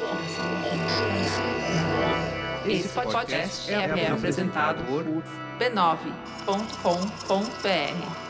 Esse podcast é apresentado por b9.com.br.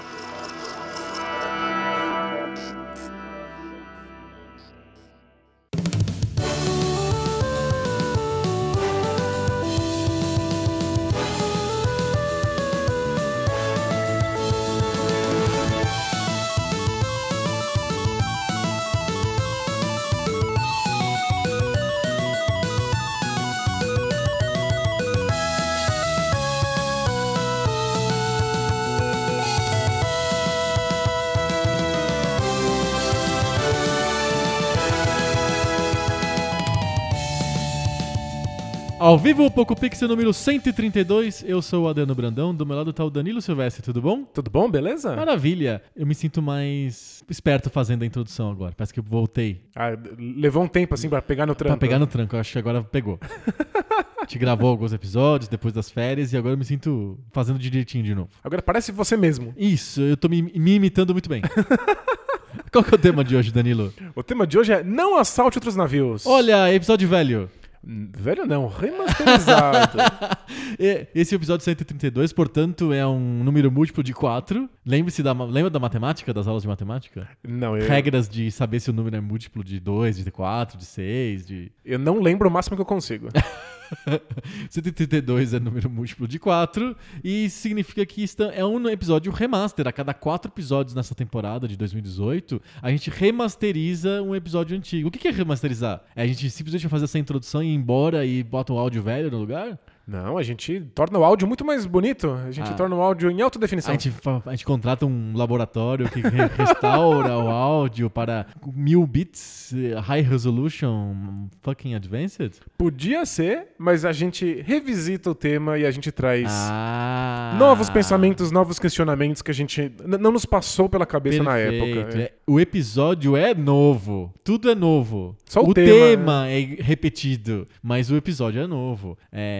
Ao vivo, o Poco Pixel número 132, eu sou o Adriano Brandão, do meu lado tá o Danilo Silvestre, tudo bom? Tudo bom, beleza? Maravilha, eu me sinto mais esperto fazendo a introdução agora, parece que eu voltei. Levou um tempo assim pra pegar no tranco. Pra pegar no tranco, eu acho que agora pegou. A gente gravou alguns episódios depois das férias e agora eu me sinto fazendo direitinho de novo. Agora parece você mesmo. Isso, eu tô me imitando muito bem. Qual que é o tema de hoje, Danilo? O tema de hoje é Não Assalte Outros Navios. Olha, episódio velho. Velho não, remasterizado. Esse episódio 132, portanto, é um número múltiplo de 4. Lembra da matemática, das aulas de matemática? Não, Regras de saber se o número é múltiplo de 2, de 4, de 6, de... Eu não lembro o máximo que eu consigo. 132 é número múltiplo de 4 e significa que é um episódio remaster. A cada 4 episódios nessa temporada de 2018, a gente remasteriza um episódio antigo. O que é remasterizar? É a gente simplesmente fazer essa introdução e ir embora e bota um áudio velho no lugar? Não, a gente torna o áudio muito mais bonito. A gente torna o áudio em alta definição. A gente contrata um laboratório que restaura o áudio para 1000 bits, high resolution, fucking advanced? Podia ser, mas a gente revisita o tema e a gente traz novos pensamentos, novos questionamentos que a gente não nos passou pela cabeça na época. O episódio é novo. Tudo é novo. Só o tema é repetido, mas o episódio é novo.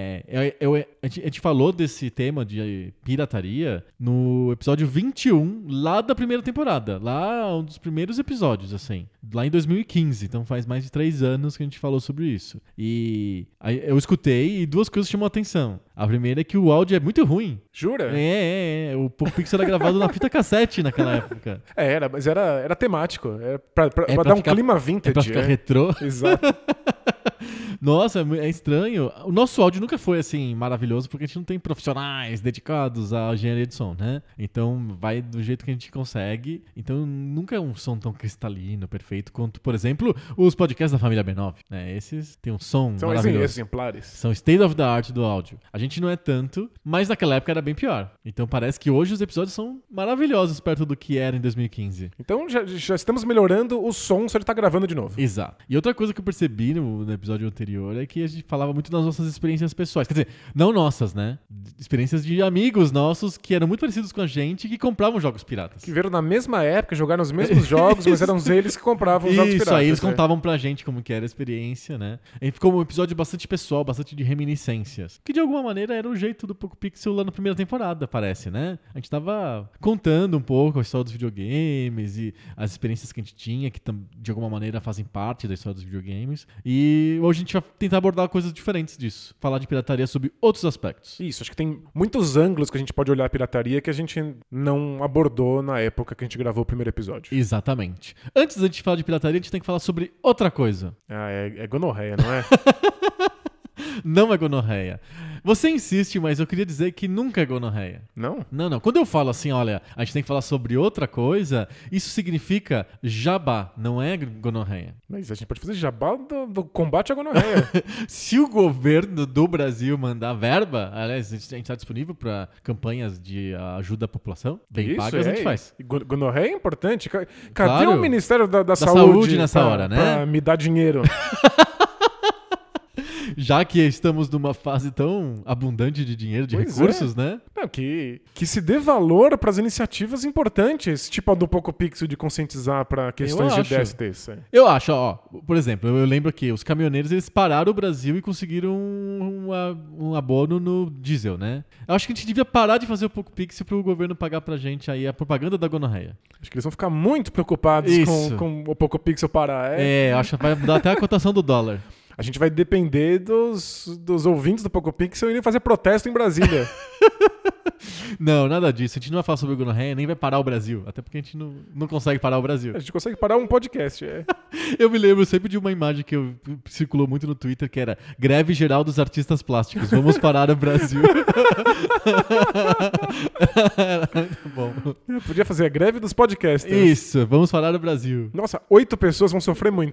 A gente falou desse tema de pirataria no episódio 21, lá da primeira temporada. Lá, um dos primeiros episódios, assim. Lá em 2015. Então faz mais de 3 anos que a gente falou sobre isso. E eu escutei e 2 coisas chamam a atenção. A primeira é que o áudio é muito ruim. Jura? O Poco Pixel era gravado na fita cassete naquela época. Mas era temático. Era pra dar um clima vintage. Pra ficar retrô. Exato. Nossa, é estranho. O nosso áudio nunca foi assim maravilhoso porque a gente não tem profissionais dedicados à engenharia de som, né? Então vai do jeito que a gente consegue. Então nunca é um som tão cristalino, perfeito quanto, por exemplo, os podcasts da família B9. Né? Esses têm um som maravilhoso. São exemplares. São state of the art do áudio. A gente não é tanto, mas naquela época era bem pior. Então parece que hoje os episódios são maravilhosos perto do que era em 2015. Então já estamos melhorando o som se ele tá gravando de novo. Exato. E outra coisa que eu percebi no episódio anterior é que a gente falava muito das nossas experiências pessoais. Quer dizer, não nossas, né? Experiências de amigos nossos que eram muito parecidos com a gente e que compravam jogos piratas. Que vieram na mesma época, jogaram os mesmos jogos, mas eram eles que compravam os jogos piratas. Isso, aí eles contavam pra gente como que era a experiência, né? E ficou um episódio bastante pessoal, bastante de reminiscências. Que de alguma maneira era o jeito do Poco Pixel lá na primeira temporada, parece, né? A gente tava contando um pouco a história dos videogames e as experiências que a gente tinha, que de alguma maneira fazem parte da história dos videogames. E hoje a gente vai tentar abordar coisas diferentes disso. Falar de pirataria sobre outros aspectos. Isso, acho que tem muitos ângulos que a gente pode olhar a pirataria que a gente não abordou na época que a gente gravou o primeiro episódio. Exatamente. Antes da gente falar de pirataria, a gente tem que falar sobre outra coisa. É gonorreia, não é? Não é gonorreia. Você insiste, mas eu queria dizer que nunca é gonorreia. Não? Não. Quando eu falo assim, olha, a gente tem que falar sobre outra coisa, isso significa jabá, não é gonorreia. Mas a gente pode fazer jabá do combate à gonorreia. Se o governo do Brasil mandar verba, aliás, a gente está disponível para campanhas de ajuda à população, bem pagas, a gente faz. Gonorreia é importante. Cadê claro, o Ministério da Saúde nessa hora, né? Pra me dar dinheiro? Já que estamos numa fase tão abundante de dinheiro, de recursos, né? Não, que se dê valor para as iniciativas importantes, tipo a do Poco Pixel de conscientizar para questões de DSTs. Eu acho, por exemplo, eu lembro que os caminhoneiros eles pararam o Brasil e conseguiram um abono no diesel, né? Eu acho que a gente devia parar de fazer o Poco Pixel para o governo pagar pra gente aí a propaganda da gonorreia. Acho que eles vão ficar muito preocupados com o Poco Pixel parar. Acho que vai mudar até a cotação do dólar. A gente vai depender dos ouvintes do Poco Pixel irem fazer protesto em Brasília. Não, nada disso. A gente não vai falar sobre gonorreia, nem vai parar o Brasil. Até porque a gente não consegue parar o Brasil. A gente consegue parar um podcast, Eu me lembro sempre de uma imagem que circulou muito no Twitter, que era greve geral dos artistas plásticos. Vamos parar o Brasil. Era muito bom. Podia fazer a greve dos podcasters. Isso, vamos parar o Brasil. Nossa, 8 pessoas vão sofrer muito.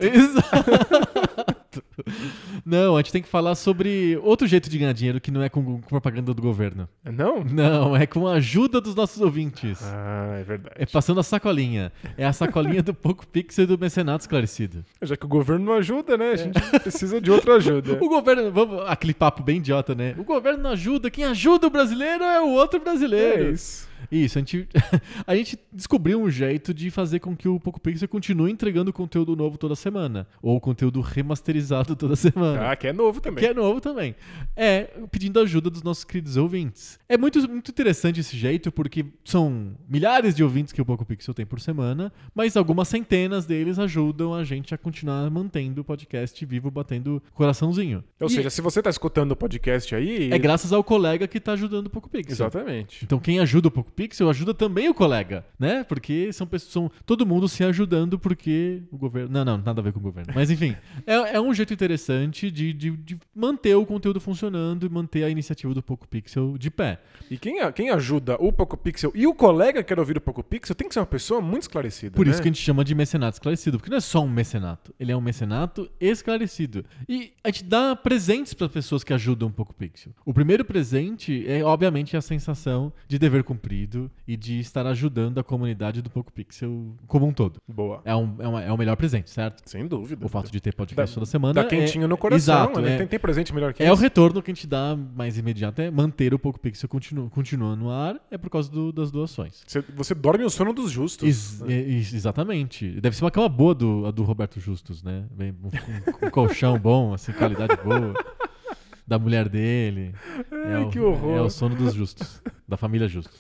Exato. Não, a gente tem que falar sobre outro jeito de ganhar dinheiro que não é com propaganda do governo. Não? Não, é com a ajuda dos nossos ouvintes. Ah, é verdade. É passando a sacolinha. É a sacolinha do Poco Pixel e do Mecenato Esclarecido. Já que o governo não ajuda, né? A gente precisa de outra ajuda. O governo, aquele papo bem idiota, né? O governo não ajuda, quem ajuda o brasileiro é o outro brasileiro. É isso. Isso, a gente descobriu um jeito de fazer com que o Poco Pixel continue entregando conteúdo novo toda semana. Ou conteúdo remasterizado toda semana. Ah, que é novo também. Que é novo também. É, pedindo ajuda dos nossos queridos ouvintes. É muito interessante esse jeito, porque são milhares de ouvintes que o Poco Pixel tem por semana, mas algumas centenas deles ajudam a gente a continuar mantendo o podcast vivo, batendo coraçãozinho. Ou seja, se você tá escutando o podcast aí... É graças ao colega que tá ajudando o Poco Pixel. Exatamente. Então quem ajuda o Poco Pixel ajuda também o colega, né? Porque são todo mundo se ajudando porque o governo... Não, nada a ver com o governo. Mas enfim, é um jeito interessante de manter o conteúdo funcionando e manter a iniciativa do Poco Pixel de pé. E quem ajuda o Poco Pixel e o colega que quer ouvir o Poco Pixel tem que ser uma pessoa muito esclarecida. Por isso que a gente chama de mecenato esclarecido, porque não é só um mecenato, ele é um mecenato esclarecido. E a gente dá presentes para pessoas que ajudam o Poco Pixel. O primeiro presente é, obviamente, a sensação de dever cumprido e de estar ajudando a comunidade do Poco Pixel como um todo. Boa. É o melhor presente, certo? Sem dúvida. O fato de ter podcast toda semana. Dá quentinho no coração. Exato, né? Tem presente melhor que isso. isso. É o retorno que a gente dá mais imediato, é manter o Poco Pixel continuando no ar, é por causa das doações. Você dorme o sono dos justos. Exatamente. Deve ser uma cama boa do Roberto Justus, né? Um colchão bom, assim, qualidade boa. Da mulher dele. Que horror. É o sono dos justos. Da família Justus.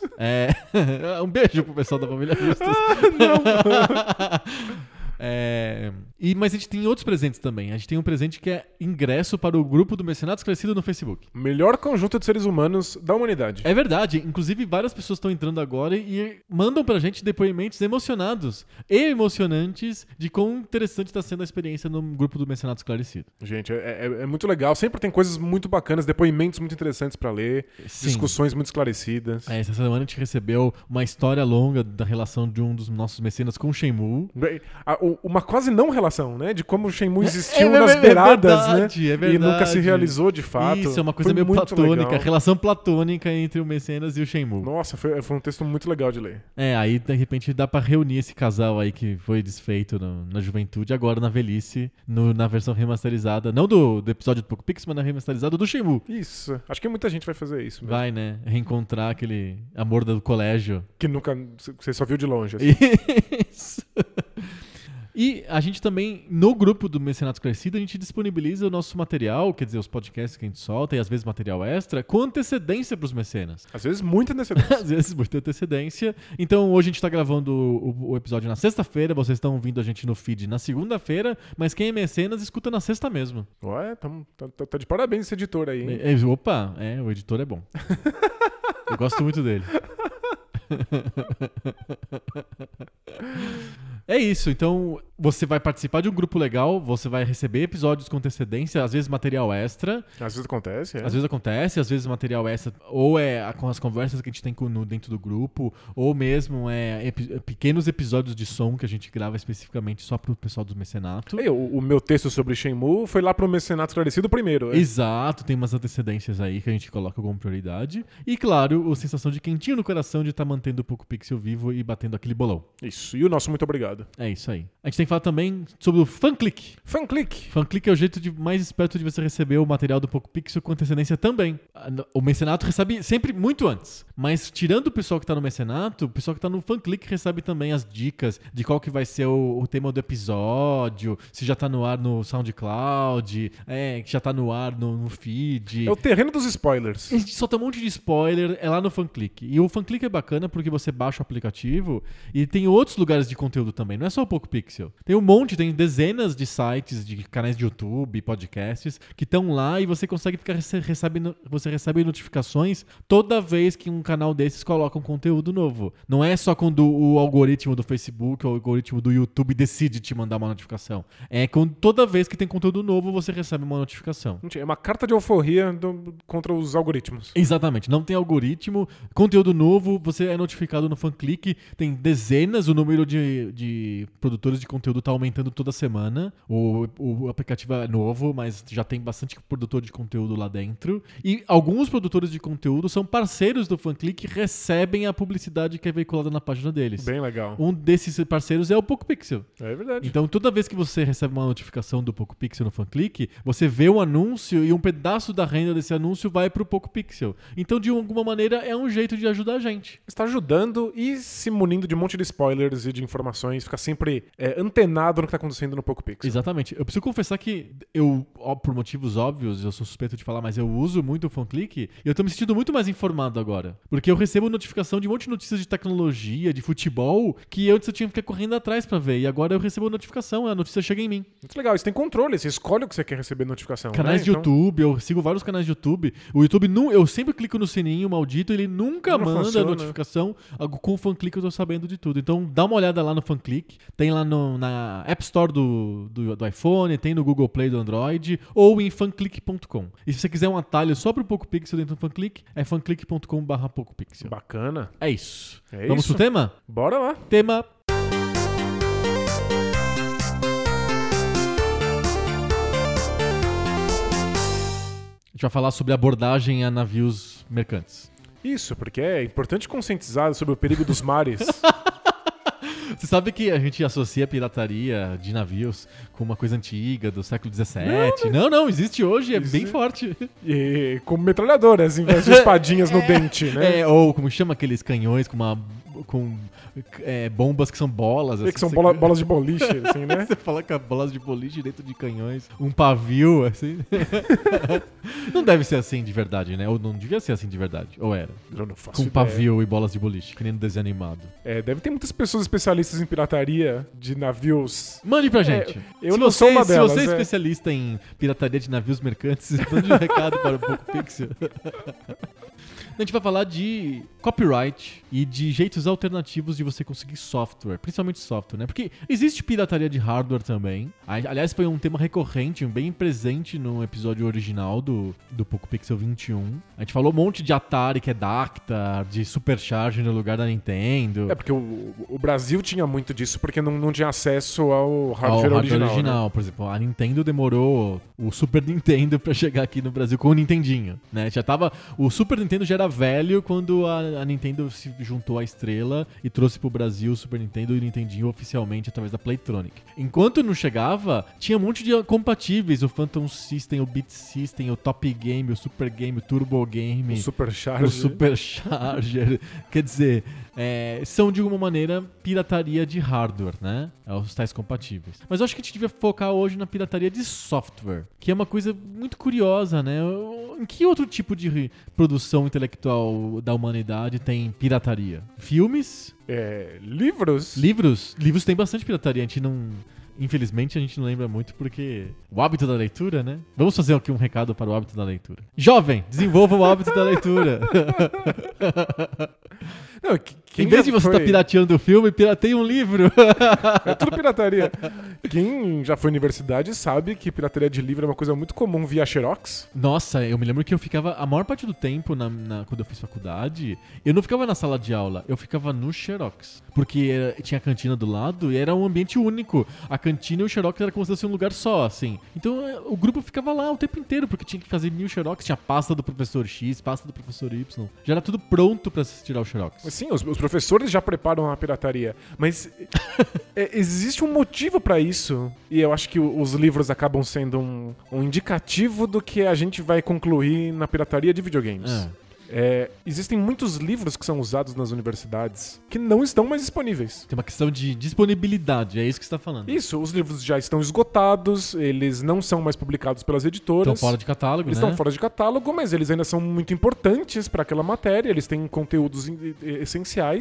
Um beijo pro pessoal da família Justus. Mas a gente tem outros presentes também. A gente tem um presente que é ingresso para o grupo do Mecenato Esclarecido no Facebook. Melhor conjunto de seres humanos da humanidade. É verdade. Inclusive, várias pessoas estão entrando agora e mandam pra gente depoimentos emocionados e emocionantes de quão interessante está sendo a experiência no grupo do Mecenato Esclarecido. Gente, é muito legal. Sempre tem coisas muito bacanas, depoimentos muito interessantes pra ler, Sim. Discussões muito esclarecidas. Essa semana a gente recebeu uma história longa da relação de um dos nossos mecenas com o Shenmue. Uma quase não relação, né? De como o Shenmue existiu nas beiradas, verdade, né? É verdade. E nunca se realizou de fato. Isso, é uma coisa foi meio platônica. Legal. Relação platônica entre o mecenas e o Shenmue. Nossa, foi um texto muito legal de ler. Aí de repente dá pra reunir esse casal aí que foi desfeito na juventude, agora na velhice, na versão remasterizada. Não do episódio do Poco Pixel, mas na remasterizada do Shenmue. Isso. Acho que muita gente vai fazer isso mesmo. Vai, né? Reencontrar aquele amor do colégio. Que nunca... Você só viu de longe. Assim. Isso. E a gente também, no grupo do Mecenato Esclarecido, a gente disponibiliza o nosso material, quer dizer, os podcasts que a gente solta e às vezes material extra, com antecedência para os mecenas. Às vezes muita antecedência. Às vezes muita antecedência. Então hoje a gente está gravando o episódio na sexta-feira, vocês estão ouvindo a gente no feed na segunda-feira, mas quem é mecenas escuta na sexta mesmo. Ué, tá de parabéns esse editor aí, hein? Opa, o editor é bom. Eu gosto muito dele. É isso, então você vai participar de um grupo legal, você vai receber episódios com antecedência, às vezes material extra. Às vezes acontece, Às vezes acontece, às vezes material extra, ou com as conversas que a gente tem dentro do grupo, ou mesmo pequenos episódios de som que a gente grava especificamente só pro pessoal do mecenato. O meu texto sobre Shenmue foi lá pro Mecenato Esclarecido primeiro. Exato, tem umas antecedências aí que a gente coloca como prioridade. E claro, a sensação de quentinho no coração de estar mantendo o Poco Pixel vivo e batendo aquele bolão. Isso, e o nosso muito obrigado. É isso aí. A gente tem que falar também sobre o FanClick. FanClick. FanClick é o jeito mais esperto de você receber o material do Poco Pixel com antecedência também. O mecenato recebe sempre muito antes. Mas tirando o pessoal que tá no mecenato, o pessoal que tá no FanClick recebe também as dicas de qual que vai ser o tema do episódio, se já tá no ar no SoundCloud, que já tá no ar no feed. É o terreno dos spoilers. A gente solta um monte de spoiler, é lá no FanClick. E o FanClick é bacana porque você baixa o aplicativo e tem outros lugares de conteúdo também. Não é só o Poco Pixel. Tem dezenas de sites, de canais de YouTube, podcasts, que estão lá e você consegue você recebe notificações toda vez que um canal desses coloca um conteúdo novo. Não é só quando o algoritmo do Facebook ou o algoritmo do YouTube decide te mandar uma notificação. É quando toda vez que tem conteúdo novo, você recebe uma notificação. É uma carta de alforria contra os algoritmos. Exatamente. Não tem algoritmo, conteúdo novo, você é notificado no FunClick, tem dezenas, o número de produtores de conteúdo está aumentando toda semana. O aplicativo é novo, mas já tem bastante produtor de conteúdo lá dentro. E alguns produtores de conteúdo são parceiros do FunClick e recebem a publicidade que é veiculada na página deles. Bem legal. Um desses parceiros é o PocoPixel. É verdade. Então, toda vez que você recebe uma notificação do PocoPixel no FunClick, você vê o anúncio e um pedaço da renda desse anúncio vai pro PocoPixel. Então, de alguma maneira, é um jeito de ajudar a gente. Está ajudando e se munindo de um monte de spoilers e de informações, ficar sempre antenado no que está acontecendo no PocoPixel. Exatamente. Eu preciso confessar que por motivos óbvios, eu sou suspeito de falar, mas eu uso muito o FunClick e eu tô me sentindo muito mais informado agora. Porque eu recebo notificação de um monte de notícias de tecnologia, de futebol, que antes eu tinha que ficar correndo atrás pra ver. E agora eu recebo notificação, a notícia chega em mim. Muito legal, você tem controle, você escolhe o que você quer receber notificação. Canais de YouTube, eu sigo vários canais de YouTube. O YouTube, eu sempre clico no sininho maldito, ele nunca manda notificação. Com o FunClick eu tô sabendo de tudo. Então dá uma olhada lá no FunClick. Tem lá na App Store do iPhone, tem no Google Play do Android, ou em funclick.com. E se você quiser um atalho só pro PocoPixel dentro do FunClick, é funclick.com/PocoPixel. Bacana. É isso. Vamos pro tema? Bora lá. Tema. A gente vai falar sobre abordagem a navios mercantes. Isso, porque é importante conscientizar sobre o perigo dos mares. Você sabe que a gente associa a pirataria de navios com uma coisa antiga, do século XVII. Não, existe hoje, é bem forte. E com metralhadoras, em vez de espadinhas no dente, né? Ou como chama aqueles canhões com bombas que são bolas. Assim, que são bolas de boliche, assim, né? Você fala com bolas de boliche dentro de canhões. Um pavio, assim. Não deve ser assim de verdade, né? Ou não devia ser assim de verdade. Ou era? Eu não faço com ideia. Pavio e bolas de boliche, que nem no desenho animado. Deve ter muitas pessoas especialistas em pirataria de navios. Mande pra gente. Eu não sou uma delas. Se você é especialista em pirataria de navios mercantes, mande um recado para o PocoPixel. A gente vai falar de copyright e de jeitos alternativos de você conseguir software, principalmente software, né? Porque existe pirataria de hardware também. Aliás, foi um tema recorrente, bem presente no episódio original do PocoPixel 21. A gente falou um monte de Atari, que é Dactar, de Supercharge no lugar da Nintendo. Porque o Brasil tinha muito disso, porque não tinha acesso ao hardware original. Né? Por exemplo, a Nintendo demorou o Super Nintendo pra chegar aqui no Brasil com o Nintendinho, né? O Super Nintendo já era velho quando a Nintendo se juntou à Estrela e trouxe pro Brasil o Super Nintendo e o Nintendinho oficialmente através da Playtronic. Enquanto não chegava, tinha um monte de compatíveis, o Phantom System, o Beat System, o Top Game, o Super Game, o Turbo Game, o Supercharger. Quer dizer, são de alguma maneira pirataria de hardware, né? Os tais compatíveis. Mas eu acho que a gente devia focar hoje na pirataria de software, que é uma coisa muito curiosa, né? Em que outro tipo de produção intelectual da humanidade tem pirataria? Filmes? Livros? Livros tem bastante pirataria. A gente não... Infelizmente a gente não lembra muito porque o hábito da leitura, né? Vamos fazer aqui um recado para o hábito da leitura. Jovem, desenvolva o hábito da leitura. Não, em vez de você estar pirateando o filme, pirateia um livro. É tudo pirataria. Quem já foi à universidade sabe que pirataria de livro é uma coisa muito comum via Xerox. Nossa, eu me lembro que eu ficava, a maior parte do tempo, quando eu fiz faculdade, eu não ficava na sala de aula, eu ficava no Xerox. Porque tinha a cantina do lado e era um ambiente único. A cantina e o Xerox era como se fosse um lugar só, assim. Então o grupo ficava lá o tempo inteiro, porque tinha que fazer mil Xerox, tinha pasta do professor X, pasta do professor Y. Já era tudo pronto pra se tirar o Xerox. Sim, os professores já preparam a pirataria. Mas existe um motivo pra isso. E eu acho que os livros acabam sendo um indicativo do que a gente vai concluir na pirataria de videogames. Existem muitos livros que são usados nas universidades que não estão mais disponíveis. Tem uma questão de disponibilidade, é isso que você está falando. Isso, os livros já estão esgotados, eles não são mais publicados pelas editoras. Estão fora de catálogo, eles né? Estão fora de catálogo, mas eles ainda são muito importantes para aquela matéria, eles têm conteúdos essenciais.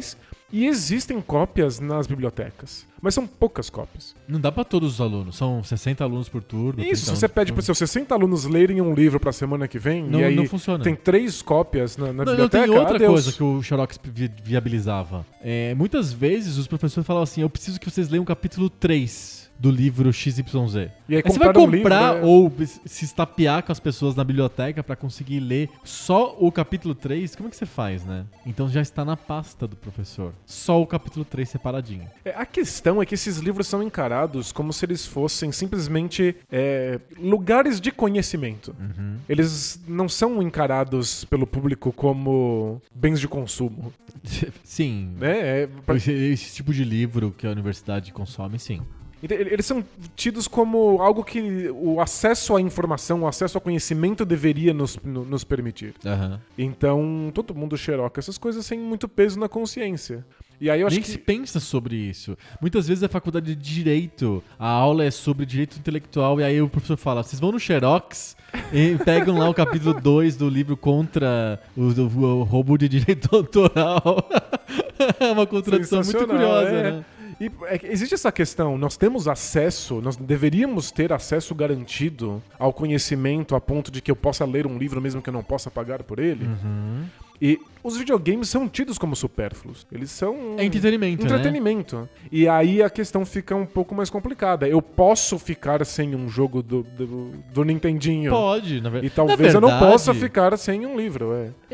E existem cópias nas bibliotecas, mas são poucas cópias. Não dá pra todos os alunos, são 60 alunos por turno. Isso, 30 você alunos pede por para seus 60 alunos lerem um livro pra semana que vem, Não- e aí não funciona. tem 3 cópias na Não, biblioteca. tem outra adeus. coisa que o Xerox viabilizava. Muitas vezes os professores falavam assim, eu preciso que vocês leiam o capítulo 3 do livro XYZ. E aí Aí você vai compraram um comprar livro, né? ou se estapear com as pessoas na biblioteca pra conseguir ler só o capítulo 3, como é que você faz, né? Então já está na pasta do professor. Só o capítulo 3 separadinho. A questão é que esses livros são encarados como se eles fossem simplesmente lugares de conhecimento. Eles não são encarados pelo público como bens de consumo. Sim. Né? Esse tipo de livro que a universidade consome, sim. Eles são tidos como algo que o acesso à informação, o acesso ao conhecimento deveria nos permitir. Aham. Então, todo mundo xeroca essas coisas sem muito peso na consciência. E aí eu acho Nem se pensa sobre isso. Muitas vezes a faculdade de Direito, a aula é sobre direito intelectual, e aí o professor fala, vocês vão no Xerox e pegam lá o capítulo 2 do livro contra o roubo de direito autoral. É uma contradição muito Sensacional, curiosa, é. né? E existe essa questão, nós temos acesso, nós deveríamos ter acesso garantido ao conhecimento a ponto de que eu possa ler um livro mesmo que eu não possa pagar por ele. E os videogames são tidos como supérfluos. Eles são É entretenimento, entretenimento. E aí a questão fica um pouco mais complicada. Eu posso ficar sem um jogo do Nintendinho. Pode, na verdade. E talvez eu não possa ficar sem um livro.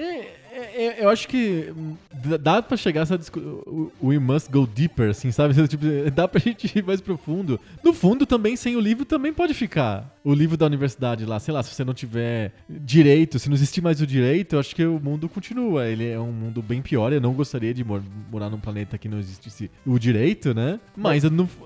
Eu acho que dá pra chegar a essa We must go deeper, assim, sabe? Tipo, dá pra gente ir mais profundo. No fundo, também, sem o livro, também pode ficar. O livro da universidade lá, sei lá, se você não tiver direito, se não existir mais o direito, eu acho que o mundo continua. Ele é um mundo bem pior. Eu não gostaria de morar num planeta que não existisse o direito, né? Mas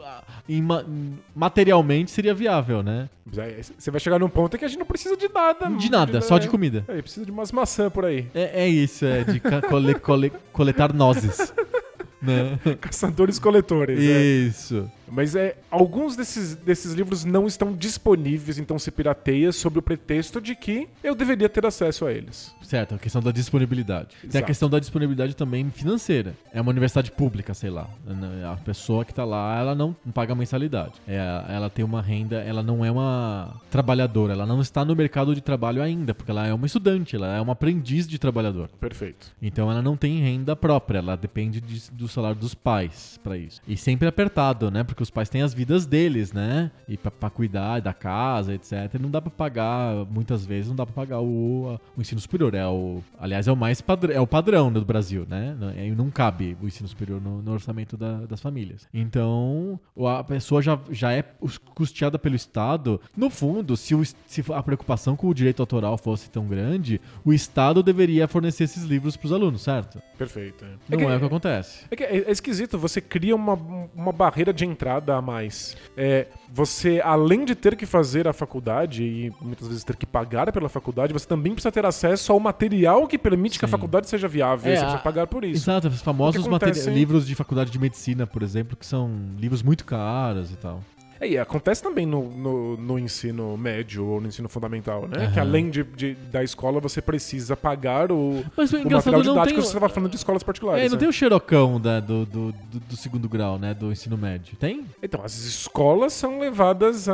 materialmente seria viável, né? Você vai chegar num ponto em que a gente não precisa de nada. De nada, só de comida. Precisa de umas maçãs por aí. É isso, de coletar nozes. Né? Caçadores-coletores. Isso. Mas alguns desses livros não estão disponíveis, então se pirateia sob o pretexto de que eu deveria ter acesso a eles. Certo, a questão da disponibilidade. Tem a Exato. questão da disponibilidade também financeira. É uma universidade pública, sei lá. A pessoa que tá lá, ela não paga mensalidade. Ela tem uma renda, ela não é uma trabalhadora, ela não está no mercado de trabalho ainda, porque ela é uma estudante, ela é uma aprendiz de trabalhador. Perfeito. Então ela não tem renda própria, ela depende do salário dos pais pra isso. E sempre apertado, né? Porque os pais têm as vidas deles, né? E pra cuidar da casa, etc. Não dá pra pagar, muitas vezes, não dá pra pagar o ensino superior. Aliás, é o mais é o padrão do Brasil, né? Não cabe o ensino superior no orçamento das famílias. Então, a pessoa já é custeada pelo Estado. No fundo, se a preocupação com o direito autoral fosse tão grande, o Estado deveria fornecer esses livros pros alunos, certo? Perfeito. Não é o que acontece. É esquisito, você cria uma barreira de entrada a mais. Você, além de ter que fazer a faculdade e muitas vezes ter que pagar pela faculdade, você também precisa ter acesso ao material que permite que a faculdade seja viável. Você precisa pagar por isso. Exato, os famosos acontece, livros de faculdade de medicina, por exemplo, que são livros muito caros e tal. E acontece também no ensino médio ou no ensino fundamental, né? Uhum. Que além da escola, você precisa pagar o engraçado, material não didático tem que você estava falando de escolas particulares. Não tem o xerocão do segundo grau, né? Do ensino médio. Tem? Então, as escolas são levadas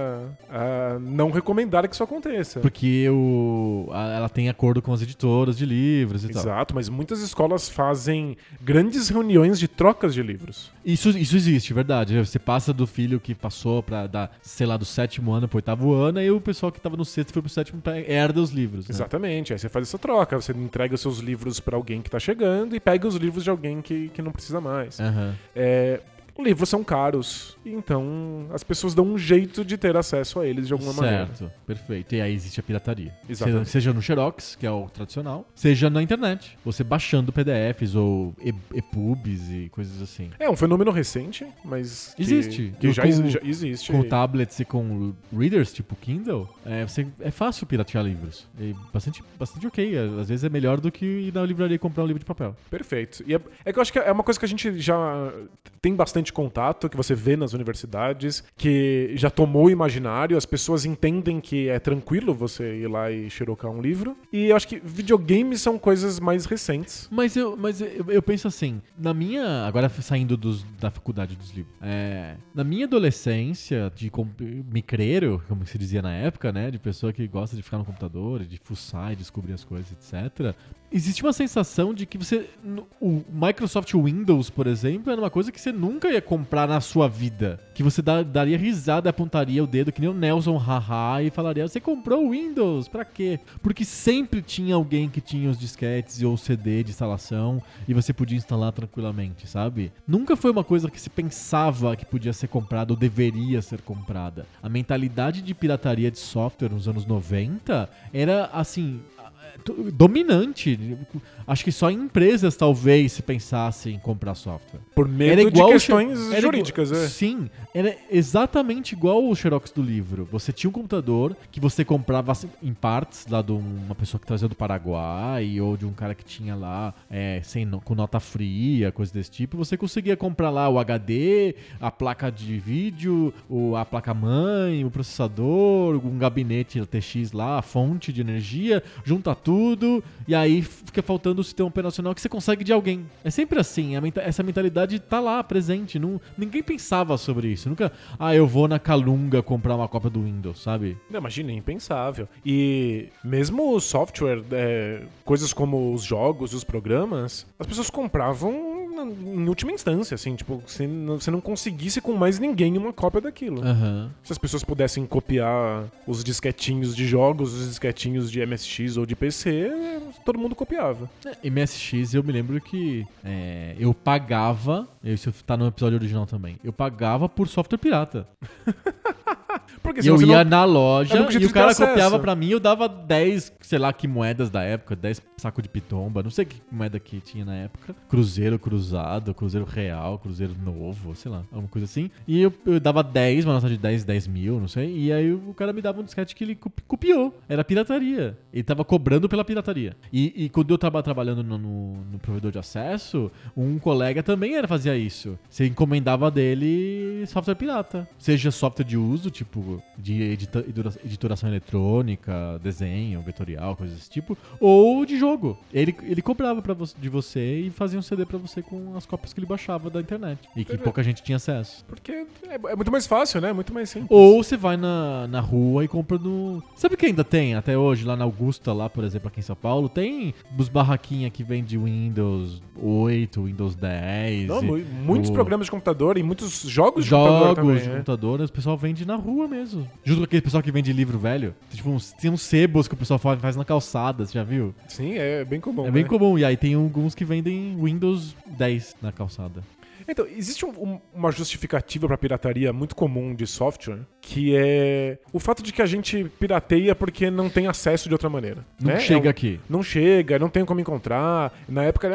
a não recomendar que isso aconteça. Porque ela tem acordo com as editoras de livros e tal. Exato, mas muitas escolas fazem grandes reuniões de trocas de livros. Isso existe, verdade. Você passa do filho que passou pra dar, sei lá, do 7º ano pro 8º ano, e o pessoal que tava no 6º foi pro 7º herda os livros. Né? Exatamente, aí você faz essa troca, você entrega os seus livros pra alguém que tá chegando e pega os livros de alguém que não precisa mais. Uhum. Livros são caros, então as pessoas dão um jeito de ter acesso a eles de alguma maneira. Certo, perfeito. E aí existe a pirataria. Exatamente. Seja no Xerox, que é o tradicional, seja na internet. Você baixando PDFs ou EPUBs e coisas assim. É um fenômeno recente, mas existe. Que já existe. Com tablets e com readers, tipo Kindle, é fácil piratear livros. É bastante ok. Às vezes é melhor do que ir na livraria e comprar um livro de papel. Perfeito. E é que eu acho que é uma coisa que a gente já tem bastante bastante contato, que você vê nas universidades, que já tomou o imaginário, as pessoas entendem que é tranquilo você ir lá e xerocar um livro. E eu acho que videogames são coisas mais recentes. Mas eu penso assim, agora saindo da faculdade dos livros, na minha adolescência, de micreiro, como se dizia na época, né, de pessoa que gosta de ficar no computador, de fuçar e descobrir as coisas, etc., existe uma sensação de que o Microsoft Windows, por exemplo, era uma coisa que você nunca ia comprar na sua vida. Que você daria risada, apontaria o dedo, que nem o Nelson haha, e falaria, você comprou o Windows, pra quê? Porque sempre tinha alguém que tinha os disquetes ou o CD de instalação e você podia instalar tranquilamente, sabe? Nunca foi uma coisa que se pensava que podia ser comprada ou deveria ser comprada. A mentalidade de pirataria de software nos anos 90 era, assim, dominante. Acho que só em empresas talvez se pensasse em comprar software. Por medo de questões jurídicas, Sim, era exatamente igual o Xerox do livro. Você tinha um computador que você comprava em partes lá de uma pessoa que trazia do Paraguai ou de um cara que tinha lá com nota fria, coisa desse tipo. Você conseguia comprar lá o HD, a placa de vídeo, a placa-mãe, o processador, um gabinete LTX lá, a fonte de energia, junta tudo e aí fica faltando o sistema operacional que você consegue de alguém. É sempre assim, essa mentalidade tá lá, presente. Ninguém pensava sobre isso. Nunca, eu vou na Calunga comprar uma cópia do Windows, sabe? Não, imagina, é impensável. E mesmo o software, coisas como os jogos, os programas, as pessoas compravam em última instância, assim, tipo, você não conseguisse com mais ninguém uma cópia daquilo. Uhum. Se as pessoas pudessem copiar os disquetinhos de jogos, os disquetinhos de MSX ou de PC, todo mundo copiava. MSX, eu me lembro que eu pagava, isso tá no episódio original também, eu pagava por software pirata. Porque eu ia na loja e o cara acesso. copiava pra mim, eu dava 10, sei lá que moedas da época, 10 sacos de pitomba, não sei que moeda que tinha na época, cruzeiro cruzado, cruzeiro real, cruzeiro novo, sei lá, alguma coisa assim. E eu dava 10, uma nota de 10 mil, não sei, e aí o cara me dava um disquete que ele copiou. Era pirataria. Ele tava cobrando pela pirataria. E quando eu tava trabalhando no provedor de acesso, um colega também fazia isso. Você encomendava dele software pirata. Seja software de uso, tipo de editoração eletrônica, desenho, vetorial, coisas desse tipo, ou de jogo. Ele cobrava de você e fazia um CD pra você com as cópias que ele baixava da internet. E que pouca gente tinha acesso. Porque é muito mais fácil, né? Muito mais simples. Ou você vai na rua e compra no... Sabe que ainda tem, até hoje, lá na Augusta, lá, por exemplo, aqui em São Paulo, tem os barraquinhas que vendem Windows 8, Windows 10. Não, muitos programas de computador e muitos jogos de computador também. Jogos de computador, o pessoal vende na rua mesmo. Junto com aquele pessoal que vende livro velho. Tipo, tem uns sebos que o pessoal faz na calçada, você já viu? Sim, é bem comum. É bem comum. E aí tem alguns que vendem Windows 10 na calçada. Então, existe uma justificativa para pirataria muito comum de software, que é o fato de que a gente pirateia porque não tem acesso de outra maneira. Não chega aqui. Não chega, não tem como encontrar. Na época,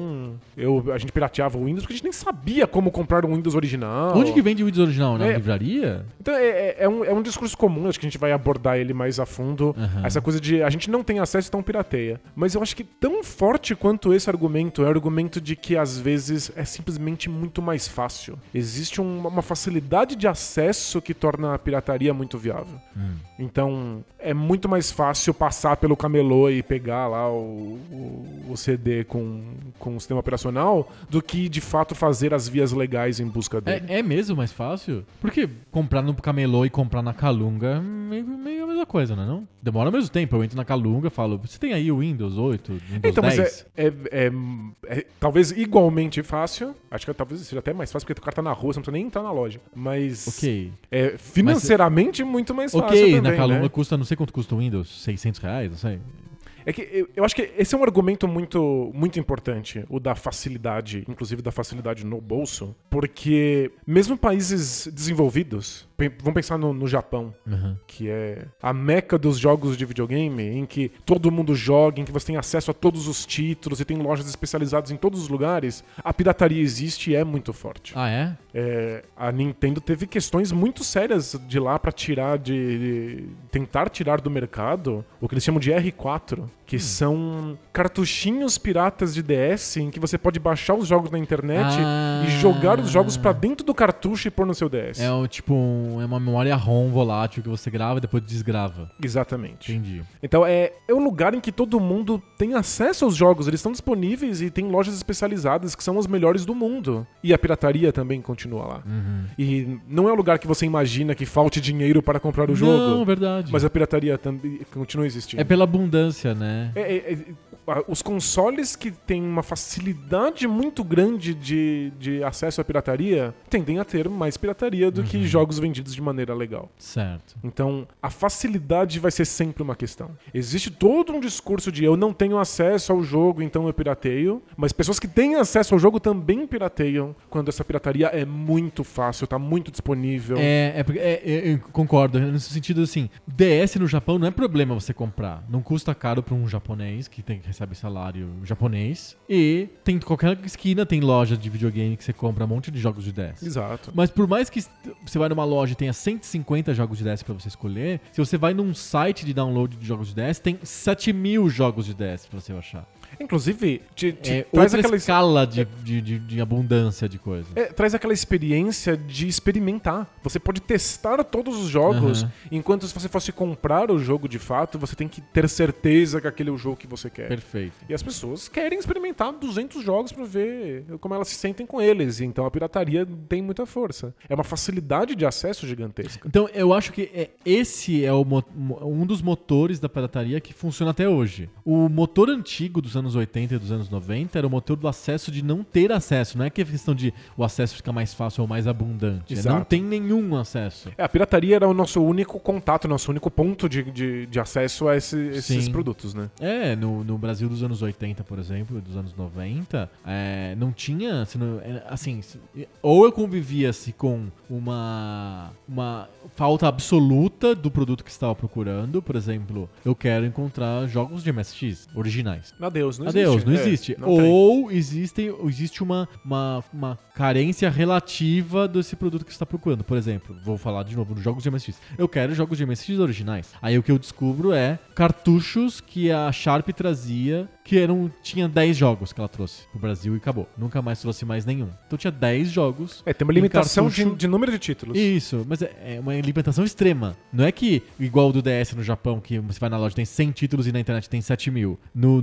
a gente pirateava o Windows porque a gente nem sabia como comprar um Windows original. Onde que vende o Windows original? Na livraria? Então, é um discurso comum, acho que a gente vai abordar ele mais a fundo. Uhum. Essa coisa de a gente não tem acesso, então pirateia. Mas eu acho que tão forte quanto esse argumento é o argumento de que às vezes é simplesmente muito mais fácil. Existe uma facilidade de acesso que torna a pirataria muito viável. Então, é muito mais fácil passar pelo camelô e pegar lá o CD com o sistema operacional do que, de fato, fazer as vias legais em busca dele. É mesmo mais fácil? Porque comprar no camelô e comprar na Calunga é meio a mesma coisa, não? Demora o mesmo tempo. Eu entro na Calunga e falo, você tem aí o Windows 8, Windows 10? Mas talvez igualmente fácil. Acho que talvez seja até mais fácil, porque o cara tá na rua, você não precisa nem entrar na loja. Mas é financeiramente muito mais fácil também, na Calunga, né? Custa, não sei quanto custa o Windows, R$600, não sei. É que eu acho que esse é um argumento muito, muito importante, o da facilidade, inclusive da facilidade no bolso, porque mesmo países desenvolvidos, vamos pensar no Japão, que é a meca dos jogos de videogame, em que todo mundo joga, em que você tem acesso a todos os títulos e tem lojas especializadas em todos os lugares, a pirataria existe e é muito forte. Ah, é? A Nintendo teve questões muito sérias de lá pra tirar tentar tirar do mercado o que eles chamam de R4, que são cartuchinhos piratas de DS em que você pode baixar os jogos na internet e jogar os jogos pra dentro do cartucho e pôr no seu DS. É é uma memória ROM volátil que você grava e depois desgrava. Exatamente. Entendi. Então é um lugar em que todo mundo tem acesso aos jogos, eles estão disponíveis e tem lojas especializadas que são as melhores do mundo. E a pirataria também continua lá. E não é um lugar que você imagina que falte dinheiro para comprar o jogo. Não, verdade. Mas a pirataria também continua existindo. É pela abundância, né? Os consoles que têm uma facilidade muito grande de acesso à pirataria tendem a ter mais pirataria do que jogos vendidos de maneira legal. Certo. Então, a facilidade vai ser sempre uma questão. Existe todo um discurso de eu não tenho acesso ao jogo, então eu pirateio, mas pessoas que têm acesso ao jogo também pirateiam quando essa pirataria é muito fácil, tá muito disponível. Eu concordo, nesse sentido assim, DS no Japão não é problema você comprar, não custa caro pra um japonês que recebe salário japonês, e tem qualquer esquina, tem loja de videogame que você compra um monte de jogos de DS. Exato. Mas por mais que você vai numa loja e tenha 150 jogos de DS pra você escolher, se você vai num site de download de jogos de DS, tem 7.000 jogos de DS pra você achar. Inclusive, traz aquela escala de abundância de coisas. Traz aquela experiência de experimentar. Você pode testar todos os jogos, enquanto se você fosse comprar o jogo de fato, você tem que ter certeza que aquele é o jogo que você quer. Perfeito. E as pessoas querem experimentar 200 jogos pra ver como elas se sentem com eles. Então a pirataria tem muita força. É uma facilidade de acesso gigantesca. Então eu acho que esse é um dos motores da pirataria que funciona até hoje. O motor antigo dos anos 80 e dos anos 90 era o motor do acesso de não ter acesso. Não é que a questão de o acesso ficar mais fácil ou mais abundante. Exato. Não tem nenhum acesso. A pirataria era o nosso único contato, nosso único ponto de acesso a esses produtos, né? No Brasil dos anos 80, por exemplo, e dos anos 90, não tinha, assim, ou eu convivia-se com uma falta absoluta do produto que estava procurando, por exemplo, eu quero encontrar jogos de MSX originais. Adeus, não existe. Não ou existe uma carência relativa desse produto que você está procurando. Por exemplo, vou falar de novo dos jogos de MSX. Eu quero jogos de MSX originais. Aí o que eu descubro é cartuchos que a Sharp trazia, que tinha 10 jogos que ela trouxe pro Brasil e acabou. Nunca mais trouxe mais nenhum. Então tinha 10 jogos. Tem uma limitação de número de títulos. Isso, mas é uma limitação extrema. Não é que, igual do DS no Japão, que você vai na loja tem 100 títulos e na internet tem 7.000.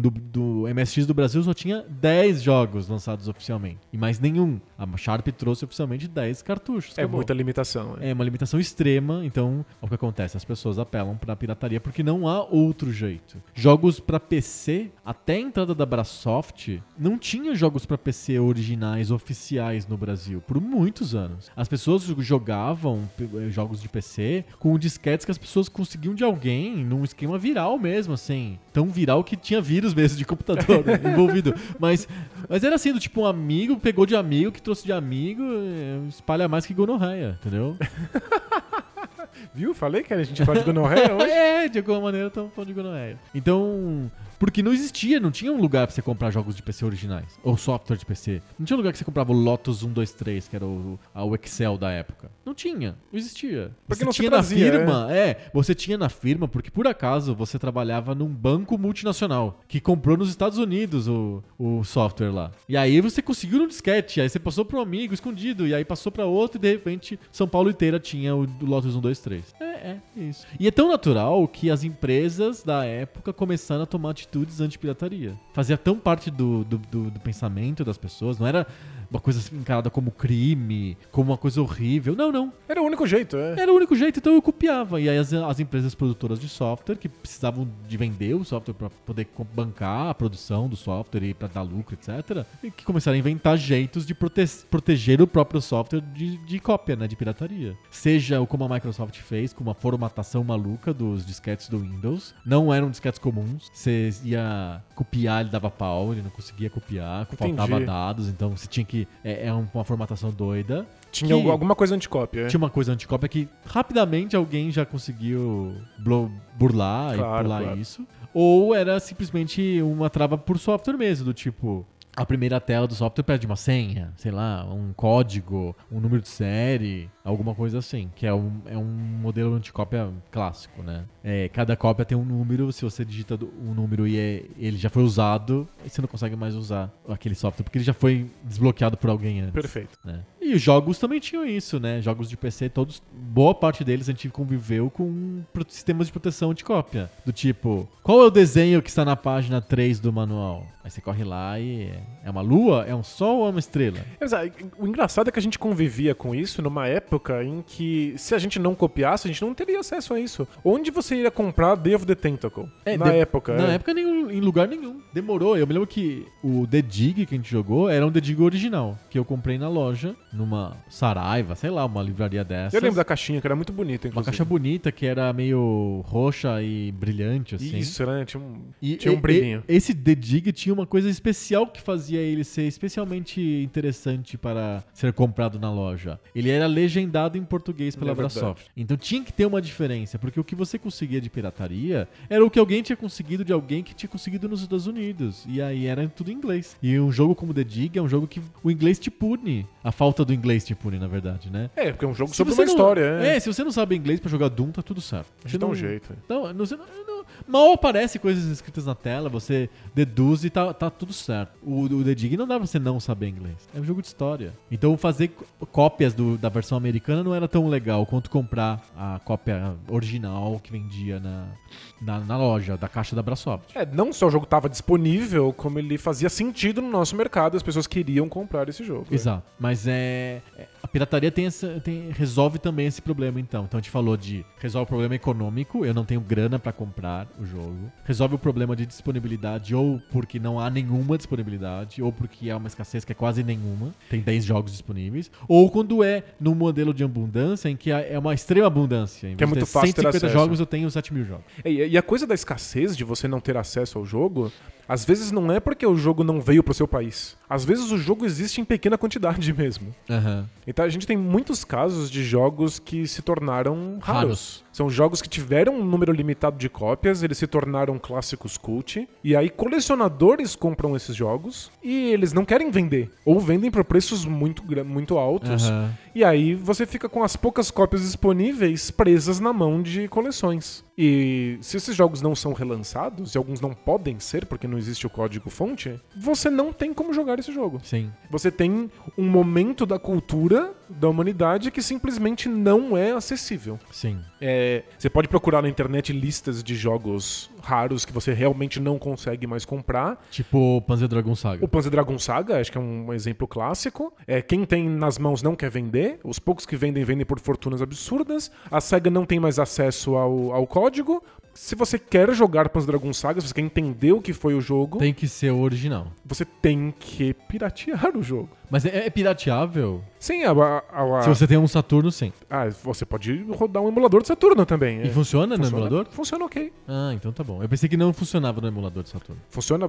Do MSX do Brasil só tinha 10 jogos lançados oficialmente. E mais nenhum. A Sharp trouxe oficialmente 10 cartuchos. É muita limitação. É uma limitação extrema. Então, o que acontece? As pessoas apelam pra pirataria porque não há outro jeito. Jogos pra PC, até a entrada da Brasoft, não tinha jogos pra PC originais, oficiais no Brasil, por muitos anos. As pessoas jogavam jogos de PC com disquetes que as pessoas conseguiam de alguém, num esquema viral mesmo, assim. Tão viral que tinha vírus mesmo de computador envolvido. Mas era assim, do tipo, um amigo pegou de amigo, que trouxe de amigo, espalha mais que gonorreia, entendeu? Viu? Falei que a gente ia falar de gonorreia hoje. De alguma maneira estamos falando de gonorreia. Então, porque não tinha um lugar pra você comprar jogos de PC originais, ou software de PC. Não tinha um lugar que você comprava o Lotus 123, que era o Excel da época. Não tinha, não existia. Porque você não tinha se trazia, na firma, você tinha na firma porque por acaso você trabalhava num banco multinacional que comprou nos Estados Unidos o software lá. E aí você conseguiu no disquete, aí você passou pra um amigo escondido, e aí passou pra outro e de repente São Paulo inteira tinha o Lotus 123. Isso. E é tão natural que as empresas da época começaram a tomar atitudes anti-pirataria. Fazia tão parte do pensamento das pessoas, não era uma coisa encarada como crime, como uma coisa horrível. Não. Era o único jeito, Era o único jeito, então eu copiava. E aí as empresas produtoras de software, que precisavam de vender o software para poder bancar a produção do software e para dar lucro, etc., e que começaram a inventar jeitos de proteger o próprio software de cópia, né, de pirataria. Seja como a Microsoft fez, com uma formatação maluca dos disquetes do Windows. Não eram disquetes comuns. Você ia copiar, ele dava pau, ele não conseguia copiar, faltava dados, então você tinha que... uma formatação doida. Tinha alguma coisa anticópia. Tinha uma coisa anticópia que rapidamente alguém já conseguiu burlar e pular isso. Ou era simplesmente uma trava por software mesmo, do tipo... a primeira tela do software pede uma senha, sei lá, um código, um número de série, alguma coisa assim, que é um modelo anticópia clássico, né? Cada cópia tem um número, se você digita um número e ele já foi usado, aí você não consegue mais usar aquele software, porque ele já foi desbloqueado por alguém antes. Perfeito. Né? E os jogos também tinham isso, né? Jogos de PC, boa parte deles a gente conviveu com sistemas de proteção de cópia. Do tipo, qual é o desenho que está na página 3 do manual? Aí você corre lá e é uma lua, é um sol ou é uma estrela? O engraçado é que a gente convivia com isso numa época em que, se a gente não copiasse, a gente não teria acesso a isso. Onde você iria comprar Day of the Tentacle? Na época. Na época, em lugar nenhum. Demorou. Eu me lembro que o The Dig que a gente jogou era um The Dig original, que eu comprei na loja, numa Saraiva, sei lá, uma livraria dessas. Eu lembro da caixinha, que era muito bonita, inclusive. Uma caixa bonita, que era meio roxa e brilhante, assim. Isso, né? Tinha um brilhinho. Esse The Dig tinha uma coisa especial que fazia ele ser especialmente interessante para ser comprado na loja. Ele era legendado em português pela Brasoft. Então tinha que ter uma diferença, porque o que você conseguia de pirataria era o que alguém tinha conseguido de alguém que tinha conseguido nos Estados Unidos. E aí era tudo em inglês. E um jogo como The Dig é um jogo que o inglês te pune. A falta do inglês te pune, na verdade, né? Porque é um jogo sobre uma história, né? Se você não sabe inglês pra jogar Doom, tá tudo certo. Você dá um jeito. Então, mal aparece coisas escritas na tela, você deduz e tá tudo certo. O The Dig não dá pra você não saber inglês. É um jogo de história. Então fazer cópias da versão americana não era tão legal quanto comprar a cópia original que vendia na loja, da caixa da Brasoft. Não só o jogo estava disponível, como ele fazia sentido no nosso mercado, as pessoas queriam comprar esse jogo. Exato. Mas a pirataria resolve também esse problema, então. Então a gente falou resolve o problema econômico, eu não tenho grana pra comprar o jogo. Resolve o problema de disponibilidade, ou porque não há nenhuma disponibilidade, ou porque há uma escassez que é quase nenhuma. Tem 10 jogos disponíveis. Ou quando é num modelo de abundância, em que é uma extrema abundância. Em que é muito fácil ter 150 acesso. jogos, eu tenho 7.000 jogos. E a coisa da escassez, de você não ter acesso ao jogo, às vezes não é porque o jogo não veio pro seu país. Às vezes o jogo existe em pequena quantidade mesmo. Uhum. Então a gente tem muitos casos de jogos que se tornaram raros. São jogos que tiveram um número limitado de cópias, eles se tornaram clássicos cult, e aí colecionadores compram esses jogos e eles não querem vender, ou vendem por preços muito altos. Uhum. E aí você fica com as poucas cópias disponíveis presas na mão de coleções. E se esses jogos não são relançados, e alguns não podem ser porque não existe o código-fonte, você não tem como jogar esse jogo. Sim. Você tem um momento da cultura da humanidade que simplesmente não é acessível. Sim. Você pode procurar na internet listas de jogos raros que você realmente não consegue mais comprar. Tipo o Panzer Dragoon Saga. O Panzer Dragoon Saga, acho que é um exemplo clássico. Quem tem nas mãos não quer vender. Os poucos que vendem por fortunas absurdas. A SEGA não tem mais acesso ao código. Se você quer jogar Panzer Dragoon Saga, se você quer entender o que foi o jogo... Tem que ser o original. Você tem que piratear o jogo. Mas é pirateável? Sim, se você tem um Saturno, sim. Você pode rodar um emulador de Saturno também. E funciona no emulador? Funciona ok. Ah, então tá bom. Eu pensei que não funcionava no emulador de Saturno.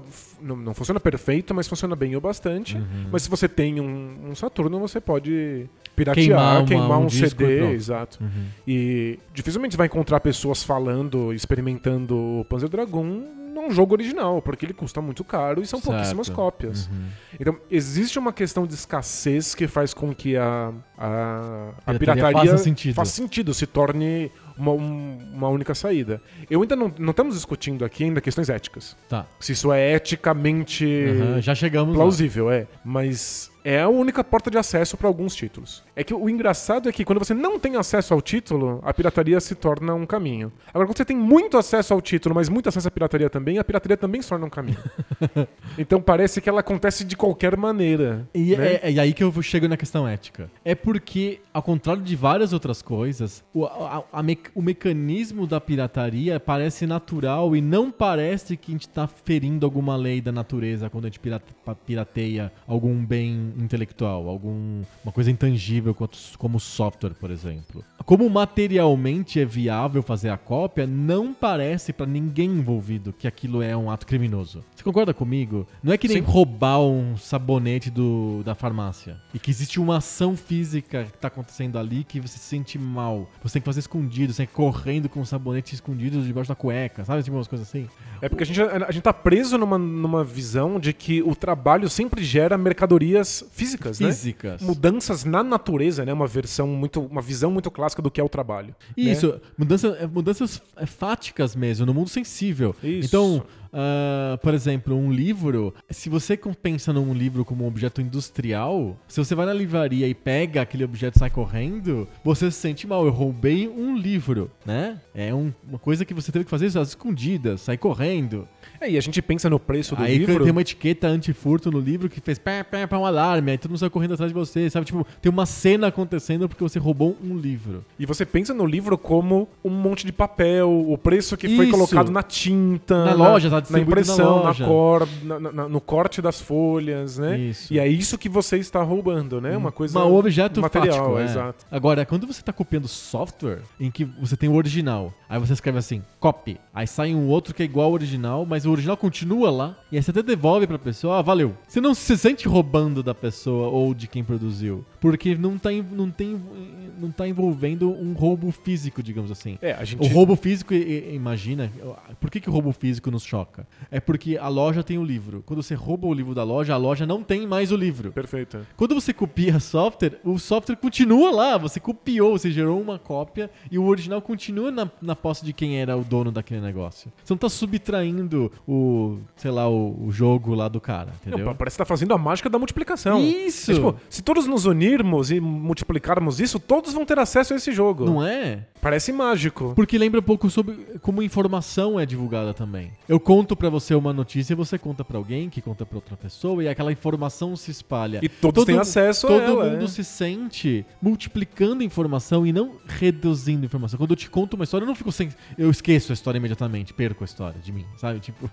Não funciona perfeito, mas funciona bem o bastante. Uhum. Mas se você tem um Saturno, você pode piratear, queimar um CD. Exato. Uhum. E dificilmente você vai encontrar pessoas falando, experimentando o Panzer Dragoon num jogo original, porque ele custa muito caro e são pouquíssimas cópias. Uhum. Então, existe uma questão de escassez que faz com que a pirataria faça sentido, se torne uma única saída. Eu ainda não estamos discutindo aqui ainda questões éticas. Tá. Se isso é eticamente já chegamos plausível, mas é a única porta de acesso para alguns títulos. É que o engraçado é que quando você não tem acesso ao título, a pirataria se torna um caminho. Agora, quando você tem muito acesso ao título, mas muito acesso à pirataria também, a pirataria também se torna um caminho. Então parece que ela acontece de qualquer maneira. E né? é aí que eu chego na questão ética. É porque, ao contrário de várias outras coisas, o mecanismo da pirataria parece natural e não parece que a gente está ferindo alguma lei da natureza quando a gente pirateia algum bem intelectual, uma coisa intangível como software, por exemplo. Como materialmente é viável fazer a cópia, não parece pra ninguém envolvido que aquilo é um ato criminoso. Você concorda comigo? Não é que nem roubar um sabonete da farmácia e que existe uma ação física que tá acontecendo ali que você se sente mal. Você tem que fazer escondido, você tem que ir correndo com o sabonete escondido debaixo da cueca, sabe? Tipo umas coisas assim. É porque a gente tá preso numa visão de que o trabalho sempre gera mercadorias físicas, né? Mudanças na natureza, né? Uma visão muito clássica do que é o trabalho. Isso, né? Mudanças fáticas mesmo, no mundo sensível. Isso. Então, por exemplo, um livro, se você pensa num livro como um objeto industrial, se você vai na livraria e pega aquele objeto e sai correndo, você se sente mal. Eu roubei um livro, né? É uma coisa que você teve que fazer às escondidas, sair correndo. E a gente pensa no preço do aí livro. Aí tem uma etiqueta anti-furto no livro que fez pé, um alarme, aí todo mundo sai correndo atrás de você, sabe? Tipo, tem uma cena acontecendo porque você roubou um livro. E você pensa no livro como um monte de papel, o preço que foi colocado na tinta, na loja, na impressão, no corte das folhas, né? Isso. E é isso que você está roubando, né? Uma coisa um objeto material, fático, exato. Agora, quando você está copiando software, em que você tem o original, aí você escreve assim, copy, aí sai um outro que é igual ao original, mas o original continua lá, e aí você até devolve pra pessoa, valeu. Você não se sente roubando da pessoa ou de quem produziu, porque não tá envolvendo um roubo físico, digamos assim. O roubo físico, imagina, por que o roubo físico nos choca? É porque a loja tem o livro. Quando você rouba o livro da loja, a loja não tem mais o livro. Perfeito. Quando você copia software, o software continua lá, você copiou, você gerou uma cópia e o original continua na posse de quem era o dono daquele negócio. Você não tá subtraindo o jogo lá do cara, entendeu? Não, parece que tá fazendo a mágica da multiplicação. Isso! Tipo, se todos nos unirmos e multiplicarmos isso, todos vão ter acesso a esse jogo. Não é? Parece mágico. Porque lembra um pouco sobre como informação é divulgada também. Eu conto pra você uma notícia e você conta pra alguém, que conta pra outra pessoa, e aquela informação se espalha. E todos têm acesso a ela. Todo mundo se sente multiplicando informação e não reduzindo informação. Quando eu te conto uma história, eu não fico sem... Eu esqueço a história imediatamente, perco a história de mim, sabe? Tipo...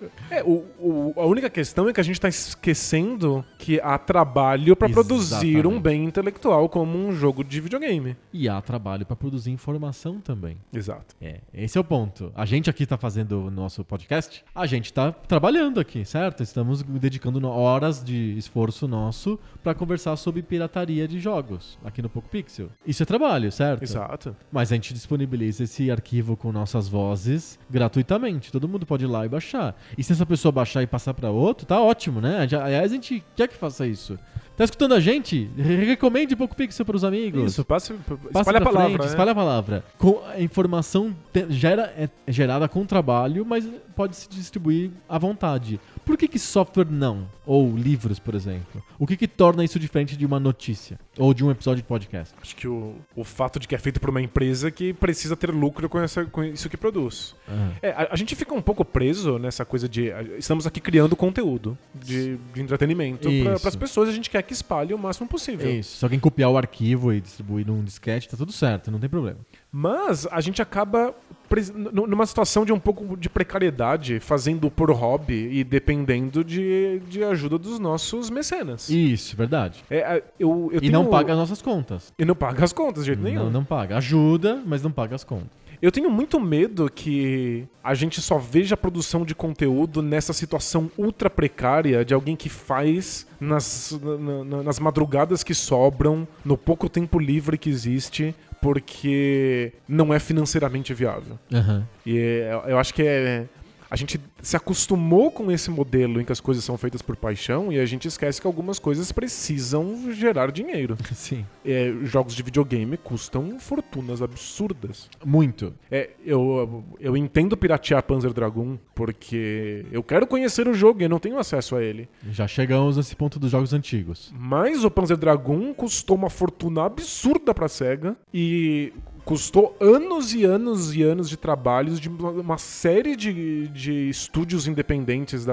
A única questão é que a gente tá esquecendo que há trabalho pra produzir um bem intelectual como um jogo de videogame. E há trabalho pra produzir informação também. Exato. Esse é o ponto. A gente aqui tá fazendo o nosso podcast, a gente tá trabalhando aqui, certo? Estamos dedicando horas de esforço nosso pra conversar sobre pirataria de jogos aqui no Poco Pixel. Isso é trabalho, certo? Exato. Mas a gente disponibiliza esse arquivo com nossas vozes gratuitamente. Todo mundo pode ir lá e baixar. E se essa pessoa baixar e passar pra outro, tá ótimo, né? Aliás, a gente quer que faça isso. Tá escutando a gente? Recomende Poco Pixel para os amigos. Isso, espalha a palavra. Frente, espalha a palavra. A informação é gerada com trabalho, mas pode se distribuir à vontade. Por que software não? Ou livros, por exemplo? O que torna isso diferente de uma notícia? Ou de um episódio de podcast? Acho que o fato de que é feito por uma empresa que precisa ter lucro com isso que produz. A gente fica um pouco preso nessa coisa de... Estamos aqui criando conteúdo de entretenimento para as pessoas. A gente quer que espalhe o máximo possível. Isso. Se alguém copiar o arquivo e distribuir num disquete, tá tudo certo, não tem problema. Mas a gente acaba numa situação de um pouco de precariedade, fazendo por hobby e dependendo de ajuda dos nossos mecenas. Isso, verdade. E não paga as nossas contas. E não paga as contas de jeito nenhum. Não paga. Ajuda, mas não paga as contas. Eu tenho muito medo que a gente só veja a produção de conteúdo nessa situação ultra precária de alguém que faz nas madrugadas que sobram, no pouco tempo livre que existe, porque não é financeiramente viável. E eu acho que a gente se acostumou com esse modelo em que as coisas são feitas por paixão e a gente esquece que algumas coisas precisam gerar dinheiro. Sim. Jogos de videogame custam fortunas absurdas. Muito. Eu entendo piratear Panzer Dragoon porque eu quero conhecer o jogo e eu não tenho acesso a ele. Já chegamos nesse ponto dos jogos antigos. Mas o Panzer Dragoon custou uma fortuna absurda pra SEGA e... custou anos e anos e anos de trabalhos de uma série de estúdios independentes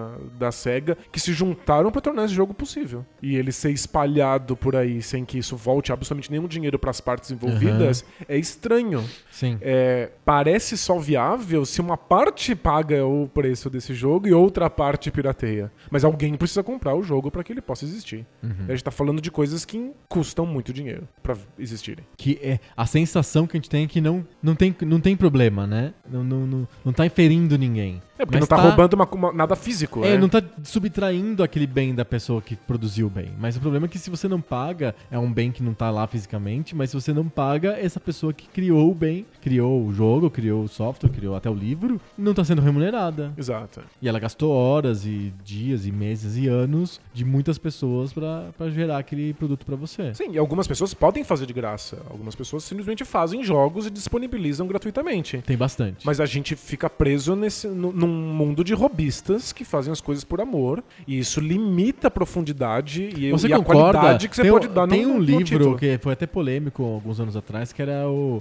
da SEGA que se juntaram pra tornar esse jogo possível. E ele ser espalhado por aí sem que isso volte absolutamente nenhum dinheiro pras partes envolvidas é estranho. Sim. Parece só viável se uma parte paga o preço desse jogo e outra parte pirateia. Mas alguém precisa comprar o jogo pra que ele possa existir. A gente tá falando de coisas que custam muito dinheiro pra existirem. Que é a sensação que a gente tem é que não tem problema, né? Não tá inferindo ninguém. Porque Mas não tá roubando nada físico. Não tá subtraindo aquele bem da pessoa que produziu o bem. Mas o problema é que se você não paga, é um bem que não tá lá fisicamente, mas se você não paga, essa pessoa que criou o bem, criou o jogo, criou o software, criou até o livro, não tá sendo remunerada. Exato. E ela gastou horas e dias e meses e anos de muitas pessoas pra gerar aquele produto pra você. Sim, e algumas pessoas podem fazer de graça. Algumas pessoas simplesmente fazem jogos e disponibilizam gratuitamente. Tem bastante. Mas a gente fica preso num mundo de robistas que fazem as coisas por amor. E isso limita a profundidade e a qualidade que você pode dar Tem um livro título. que foi até polêmico alguns anos atrás, que era o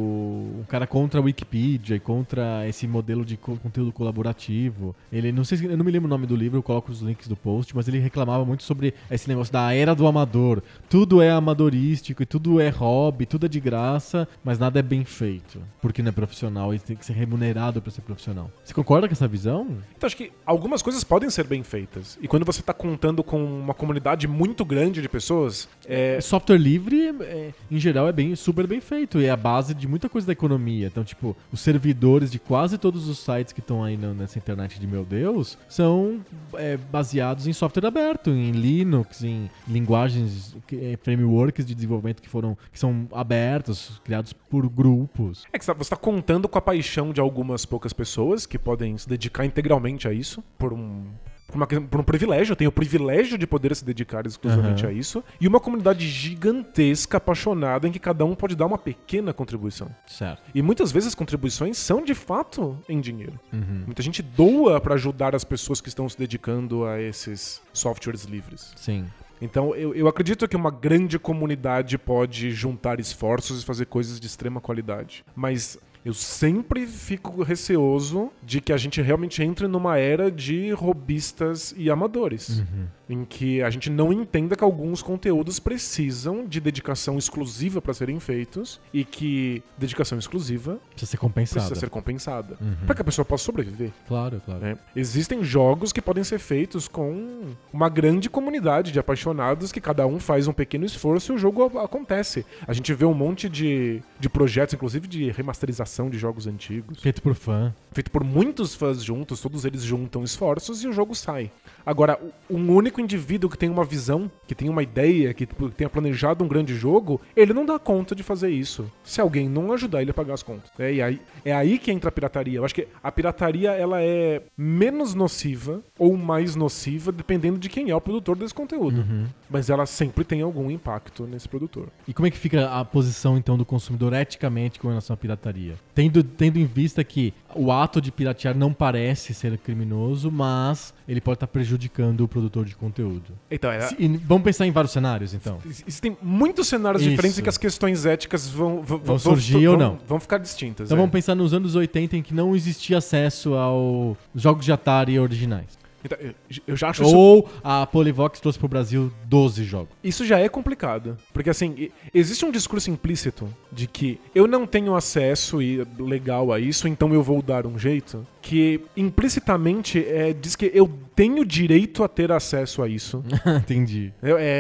cara contra a Wikipedia e contra esse modelo de conteúdo colaborativo. Ele, não sei se, eu não me lembro o nome do livro, eu coloco os links do post, mas ele reclamava muito sobre esse negócio da era do amador. Tudo é amadorístico e tudo é hobby, tudo é de graça, mas nada é bem feito, porque não é profissional e tem que ser remunerado para ser profissional. Você concorda com essa visão? Então acho que algumas coisas podem ser bem feitas. E quando você tá contando com uma comunidade muito grande de pessoas... Software livre, em geral, é super bem feito. E é a base de muita coisa da economia. Então, tipo, os servidores de quase todos os sites que estão aí nessa internet de meu Deus são baseados em software aberto, em Linux, em linguagens, frameworks de desenvolvimento que são abertos, criados por grupos. É que você está contando com a paixão de algumas poucas pessoas que podem se dedicar integralmente a isso por um privilégio. Eu tenho o privilégio de poder se dedicar exclusivamente a isso. E uma comunidade gigantesca, apaixonada, em que cada um pode dar uma pequena contribuição. Certo. E muitas vezes as contribuições são de fato em dinheiro. Muita gente doa para ajudar as pessoas que estão se dedicando a esses softwares livres. Sim. Então eu acredito que uma grande comunidade pode juntar esforços e fazer coisas de extrema qualidade. Mas eu sempre fico receoso de que a gente realmente entre numa era de robistas e amadores. Em que a gente não entenda que alguns conteúdos precisam de dedicação exclusiva para serem feitos e que dedicação exclusiva precisa ser compensada. Para que a pessoa possa sobreviver. Claro. Existem jogos que podem ser feitos com uma grande comunidade de apaixonados que cada um faz um pequeno esforço e o jogo acontece. A gente vê um monte de projetos, inclusive de remasterização de jogos antigos. Feito por fã. Feito por muitos fãs juntos, todos eles juntam esforços e o jogo sai. Agora, um único indivíduo que tem uma visão, que tem uma ideia, que tenha planejado um grande jogo, ele não dá conta de fazer isso. Se alguém não ajudar ele a pagar as contas. É aí que entra a pirataria. Eu acho que a pirataria ela é menos nociva ou mais nociva, dependendo de quem é o produtor desse conteúdo. Mas ela sempre tem algum impacto nesse produtor. E como é que fica a posição, então, do consumidor eticamente com relação à pirataria? Tendo em vista que o ato de piratear não parece ser criminoso, mas ele pode estar prejudicando o produtor de conteúdo. Então, vamos pensar em vários cenários, então. Existem muitos cenários diferentes em que as questões éticas vão surgir ou não. Vão ficar distintas. Então vamos pensar nos anos 80 em que não existia acesso aos jogos de Atari originais. Então, eu já acho Ou a Polyvox trouxe pro Brasil 12 jogos. Isso já é complicado. Porque, assim, existe um discurso implícito de que eu não tenho acesso legal a isso, então eu vou dar um jeito. Que implicitamente diz que eu tenho direito a ter acesso a isso. Entendi.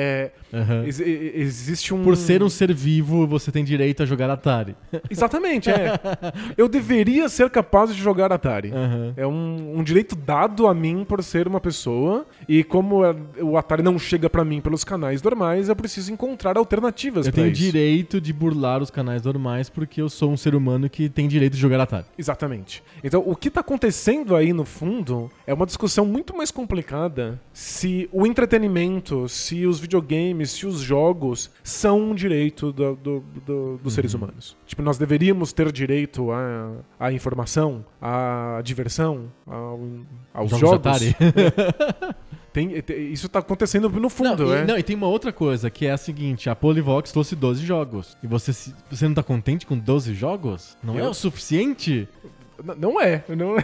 Existe um... Por ser um ser vivo, você tem direito a jogar Atari. Exatamente, Eu deveria ser capaz de jogar Atari. É um direito dado a mim por ser uma pessoa. E como o Atari não chega pra mim pelos canais normais, eu preciso encontrar alternativas pra isso. Eu tenho direito de burlar os canais normais porque eu sou um ser humano que tem direito de jogar Atari. Exatamente. Então, o que tá acontecendo aí, no fundo, é uma discussão muito mais complicada se o entretenimento, se os videogames, se os jogos são um direito dos seres humanos. Tipo, nós deveríamos ter direito à informação, à diversão, aos jogos. Atari. Isso tá acontecendo no fundo, Não, e tem uma outra coisa, que é a seguinte, a Polivox trouxe 12 jogos. E você não tá contente com 12 jogos? Não é o suficiente? Não é.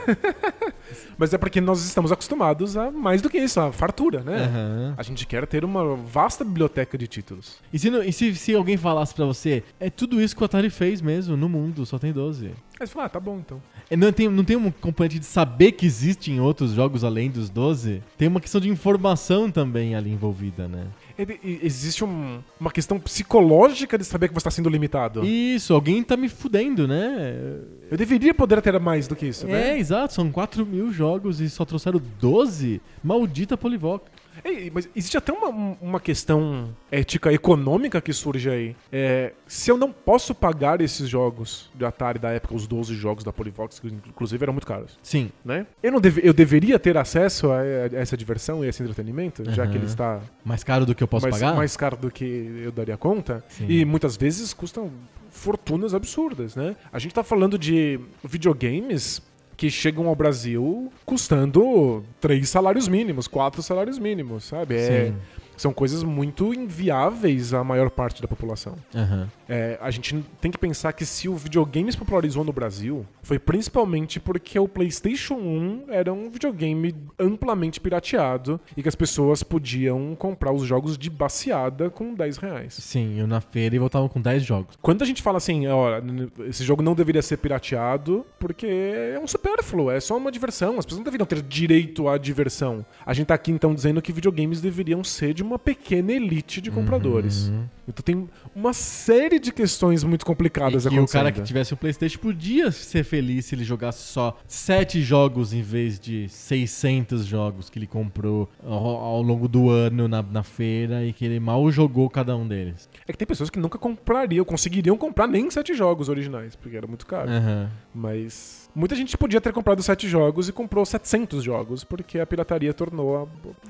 Mas é porque nós estamos acostumados a mais do que isso, a fartura, né? Uhum. A gente quer ter uma vasta biblioteca de títulos. E se alguém falasse pra você, é tudo isso que o Atari fez mesmo, no mundo, só tem 12. Aí você fala, tá bom então. Não tem um componente de saber que existem outros jogos além dos 12? Tem uma questão de informação também ali envolvida, né? Existe uma questão psicológica de saber que você está sendo limitado. Isso, alguém tá me fudendo, né? Eu deveria poder ter mais do que isso, né? Exato, são 4.000 jogos e só trouxeram 12? Maldita Polivox. Mas existe até uma questão ética econômica que surge aí. Se eu não posso pagar esses jogos de Atari da época, os 12 jogos da Polivox, que inclusive eram muito caros. Sim. Né? Eu deveria ter acesso a essa diversão e esse entretenimento, já que ele está... Mais caro do que eu posso pagar? Mais caro do que eu daria conta. Sim. E muitas vezes custam fortunas absurdas, né? A gente tá falando de videogames que chegam ao Brasil custando 3 salários mínimos, 4 salários mínimos, sabe? São coisas muito inviáveis à maior parte da população. Uhum. A gente tem que pensar que se o videogame se popularizou no Brasil, foi principalmente porque o PlayStation 1 era um videogame amplamente pirateado e que as pessoas podiam comprar os jogos de baseada com R$10. Sim, eu na feira e voltavam com 10 jogos. Quando a gente fala assim, esse jogo não deveria ser pirateado porque é um supérfluo, é só uma diversão, as pessoas não deveriam ter direito à diversão. A gente tá aqui então dizendo que videogames deveriam ser de uma pequena elite de compradores. Então tem uma série de questões muito complicadas acontecendo. E o cara que tivesse um PlayStation podia ser feliz se ele jogasse só 7 jogos em vez de 600 jogos que ele comprou ao longo do ano na feira e que ele mal jogou cada um deles. É que tem pessoas que nunca conseguiriam comprar nem 7 jogos originais, porque era muito caro. Uhum. Mas muita gente podia ter comprado 7 jogos e comprou 700 jogos, porque a pirataria tornou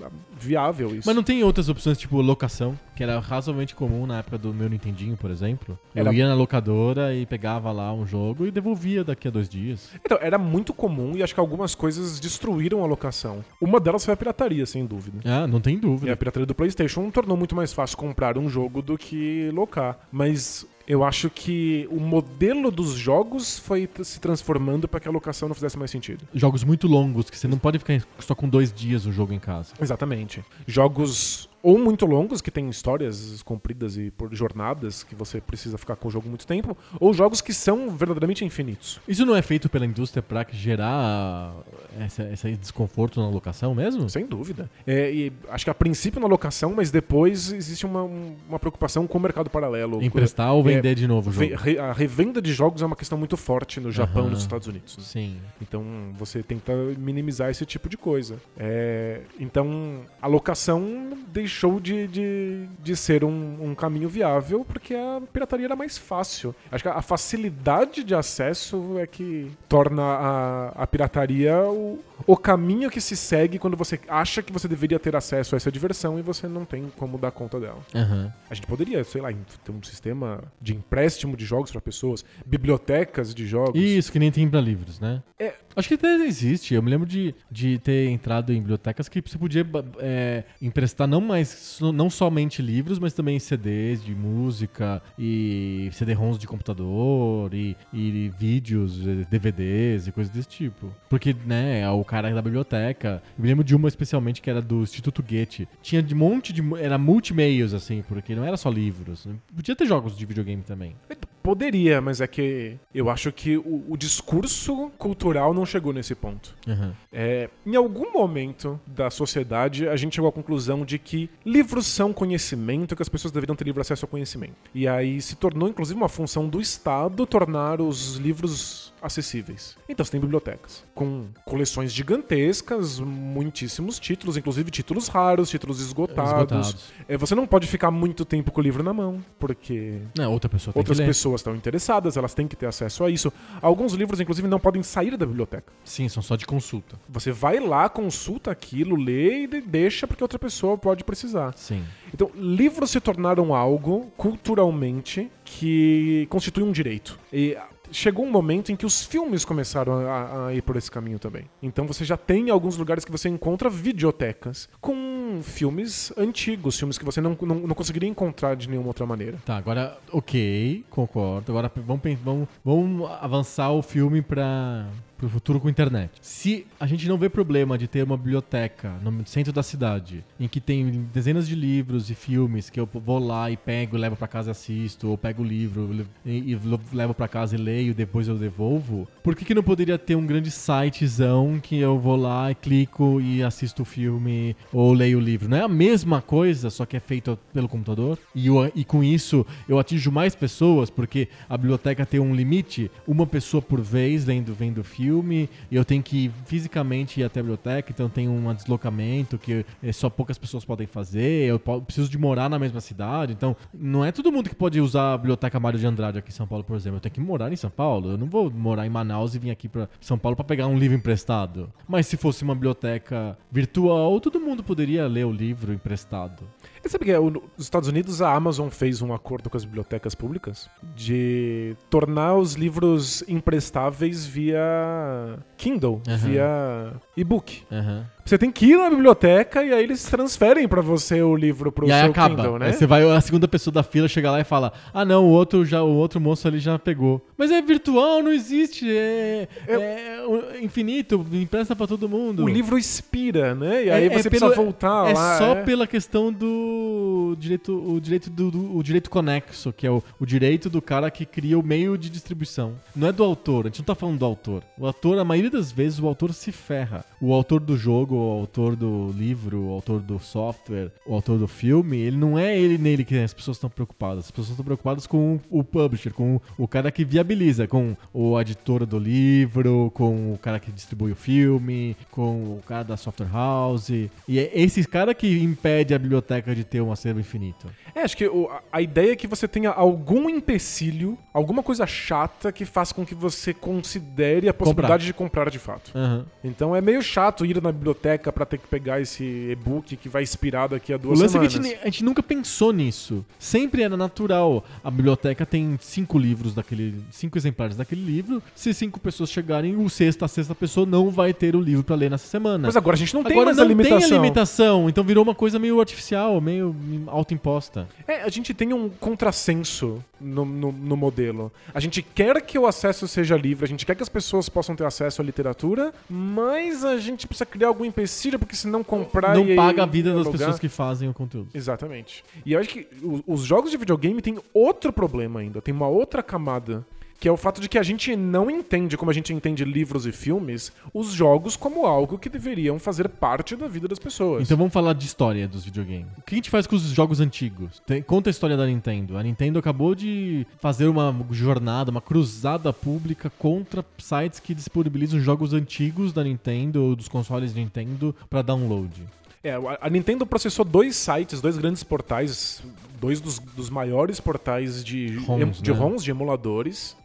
viável isso. Mas não tem outras opções, tipo locação, que era razoavelmente comum na época do meu Nintendinho, por exemplo? Eu ia na locadora e pegava lá um jogo e devolvia daqui a 2 dias. Então, era muito comum e acho que algumas coisas destruíram a locação. Uma delas foi a pirataria, sem dúvida. Ah, não tem dúvida. E a pirataria do PlayStation tornou muito mais fácil comprar um jogo do que locar. Mas eu acho que o modelo dos jogos foi se transformando para que a locação não fizesse mais sentido. Jogos muito longos, que você não pode ficar só com 2 dias o jogo em casa. Exatamente. Jogos ou muito longos, que tem histórias compridas e por jornadas que você precisa ficar com o jogo muito tempo, ou jogos que são verdadeiramente infinitos. Isso não é feito pela indústria para gerar esse desconforto na locação mesmo? Sem dúvida. E acho que a princípio na locação, mas depois existe uma preocupação com o mercado paralelo. Emprestar ou vender de novo o jogo? A revenda de jogos é uma questão muito forte no Japão e nos Estados Unidos. Né? Sim. Então você tenta minimizar esse tipo de coisa. Então a locação deixou de ser um caminho viável porque a pirataria era mais fácil. Acho que a facilidade de acesso é que torna a pirataria o caminho que se segue quando você acha que você deveria ter acesso a essa diversão e você não tem como dar conta dela. Uhum. A gente poderia, sei lá, ter um sistema de empréstimo de jogos para pessoas, bibliotecas de jogos. Isso, que nem tem pra livros, né? Acho que até existe. Eu me lembro de ter entrado em bibliotecas que você podia emprestar não somente livros, mas também CDs de música e CD-ROMs de computador e vídeos, DVDs e coisas desse tipo. Porque, né, o cara da biblioteca... Eu me lembro de uma especialmente que era do Instituto Goethe. Tinha de monte de... Era multimeios, assim, porque não era só livros. Podia ter jogos de videogame também. Poderia, mas é que eu acho que o discurso cultural não chegou nesse ponto. Uhum. Em algum momento da sociedade, a gente chegou à conclusão de que livros são conhecimento, que as pessoas deveriam ter livre acesso ao conhecimento. E aí se tornou, inclusive, uma função do Estado tornar os livros acessíveis. Então você tem bibliotecas com coleções gigantescas, muitíssimos títulos, inclusive títulos raros, títulos esgotados. Você não pode ficar muito tempo com o livro na mão, porque outras pessoas estão interessadas, elas têm que ter acesso a isso. Alguns livros, inclusive, não podem sair da biblioteca. Sim, são só de consulta. Você vai lá, consulta aquilo, lê e deixa porque outra pessoa pode precisar. Sim. Então, livros se tornaram algo, culturalmente, que constitui um direito. E chegou um momento em que os filmes começaram a ir por esse caminho também. Então você já tem alguns lugares que você encontra videotecas com são filmes antigos, filmes que você não conseguiria encontrar de nenhuma outra maneira. Tá, agora, ok, concordo. Agora vamos avançar o filme pro futuro com internet. Se a gente não vê problema de ter uma biblioteca no centro da cidade, em que tem dezenas de livros e filmes que eu vou lá e pego, levo pra casa e assisto, ou pego o livro e levo pra casa e leio, depois eu devolvo, por que não poderia ter um grande sitezão que eu vou lá e clico e assisto o filme ou leio o livro? Não é a mesma coisa, só que é feito pelo computador? E com isso eu atinjo mais pessoas, porque a biblioteca tem um limite, uma pessoa por vez vendo o filme, e eu tenho que fisicamente ir até a biblioteca, então tem um deslocamento que só poucas pessoas podem fazer, eu preciso de morar na mesma cidade, então não é todo mundo que pode usar a biblioteca Mário de Andrade aqui em São Paulo, por exemplo. Eu tenho que morar em São Paulo, eu não vou morar em Manaus e vir aqui para São Paulo para pegar um livro emprestado. Mas se fosse uma biblioteca virtual, todo mundo poderia ler o livro emprestado. E sabe que nos Estados Unidos a Amazon fez um acordo com as bibliotecas públicas de tornar os livros emprestáveis via Kindle, via e-book. Você tem que ir na biblioteca e aí eles transferem pra você o livro pro seu Kindle, né? Aí você vai, a segunda pessoa da fila chega lá e fala: ah não, o outro moço ali já pegou. Mas é virtual, não existe, é infinito, empresta pra todo mundo. O livro expira, né? E aí você precisa voltar lá. É só pela questão do direito conexo, que é o direito do cara que cria o meio de distribuição. Não é do autor, a gente não tá falando do autor. O autor, a maioria das vezes, o autor se ferra. O autor do jogo, o autor do livro, o autor do software, o autor do filme, ele não é nele que as pessoas estão preocupadas. As pessoas estão preocupadas com o publisher, com o cara que viabiliza, com o editor do livro, com o cara que distribui o filme, com o cara da software house. E é esse cara que impede a biblioteca de ter um acervo infinito. Acho que a ideia é que você tenha algum empecilho, alguma coisa chata que faça com que você considere a possibilidade de comprar de fato. Então é meio chato ir na biblioteca pra ter que pegar esse e-book que vai expirar daqui a 2 semanas. O lance é que a gente nunca pensou nisso. Sempre era natural. A biblioteca tem 5 exemplares daquele livro. Se 5 pessoas chegarem, a sexta pessoa não vai ter o livro pra ler nessa semana. Mas agora a gente não tem mais a limitação. Tem a limitação. Então virou uma coisa meio artificial, meio autoimposta. A gente tem um contrassenso no modelo. A gente quer que o acesso seja livre, a gente quer que as pessoas possam ter acesso à literatura, mas a gente precisa criar algum empecilho, porque se não comprar... Não paga a vida das pessoas que fazem o conteúdo. Exatamente. E eu acho que os jogos de videogame têm outro problema ainda, tem uma outra camada, que é o fato de que a gente não entende, como a gente entende livros e filmes, os jogos como algo que deveriam fazer parte da vida das pessoas. Então vamos falar de história dos videogames. O que a gente faz com os jogos antigos? Conta a história da Nintendo. A Nintendo acabou de fazer uma jornada, uma cruzada pública contra sites que disponibilizam jogos antigos da Nintendo ou dos consoles de Nintendo para download. A Nintendo processou 2 sites, 2 grandes portais, 2 dos maiores portais de ROMs, de emuladores,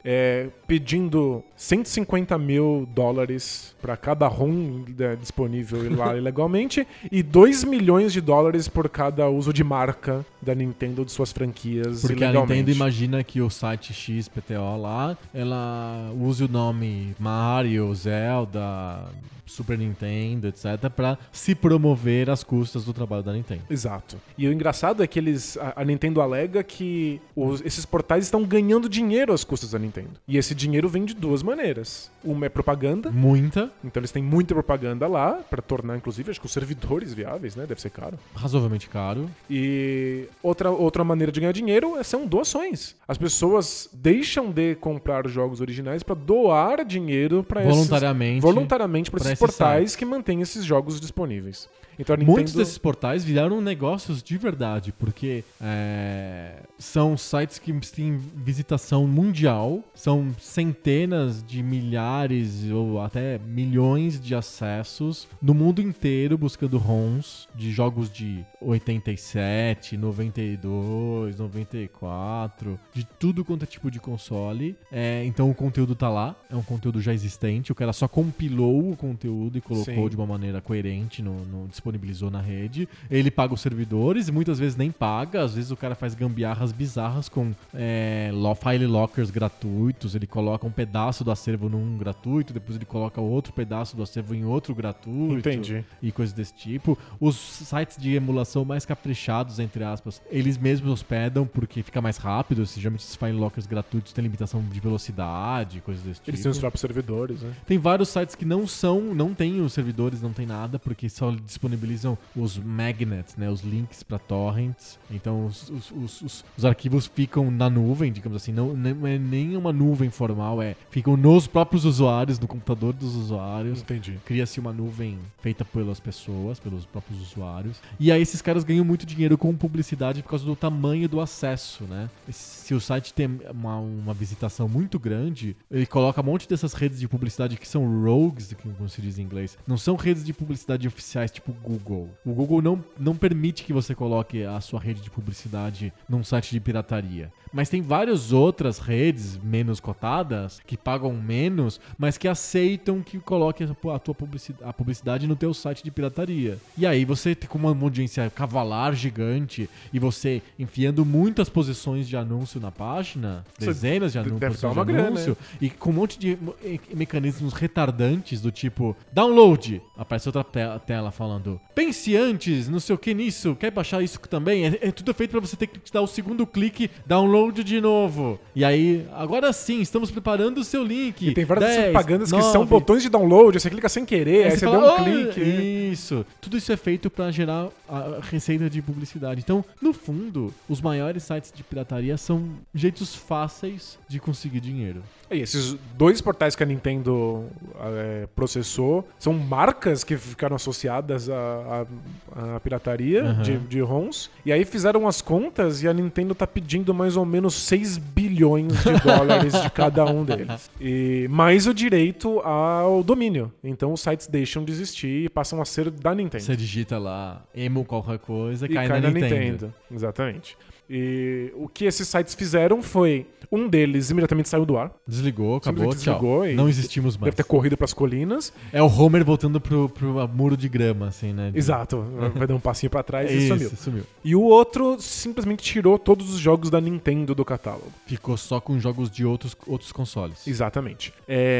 pedindo $150 mil para cada ROM disponível lá ilegalmente e $2 milhões por cada uso de marca da Nintendo de suas franquias porque ilegalmente. Porque a Nintendo imagina que o site XPTO lá, ela use o nome Mario, Zelda, Super Nintendo, etc, para se promover às custas do trabalho da Nintendo. Exato. E o engraçado é que a Nintendo alega que esses portais estão ganhando dinheiro às custas da Nintendo. E esse dinheiro vem de 2 maneiras. Uma é propaganda. Muita. Então eles têm muita propaganda lá para tornar, inclusive, acho que os servidores viáveis, né? Deve ser caro. Razoavelmente caro. E outra maneira de ganhar dinheiro são doações. As pessoas deixam de comprar jogos originais para doar dinheiro para voluntariamente para esses portais que mantêm esses jogos disponíveis. Então, muitos desses portais viraram negócios de verdade, porque são sites que têm visitação mundial, são centenas de milhares ou até milhões de acessos no mundo inteiro buscando ROMs de jogos de 87, 92, 94, de tudo quanto é tipo de console. Então o conteúdo tá lá, é um conteúdo já existente, o cara só compilou conteúdo e colocou Sim. de uma maneira coerente, disponibilizou na rede. Ele paga os servidores e muitas vezes nem paga. Às vezes o cara faz gambiarras bizarras com file lockers gratuitos. Ele coloca um pedaço do acervo num gratuito, depois ele coloca outro pedaço do acervo em outro gratuito. Entendi. E coisas desse tipo. Os sites de emulação mais caprichados, entre aspas, eles mesmos hospedam porque fica mais rápido. Geralmente esses file lockers gratuitos têm limitação de velocidade, coisas desse tipo. Eles têm os próprios servidores, né? Tem vários sites que não tem os servidores, não tem nada, porque só disponibilizam os magnets, né, os links para torrents. Então os arquivos ficam na nuvem, digamos assim, não é nem uma nuvem formal, ficam nos próprios usuários, no computador dos usuários. Entendi. Cria-se uma nuvem feita pelas pessoas, pelos próprios usuários. E aí esses caras ganham muito dinheiro com publicidade por causa do tamanho do acesso, né? Se o site tem uma visitação muito grande, ele coloca um monte dessas redes de publicidade que são rogues, como se diz em inglês. Não são redes de publicidade oficiais tipo Google. O Google não permite que você coloque a sua rede de publicidade num site de pirataria. Mas tem várias outras redes menos cotadas, que pagam menos, mas que aceitam que coloque a tua publicidade no teu site de pirataria. E aí você tem uma audiência cavalar gigante e você enfiando muitas posições de anúncio na página, dezenas de anúncios de anúncio, e com um monte de mecanismos retardantes do tipo download. Aparece outra tela falando pense antes, não sei o que nisso, quer baixar isso também? É tudo feito pra você ter que dar o segundo clique, download de novo. E aí, agora sim, estamos preparando o seu link. E tem várias 10, propagandas 9, que são botões de download, você clica sem querer, aí você fala, dá um clique. Isso. Tudo isso é feito pra gerar a receita de publicidade. Então, no fundo, os maiores sites de pirataria são jeitos fáceis de conseguir dinheiro. E esses dois portais que a Nintendo processou são marcas que ficaram associadas à pirataria de ROMs. E aí fizeram as contas e a Nintendo tá pedindo mais ou menos 6 bilhões de dólares de cada um deles. E mais o direito ao domínio. Então os sites deixam de existir e passam a ser da Nintendo. Você digita lá emo qualquer coisa E cai cai na na Nintendo. Nintendo. Exatamente. E o que esses sites fizeram foi... Um deles imediatamente saiu do ar. Desligou, acabou, Simplesmente desligou tchau. e Não existimos mais. Deve ter corrido pras colinas. É o Homer voltando pro muro de grama, assim, né? Exato. Vai dar um passinho pra trás e sumiu. E o outro simplesmente tirou todos os jogos da Nintendo do catálogo. Ficou só com jogos de outros consoles. Exatamente.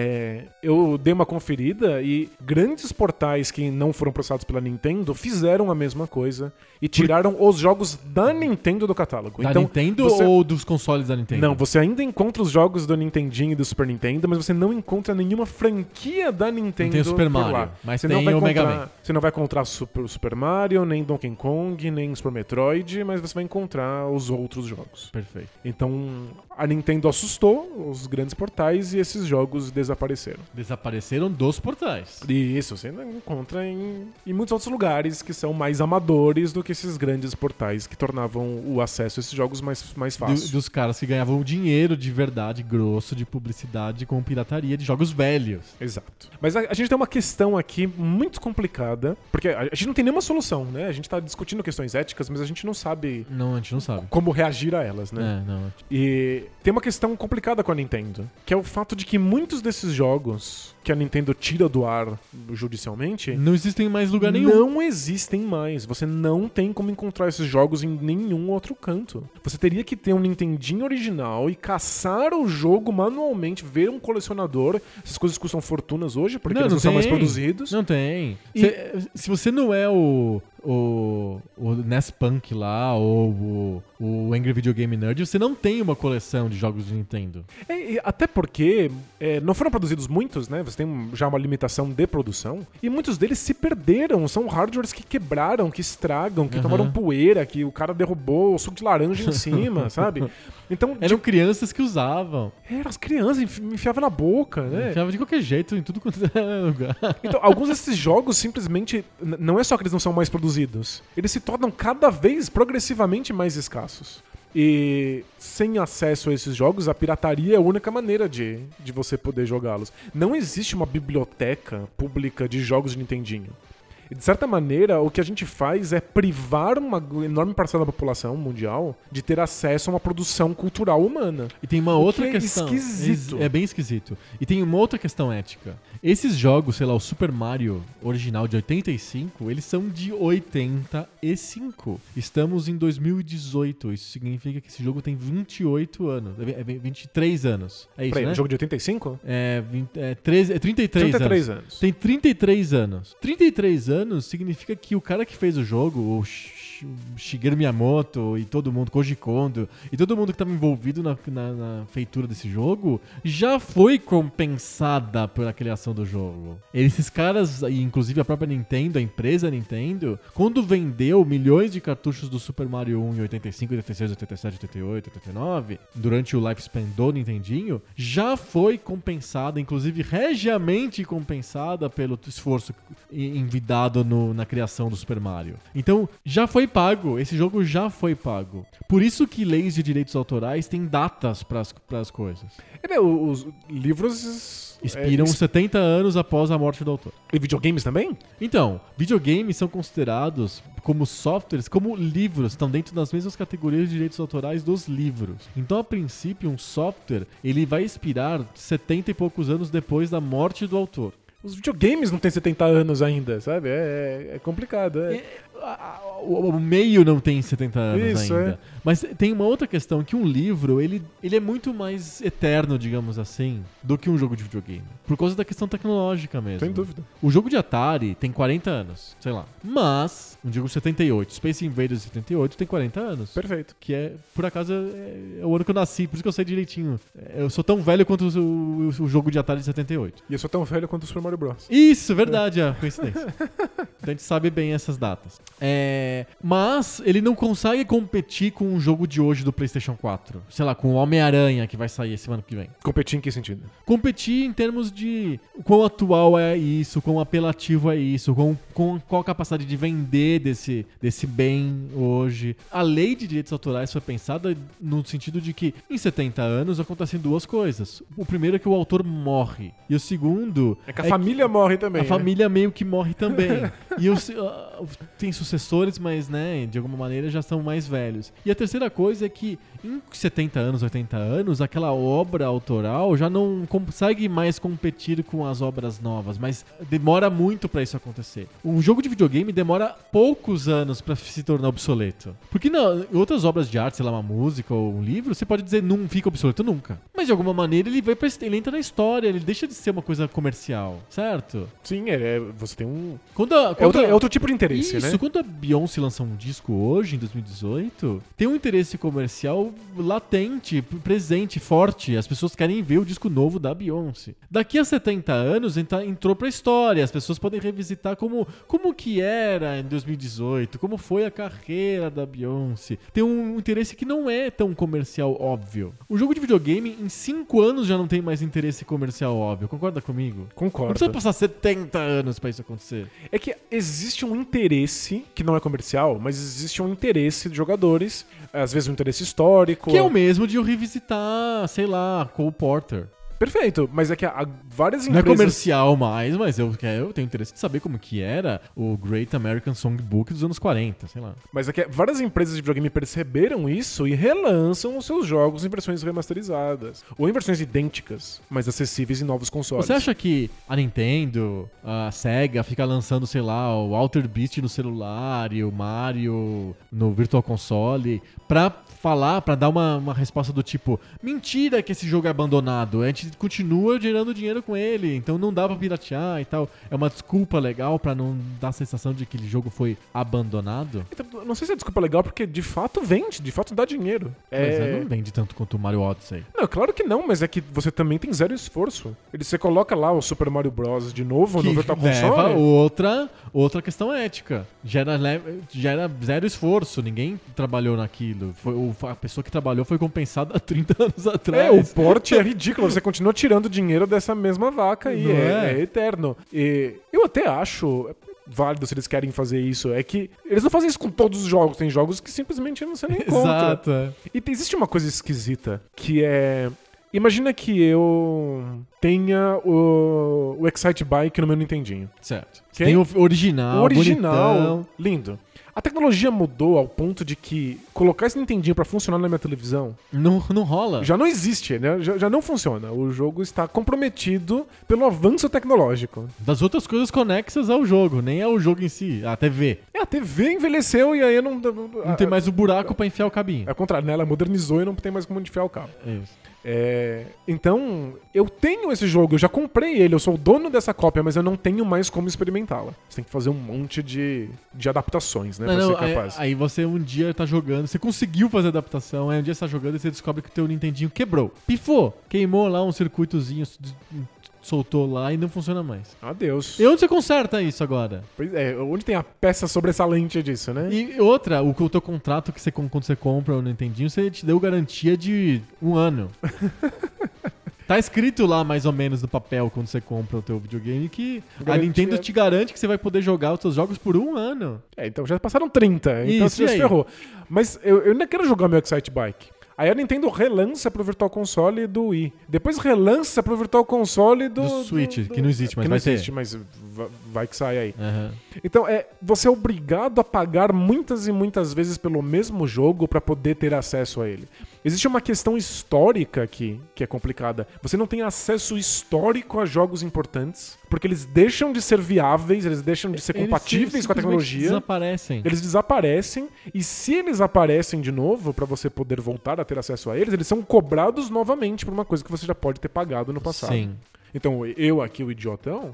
Eu dei uma conferida e grandes portais que não foram processados pela Nintendo fizeram a mesma coisa e tiraram os jogos da Nintendo do catálogo. Da Então, Nintendo ou dos consoles da Nintendo? Não, você ainda encontra os jogos do Nintendinho e do Super Nintendo, mas você não encontra nenhuma franquia da Nintendo. Não tem o Super por Mario, lá. mas você tem o Mega Man. Você não vai encontrar Super Mario, nem Donkey Kong, nem Super Metroid, mas você vai encontrar os outros jogos. Perfeito. Então, a Nintendo assustou os grandes portais e esses jogos desapareceram. Desapareceram dos portais. E isso você ainda encontra em muitos outros lugares que são mais amadores do que esses grandes portais que tornavam o acesso a esses jogos mais fácil. Dos caras que ganhavam dinheiro de verdade, grosso, de publicidade com pirataria de jogos velhos. Exato. Mas a gente tem uma questão aqui muito complicada, porque a gente não tem nenhuma solução, né? A gente tá discutindo questões éticas, mas a gente não sabe Não, a gente não sabe. como reagir a elas, né? Não. E tem uma questão complicada com a Nintendo, que é o fato de que muitos desses jogos que a Nintendo tira do ar judicialmente Não existem em mais lugar nenhum. não existem mais. Você não tem como encontrar esses jogos em nenhum outro canto. Você teria que ter um Nintendinho original e caçar o jogo manualmente, ver um colecionador. Essas coisas custam fortunas hoje, porque eles não são mais produzidos. Não tem. E- Se você não é o NES Punk lá, ou o Angry Video Game Nerd, você não tem uma coleção de jogos de Nintendo. E até porque não foram produzidos muitos, né? Você tem já uma limitação de produção. E muitos deles se perderam. São hardwares que quebraram, que estragam, que tomaram poeira, que o cara derrubou o suco de laranja em cima, sabe? Então, Eram crianças que usavam. as crianças enfiavam na boca, né? Enfiava de qualquer jeito, em tudo quanto é lugar. Então, alguns desses jogos simplesmente não é só que eles não são mais produzidos, eles se tornam cada vez progressivamente mais escassos. E sem acesso a esses jogos, a pirataria é a única maneira de você poder jogá-los. Não existe uma biblioteca pública de jogos de Nintendinho. E, de certa maneira, o que a gente faz é privar uma enorme parcela da população mundial de ter acesso a uma produção cultural humana. E tem uma outra é questão. esquisito. É bem esquisito. E tem uma outra questão ética. Esses jogos, sei lá, o Super Mario original de 85, eles são de 85. Estamos em 2018. Isso significa que esse jogo tem 28 anos. 23 anos. É isso, Peraí, né? um jogo de 85? 33 anos. Tem 33 anos. 33 anos significa que o cara que fez o jogo, o Shigeru Miyamoto e todo mundo, Koji Kondo, e todo mundo que estava envolvido na feitura desse jogo, já foi compensada pela criação do jogo. Esses caras, e inclusive a própria Nintendo, a empresa Nintendo, quando vendeu milhões de cartuchos do Super Mario 1 em 85, 86, 87, 88, 89, durante o lifespan do Nintendinho, já foi compensada, inclusive regiamente compensada pelo esforço envidado na criação do Super Mario. Então, já foi pago. Esse jogo já foi pago. Por isso que leis de direitos autorais têm datas para as coisas. Os livros expiram 70 anos após a morte do autor. E videogames também? Então, videogames são considerados como softwares, como livros, estão dentro das mesmas categorias de direitos autorais dos livros. Então, a princípio, um software ele vai expirar 70 e poucos anos depois da morte do autor. Os videogames não têm 70 anos ainda, sabe? É complicado. O meio não tem 70 anos Isso, ainda. Mas tem uma outra questão, que um livro, ele é muito mais eterno, digamos assim, do que um jogo de videogame. Por causa da questão tecnológica mesmo. Sem dúvida. O jogo de Atari tem 40 anos, sei lá. Mas, um jogo de 78, Space Invaders de 78 tem 40 anos. Perfeito. Que é, por acaso, é o ano que eu nasci, por isso que eu sei direitinho. Eu sou tão velho quanto o jogo de Atari de 78. E eu sou tão velho quanto o Super Mario Bros. Isso, verdade, a coincidência. Então a gente sabe bem essas datas. Mas ele não consegue competir com um jogo de hoje do PlayStation 4. Sei lá, com o Homem-Aranha que vai sair esse ano que vem. Competir em que sentido? Competir em termos de quão atual é isso, quão apelativo é isso, qual a capacidade de vender desse bem hoje. A lei de direitos autorais foi pensada no sentido de que em 70 anos acontecem duas coisas. O primeiro é que o autor morre. E o segundo... É que a família morre também. A família meio que morre também. E tem sucessores, mas, né, de alguma maneira já são mais velhos. E a terceira coisa é que em 70 anos, 80 anos, aquela obra autoral já não consegue mais competir com as obras novas, mas demora muito pra isso acontecer. Um jogo de videogame demora poucos anos pra se tornar obsoleto. Porque em outras obras de arte, sei lá, uma música ou um livro, você pode dizer não fica obsoleto nunca. Mas de alguma maneira ele entra na história, ele deixa de ser uma coisa comercial, certo? Sim, você tem um... É outro tipo de interesse, isso, né? Quando a Beyoncé lançar um disco hoje, em 2018, tem um interesse comercial latente, presente, forte. As pessoas querem ver o disco novo da Beyoncé. Daqui a 70 anos entrou pra história. As pessoas podem revisitar como que era em 2018, como foi a carreira da Beyoncé. Tem um interesse que não é tão comercial óbvio. O jogo de videogame, em 5 anos, já não tem mais interesse comercial óbvio. Concorda comigo? Concordo. Não precisa passar 70 anos pra isso acontecer. É que existe um interesse, que não é comercial, mas existe um interesse de jogadores, às vezes um interesse histórico. Que é o mesmo de eu revisitar, sei lá, Cole Porter. Perfeito, mas é que há várias Não empresas... é comercial mais, mas eu tenho interesse de saber como que era o Great American Songbook dos anos 40, sei lá. Mas é que várias empresas de videogame perceberam isso e relançam os seus jogos em versões remasterizadas. Ou em versões idênticas, mas acessíveis em novos consoles. Você acha que a Nintendo, a Sega fica lançando, sei lá, o Altered Beast no celular e o Mario no Virtual Console pra dar uma resposta do tipo, mentira que esse jogo é abandonado, a gente continua gerando dinheiro com ele, então não dá pra piratear e tal. É uma desculpa legal pra não dar a sensação de que aquele jogo foi abandonado? Então, não sei se é desculpa legal, porque de fato vende, de fato dá dinheiro. Mas não vende tanto quanto o Mario Odyssey. Não, claro que não, mas é que você também tem zero esforço. Você coloca lá o Super Mario Bros. De novo no Virtual Console. Outra questão ética. Gera zero esforço, ninguém trabalhou naquilo. A pessoa que trabalhou foi compensada há 30 anos atrás. O porte é ridículo, você continua tirando dinheiro dessa mesma vaca aí, é eterno. E eu até acho válido se eles querem fazer isso, é que eles não fazem isso com todos os jogos, tem jogos que simplesmente você não encontra. Exato. E existe uma coisa esquisita, que é... Imagina que eu tenha o Excite Bike no meu Nintendinho. Certo. Ok? Tem o original, O original, bonitão. lindo. A tecnologia mudou ao ponto de que colocar esse Nintendinho pra funcionar na minha televisão Não rola. já não existe, né? Já não funciona. O jogo está comprometido pelo avanço tecnológico. Das outras coisas conexas ao jogo, nem ao jogo em si, a TV. A TV envelheceu e aí não... Não tem mais o buraco pra enfiar o cabinho. É o contrário, né? Ela modernizou e não tem mais como enfiar o cabo. Isso. Então, eu tenho esse jogo, eu já comprei ele, eu sou o dono dessa cópia, mas eu não tenho mais como experimentá-la. Você tem que fazer um monte de adaptações, né? Pra ser capaz. Aí você um dia tá jogando, você conseguiu fazer a adaptação, aí um dia você tá jogando e você descobre que o teu Nintendinho quebrou. Pifou, queimou lá um circuitozinho, soltou lá e não funciona mais. Adeus. E onde você conserta isso agora? Pois é, onde tem a peça sobressalente disso, né? E outra, o teu contrato que você, quando você compra o Nintendinho, você te deu garantia de 1 ano. Tá escrito lá, mais ou menos, no papel, quando você compra o teu videogame, que Garantia. a Nintendo te garante que você vai poder jogar os seus jogos por 1 ano. Então já passaram 30, então Isso, você já e se aí? ferrou. Mas eu ainda quero jogar meu Excite Bike. Aí a Nintendo relança pro Virtual Console do Wii. Depois relança pro Virtual Console do Switch, que não existe, mas que vai não ter. existe, mas vai que sai aí. Aham. Então, você é obrigado a pagar muitas e muitas vezes pelo mesmo jogo pra poder ter acesso a ele. Existe uma questão histórica aqui que é complicada. Você não tem acesso histórico a jogos importantes, porque eles deixam de ser viáveis, eles deixam de ser compatíveis com a tecnologia. Desaparecem. Eles desaparecem, e se eles aparecem de novo pra você poder voltar a ter acesso a eles são cobrados novamente por uma coisa que você já pode ter pagado no passado. Sim. Então, eu aqui, o idiotão,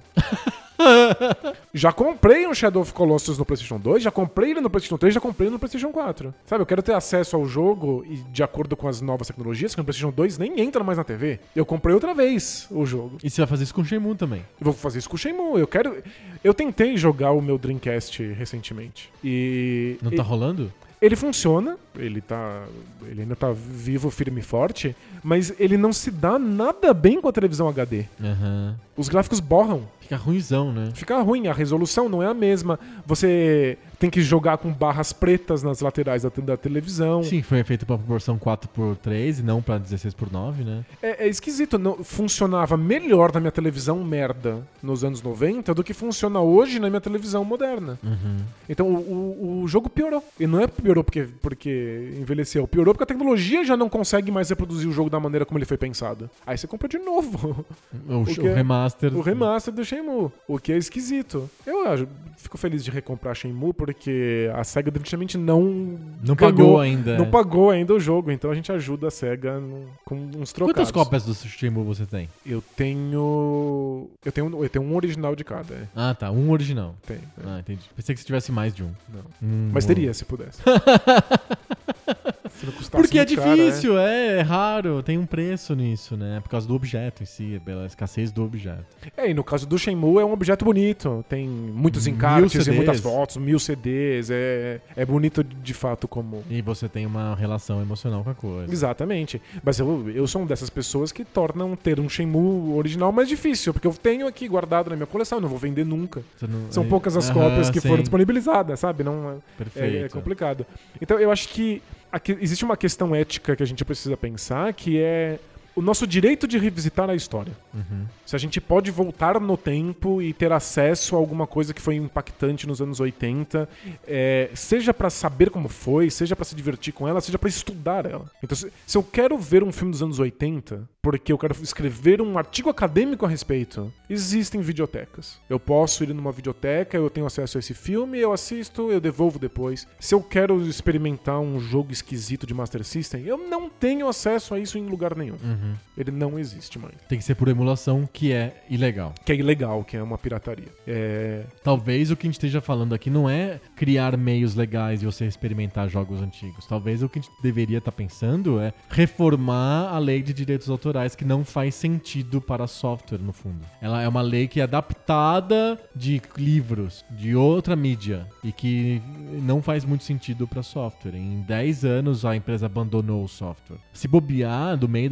já comprei um Shadow of Colossus no PlayStation 2, já comprei ele no PlayStation 3, já comprei ele no PlayStation 4. Sabe, eu quero ter acesso ao jogo e de acordo com as novas tecnologias, que no PlayStation 2 nem entra mais na TV. Eu comprei outra vez o jogo. E você vai fazer isso com o Shenmue também. Eu vou fazer isso com o Shenmue. Eu tentei jogar o meu Dreamcast recentemente. E... Não tá rolando? Ele funciona, ele ainda tá vivo, firme e forte, mas ele não se dá nada bem com a televisão HD. Aham. Os gráficos borram. Fica ruimzão, né? Fica ruim, a resolução não é a mesma. Você tem que jogar com barras pretas nas laterais da televisão. Sim, foi feito pra proporção 4:3 e não pra 16:9, né? É esquisito. Não, funcionava melhor na minha televisão merda nos anos 90 do que funciona hoje na minha televisão moderna. Uhum. Então o jogo piorou. E não é piorou porque envelheceu. Piorou porque a tecnologia já não consegue mais reproduzir o jogo da maneira como ele foi pensado. Aí você compra de novo. O remaster. O remaster do Shenmue, o que é esquisito. Eu fico feliz de recomprar Shenmue porque a SEGA definitivamente não pagou ainda. Não pagou ainda o jogo, então a gente ajuda a SEGA com uns trocados. Quantas cópias do Shenmue você tem? Eu tenho um original de cada. Ah, tá. Um original. Tem. Ah, entendi. Pensei que você tivesse mais de um. Não. Mas teria, se pudesse. Se não custasse Porque é muito caro, difícil, é raro, tem um preço nisso, né? Por causa do objeto em si, pela escassez do objeto. E no caso do Shenmue é um objeto bonito. Tem muitos encartes e muitas fotos, 1000 CDs. É bonito de fato como... E você tem uma relação emocional com a coisa. Exatamente. Mas eu sou uma dessas pessoas que tornam ter um Shenmue original mais difícil, porque eu tenho aqui guardado na minha coleção, eu não vou vender nunca. São poucas as cópias que foram disponibilizadas, sabe? Não é complicado. Então eu acho que existe uma questão ética que a gente precisa pensar, que é o nosso direito de revisitar a história. Uhum. Se a gente pode voltar no tempo e ter acesso a alguma coisa que foi impactante nos anos 80, seja pra saber como foi, seja pra se divertir com ela, seja pra estudar ela. Então, se eu quero ver um filme dos anos 80, porque eu quero escrever um artigo acadêmico a respeito, existem videotecas. Eu posso ir numa videoteca, eu tenho acesso a esse filme, eu assisto, eu devolvo depois. Se eu quero experimentar um jogo esquisito de Master System, eu não tenho acesso a isso em lugar nenhum. Uhum. Ele não existe mais. Tem que ser por emulação, que é ilegal. Que é ilegal, que é uma pirataria. Talvez o que a gente esteja falando aqui não é criar meios legais de você experimentar jogos antigos. Talvez o que a gente deveria estar pensando é reformar a lei de direitos autorais, que não faz sentido para software, no fundo. Ela é uma lei que é adaptada de livros, de outra mídia, e que não faz muito sentido para software. Em 10 anos, a empresa abandonou o software. Se bobear, do meio da produção,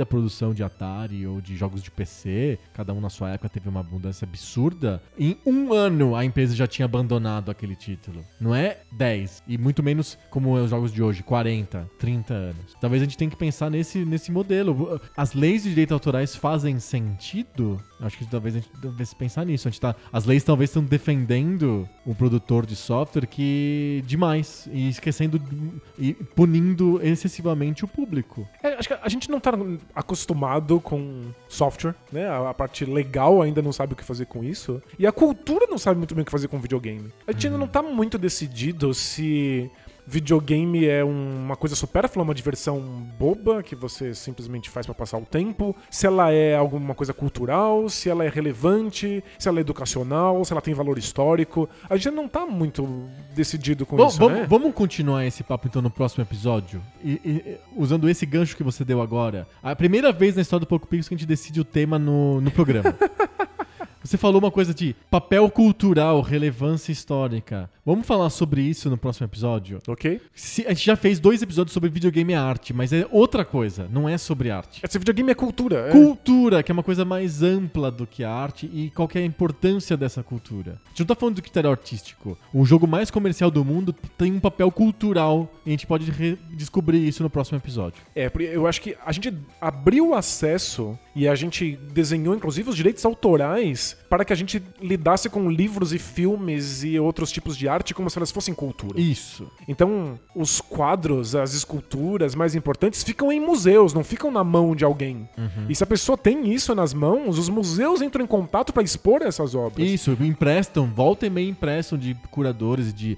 produção de Atari ou de jogos de PC, cada um na sua época teve uma abundância absurda, em 1 ano a empresa já tinha abandonado aquele título. Não é 10, e muito menos como os jogos de hoje, 40, 30 anos. Talvez a gente tenha que pensar nesse modelo. As leis de direitos autorais fazem sentido? Acho que talvez a gente devesse pensar nisso. As leis talvez estão defendendo o produtor de software demais e esquecendo e punindo excessivamente o público. Acho que a gente não tá acostumado com software, né? A parte legal ainda não sabe o que fazer com isso. E a cultura não sabe muito bem o que fazer com videogame. A gente ainda não tá muito decidido se videogame é uma coisa supérflua, uma diversão boba que você simplesmente faz pra passar o tempo, se ela é alguma coisa cultural, se ela é relevante, se ela é educacional, se ela tem valor histórico. A gente não tá muito decidido com isso, né? Vamos continuar esse papo então no próximo episódio? Usando esse gancho que você deu agora. A primeira vez na história do Poco Pixel que a gente decide o tema no programa. Você falou uma coisa de papel cultural, relevância histórica. Vamos falar sobre isso no próximo episódio? Ok. A gente já fez 2 episódios sobre videogame e arte, mas é outra coisa, não é sobre arte. Esse videogame é cultura. Cultura, que é uma coisa mais ampla do que a arte e qual que é a importância dessa cultura. A gente não tá falando do critério artístico. O jogo mais comercial do mundo tem um papel cultural e a gente pode descobrir isso no próximo episódio. Eu acho que a gente abriu o acesso e a gente desenhou, inclusive, os direitos autorais para que a gente lidasse com livros e filmes e outros tipos de arte como se elas fossem cultura. Isso. Então, os quadros, as esculturas mais importantes ficam em museus, não ficam na mão de alguém. Uhum. E se a pessoa tem isso nas mãos, os museus entram em contato para expor essas obras. Isso, emprestam, volta e meia emprestam de curadores e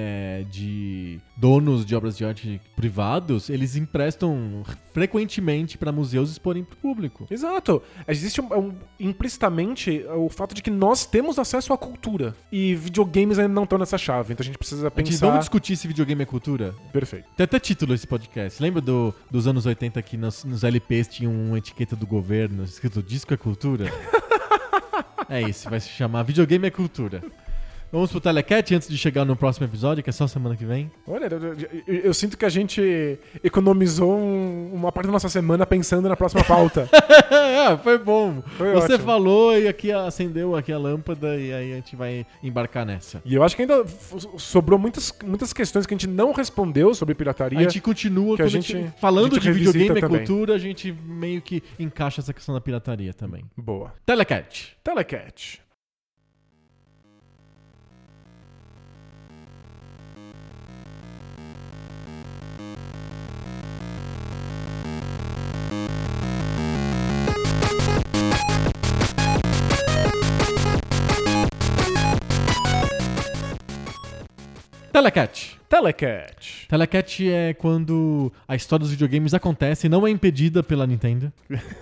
de donos de obras de arte privados, eles emprestam frequentemente para museus exporem para o público. Exato. Existe implicitamente o fato de que nós temos acesso à cultura. E videogames ainda não estão nessa chave. Então a gente precisa pensar... Vamos discutir se videogame é cultura? Perfeito. Tem até título esse podcast. Lembra dos anos 80 que nos LPs tinha uma etiqueta do governo escrito Disco é Cultura? É isso, vai se chamar Videogame é Cultura. Vamos pro Telecat antes de chegar no próximo episódio, que é só semana que vem? Olha, eu sinto que a gente economizou uma parte da nossa semana pensando na próxima pauta. Foi bom. Você ótimo. falou e aqui acendeu aqui a lâmpada e aí a gente vai embarcar nessa. E eu acho que ainda sobrou muitas questões que a gente não respondeu sobre pirataria. A gente continua que falando de videogame e também. cultura, a gente meio que encaixa essa questão da pirataria também. Boa. Telecat. Telecat. Telecat é quando a história dos videogames acontece e não é impedida pela Nintendo.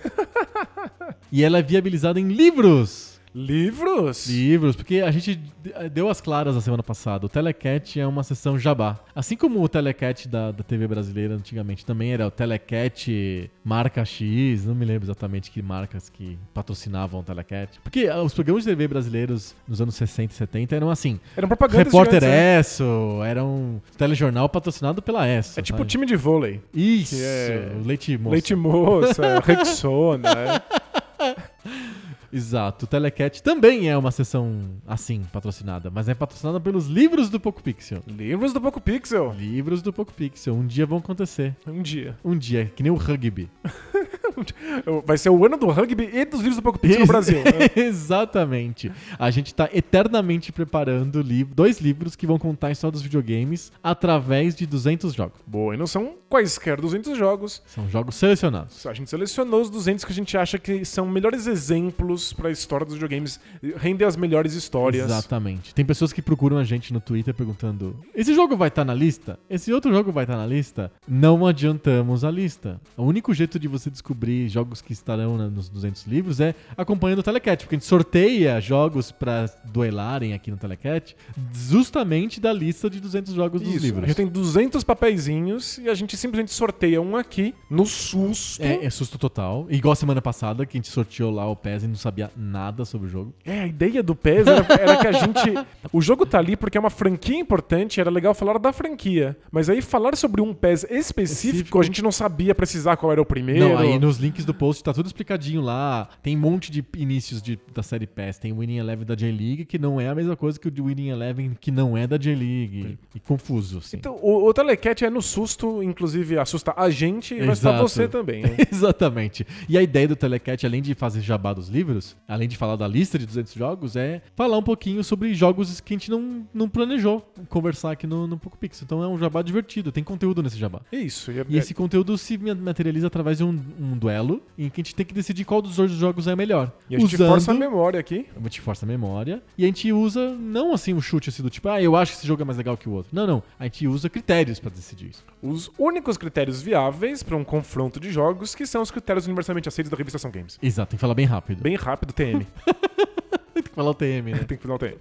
E ela é viabilizada em livros. Livros, porque a gente deu as claras na semana passada. O Telecat é uma sessão jabá. Assim como o Telecat da TV brasileira antigamente também era o Telecat marca X, não me lembro exatamente que marcas que patrocinavam o Telecat. Porque os programas de TV brasileiros nos anos 60 e 70 eram assim. Eram propagandas Repórter gigantes, ESSO, era um telejornal patrocinado pela ESSO. É tipo sabe? time de vôlei. Isso, Leite Moça. Leite Moça, Rexona, Exato, o Telecat também é uma sessão assim, patrocinada, mas é patrocinada pelos livros do Poco Pixel. Livros do Poco Pixel. Livros do Poco Pixel, um dia vão acontecer. Um dia, que nem o rugby. Vai ser o ano do rugby e dos livros do Poco Pixel no Brasil. Exatamente. A gente tá eternamente preparando 2 livros que vão contar a história dos videogames através de 200 jogos. Boa, e não são quaisquer 200 jogos. São jogos selecionados. A gente selecionou os 200 que a gente acha que são melhores exemplos para a história dos videogames, rendem as melhores histórias. Exatamente. Tem pessoas que procuram a gente no Twitter perguntando: esse jogo vai estar na lista? Esse outro jogo vai estar na lista? Não adiantamos a lista. O único jeito de você descobrir jogos que estarão nos 200 livros é acompanhando o Telecat, porque a gente sorteia jogos para duelarem aqui no Telecat justamente da lista de 200 jogos dos livros. A gente tem 200 papeizinhos e a gente simplesmente sorteia um aqui no susto. É susto total. Igual a semana passada que a gente sorteou lá o PES e não sabia nada sobre o jogo. A ideia do PES era que a gente... O jogo tá ali porque é uma franquia importante, era legal falar da franquia. Mas aí falar sobre um PES específico, a gente não sabia precisar qual era o primeiro. Não, aí Nos links do post tá tudo explicadinho lá. Tem um monte de inícios da série PES. Tem o Winning Eleven da J-League, que não é a mesma coisa que o de Winning Eleven, que não é da J-League. E confuso, assim. Então, o Telecat é no susto, inclusive assusta a gente e vai assustar você também. Hein? Exatamente. E a ideia do Telecat, além de fazer jabá dos livros, além de falar da lista de 200 jogos, é falar um pouquinho sobre jogos que a gente não planejou conversar aqui no PocoPixel. Então é um jabá divertido, tem conteúdo nesse jabá. Isso. E esse conteúdo se materializa através de um duelo em que a gente tem que decidir qual dos dois jogos é melhor. E a gente força a memória aqui. A gente força a memória. E a gente usa, não assim um chute assim do tipo, eu acho que esse jogo é mais legal que o outro. Não. A gente usa critérios pra decidir isso. Os únicos critérios viáveis pra um confronto de jogos, que são os critérios universalmente aceitos da revista Ação Games. Exato, tem que falar bem rápido. Bem rápido, TM. Tem que falar o TM, né? Tem que falar o TM.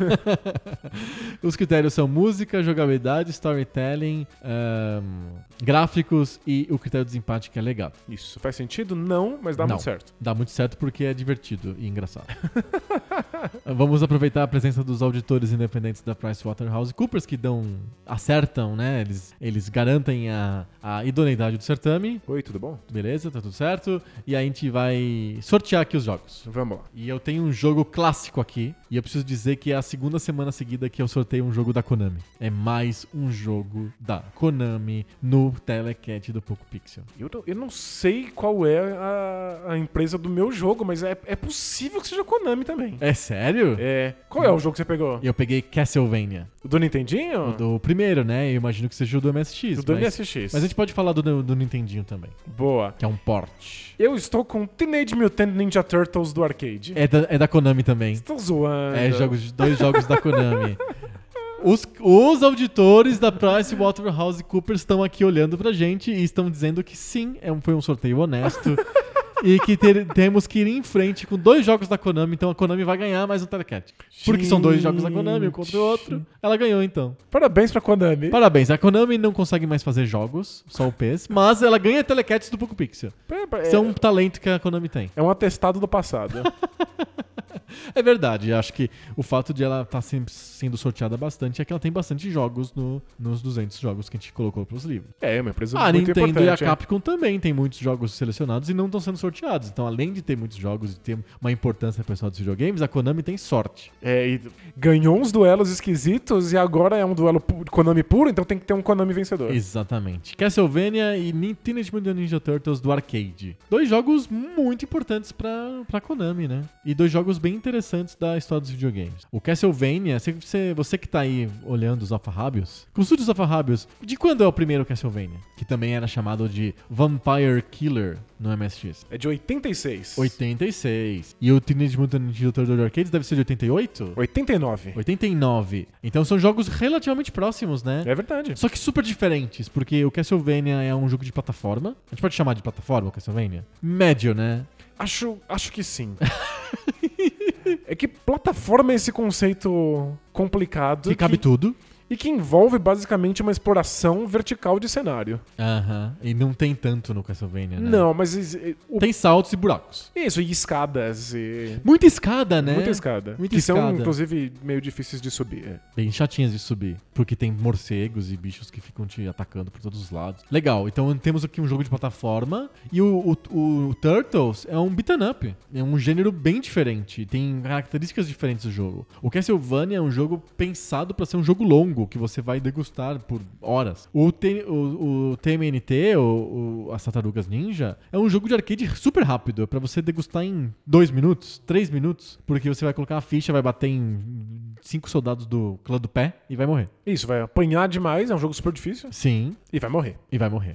Os critérios são música, jogabilidade, storytelling, gráficos e o critério de desempate, que é legal. Isso. Faz sentido? Não, mas dá muito certo. Dá muito certo porque é divertido e engraçado. Vamos aproveitar a presença dos auditores independentes da PricewaterhouseCoopers, que acertam, né? Eles garantem a idoneidade do certame. Oi, tudo bom? Beleza, tá tudo certo. E a gente vai sortear aqui os jogos. Vamos lá. E eu tenho um jogo clássico aqui. E eu preciso dizer que é a segunda semana seguida que eu sorteio um jogo da Konami. É mais um jogo da Konami no Telecat do PocoPixel. Eu não sei qual é a empresa do meu jogo, mas é possível que seja Konami também. É sério? É. Qual é o jogo que você pegou? Eu peguei Castlevania. O do Nintendinho? O do primeiro, né? Eu imagino que seja o do MSX. O do MSX. Mas a gente pode falar do Nintendinho também. Boa. Que é um port. Eu estou com Teenage Mutant Ninja Turtles do arcade. É da Konami também. Estou zoando. Dois jogos da Konami. Os auditores da PricewaterhouseCoopers estão aqui olhando pra gente e estão dizendo que sim, foi um sorteio honesto. E que temos que ir em frente com 2 jogos da Konami, então a Konami vai ganhar mais um Telecat. Porque são 2 jogos da Konami, um contra o outro. Ela ganhou, então. Parabéns pra Konami. Parabéns. A Konami não consegue mais fazer jogos, só o PES, mas ela ganha Telecats do PocoPixel. Isso é um talento que a Konami tem. É um atestado do passado. É verdade, acho que o fato de ela estar sempre sendo sorteada bastante é que ela tem bastante jogos nos 200 jogos que a gente colocou pros livros. É uma empresa muito muito importante. A Nintendo e a é. Capcom também tem muitos jogos selecionados e não estão sendo sorteados. Então, além de ter muitos jogos e ter uma importância pessoal dos videogames, a Konami tem sorte. E ganhou uns duelos esquisitos e agora é um duelo Konami puro, então tem que ter um Konami vencedor. Exatamente. Castlevania e Teenage Mutant Ninja Turtles do arcade. 2 jogos muito importantes pra Konami, né? E 2 jogos bem interessantes da história dos videogames. O Castlevania, você que tá aí olhando os alfarrábios, consulte os alfarrábios. De quando é o primeiro Castlevania? Que também era chamado de Vampire Killer no MSX. É de 86. 86. E o Teenage Mutant Ninja Turtles do arcade deve ser de 88? 89. 89. Então são jogos relativamente próximos, né? É verdade. Só que super diferentes, porque o Castlevania é um jogo de plataforma. A gente pode chamar de plataforma o Castlevania? Médio, né? Acho que sim. É que plataforma é esse conceito complicado. Que cabe tudo. E que envolve basicamente uma exploração vertical de cenário. Aham. E não tem tanto no Castlevania, né? Não, mas... Tem saltos e buracos. Isso, e escadas e... Muita escada, né? Muita escada. Muita que escada. são, inclusive, meio difíceis de subir. É. Bem chatinhas de subir. Porque tem morcegos e bichos que ficam te atacando por todos os lados. Legal. Então temos aqui um jogo de plataforma. E o Turtles é um beat'em up. É um gênero bem diferente. Tem características diferentes do jogo. O Castlevania é um jogo pensado pra ser um jogo longo, que você vai degustar por horas. O TMNT, as Tartarugas Ninja, é um jogo de arcade super rápido, é pra você degustar em 2 minutos, 3 minutos, porque você vai colocar a ficha, vai bater em 5 soldados do clã do pé e vai morrer. Isso, vai apanhar demais, é um jogo super difícil. Sim. E vai morrer. E vai morrer.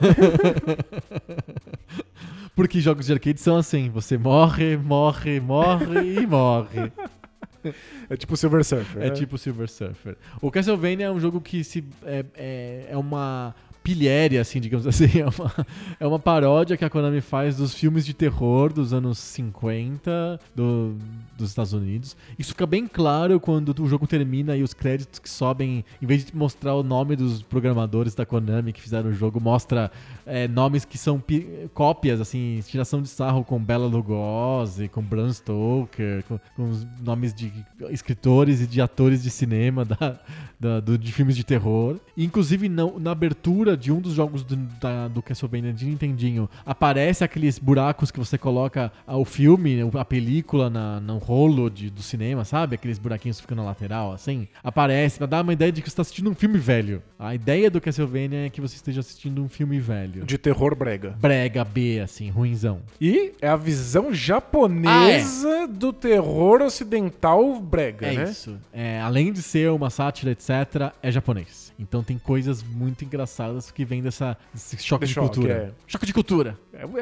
Porque jogos de arcade são assim, você morre e morre. É tipo Silver Surfer. É tipo Silver Surfer. O Castlevania é um jogo que é uma pilhéria, assim, digamos assim. É uma paródia que a Konami faz dos filmes de terror dos anos 50 dos Estados Unidos. Isso fica bem claro quando o jogo termina e os créditos que sobem, em vez de mostrar o nome dos programadores da Konami que fizeram o jogo, mostra nomes que são cópias, assim, tiração de sarro com Bela Lugosi, com Bram Stoker, com os nomes de escritores e de atores de cinema de filmes de terror. E, inclusive, na abertura de um dos jogos do Castlevania de Nintendinho, aparece aqueles buracos que você coloca o filme, a película no rolo do cinema, sabe? Aqueles buraquinhos que ficam na lateral, assim. Aparece pra dar uma ideia de que você tá assistindo um filme velho. A ideia do Castlevania é que você esteja assistindo um filme velho. De terror brega. Brega, B, assim, ruinzão. E é a visão japonesa do terror ocidental brega, né? É isso. Além de ser uma sátira, etc., é japonês. Então tem coisas muito engraçadas que vêm desse choque de cultura. Choque de cultura.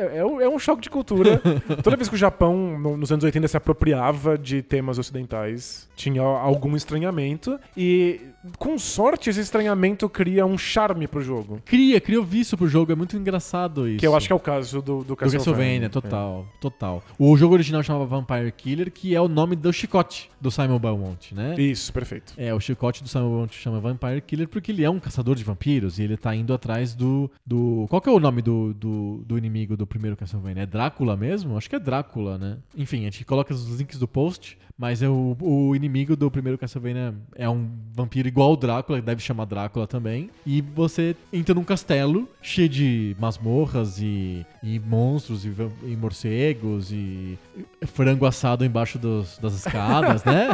É um choque de cultura. Toda vez que o Japão, nos anos 80, se apropriava de temas ocidentais, tinha algum estranhamento. E, com sorte, esse estranhamento cria um charme pro jogo. Cria o vício pro jogo. É muito engraçado isso. Que eu acho que é o caso do Castlevania. Total. O jogo original chamava Vampire Killer, que é o nome do chicote do Simon Belmont, né? Isso, perfeito. O chicote do Simon Belmont chama Vampire Killer porque ele é um caçador de vampiros e ele tá indo atrás do... Qual que é o nome do inimigo do primeiro Castlevania? É Drácula mesmo? Acho que é Drácula, né? Enfim, a gente coloca os links do post, mas o inimigo do primeiro Castlevania é um vampiro igual ao Drácula, deve chamar Drácula também. E você entra num castelo cheio de masmorras e monstros e morcegos e frango assado embaixo das escadas, né?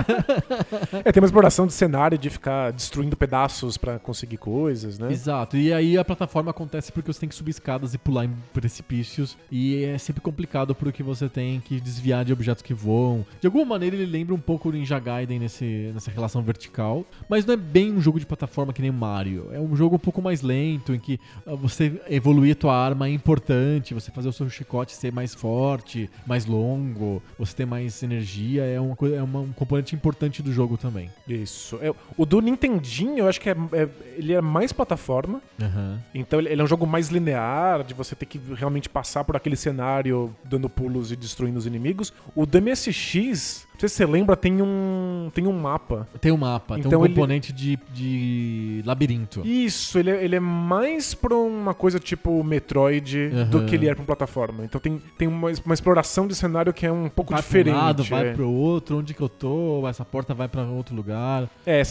Tem uma exploração de cenário de ficar destruindo pedaços pra conseguir coisas, né? Exato. E aí a plataforma acontece porque você tem que subir escadas e pular em precipícios e é sempre complicado porque você tem que desviar de objetos que voam. De alguma maneira ele lembra um pouco o Ninja Gaiden nessa relação vertical, mas não é bem um jogo de plataforma que nem o Mario. É um jogo um pouco mais lento, em que você evoluir a tua arma é importante, você fazer o seu chicote ser mais forte, mais longo, você ter mais energia, é um componente importante do jogo também. Isso. O do Nintendinho, eu acho que ele é mais plataforma. Uhum. Então ele é um jogo mais linear, de você ter que realmente passar por aquele cenário, dando pulos e destruindo os inimigos. O do MSX, não sei se você lembra, tem um mapa. Tem um mapa, então tem um componente de labirinto. Isso, ele é mais pra uma coisa tipo Metroid do que ele é pra uma plataforma. Então tem uma exploração de cenário que é um pouco diferente. Vai pro lado, vai pro outro, onde que eu tô, essa porta vai pra outro lugar.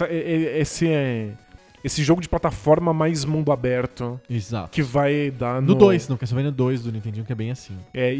Esse jogo de plataforma mais mundo aberto. Exato. Que vai dar no 2, no Castlevania 2 do Nintendinho, que é bem assim.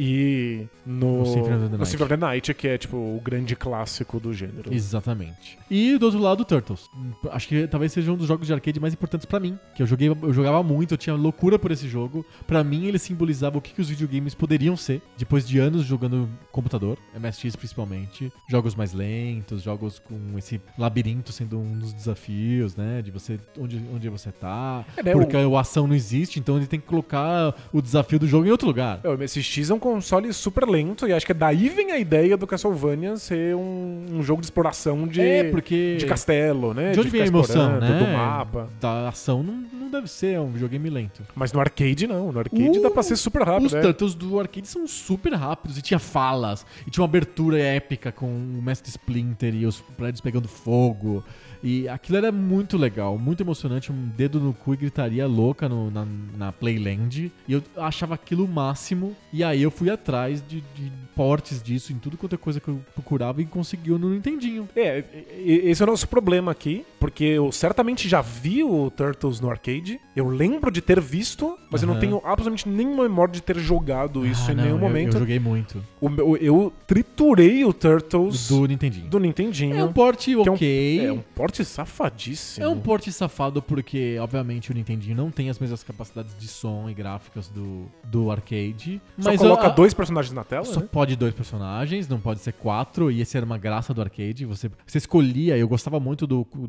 E no Symphony of the Night, que é tipo o grande clássico do gênero. Exatamente. E do outro lado, o Turtles. Acho que talvez seja um dos jogos de arcade mais importantes pra mim. Que eu jogava muito, eu tinha loucura por esse jogo. Pra mim, ele simbolizava o que os videogames poderiam ser depois de anos jogando computador, MSX principalmente. Jogos mais lentos, jogos com esse labirinto sendo um dos desafios, né? De você onde você tá. Porque a ação não existe, então ele tem que colocar o desafio do jogo em outro lugar. O MSX é um console super lento e acho que daí vem a ideia do Castlevania ser um jogo de exploração de castelo, né? De onde vem a emoção, né? Do mapa. Da ação não deve ser um videogame lento. Mas no arcade não. No arcade dá pra ser super rápido. Os Turtles do arcade são super rápidos e tinha falas. E tinha uma abertura épica com o Mestre Splinter e os prédios pegando fogo. E aquilo era muito legal, muito emocionante, um dedo no cu e gritaria louca na Playland. E eu achava aquilo o máximo. E aí eu fui atrás de portes disso em tudo quanto é coisa que eu procurava e conseguiu no Nintendinho. Esse é o nosso problema aqui, porque eu certamente já vi o Turtles no arcade. Eu lembro de ter visto, mas eu não tenho absolutamente nenhuma memória de ter jogado isso em nenhum momento. Eu joguei muito. Eu triturei o Turtles do Nintendinho. É um porte ok. É um porte safadíssimo. É um porte safado porque, obviamente, o Nintendinho não tem as mesmas capacidades de som e gráficas do arcade. Só coloca 2 personagens na tela, Só né? pode 2 personagens, não pode ser 4. E esse era uma graça do arcade. Você escolhia, eu gostava muito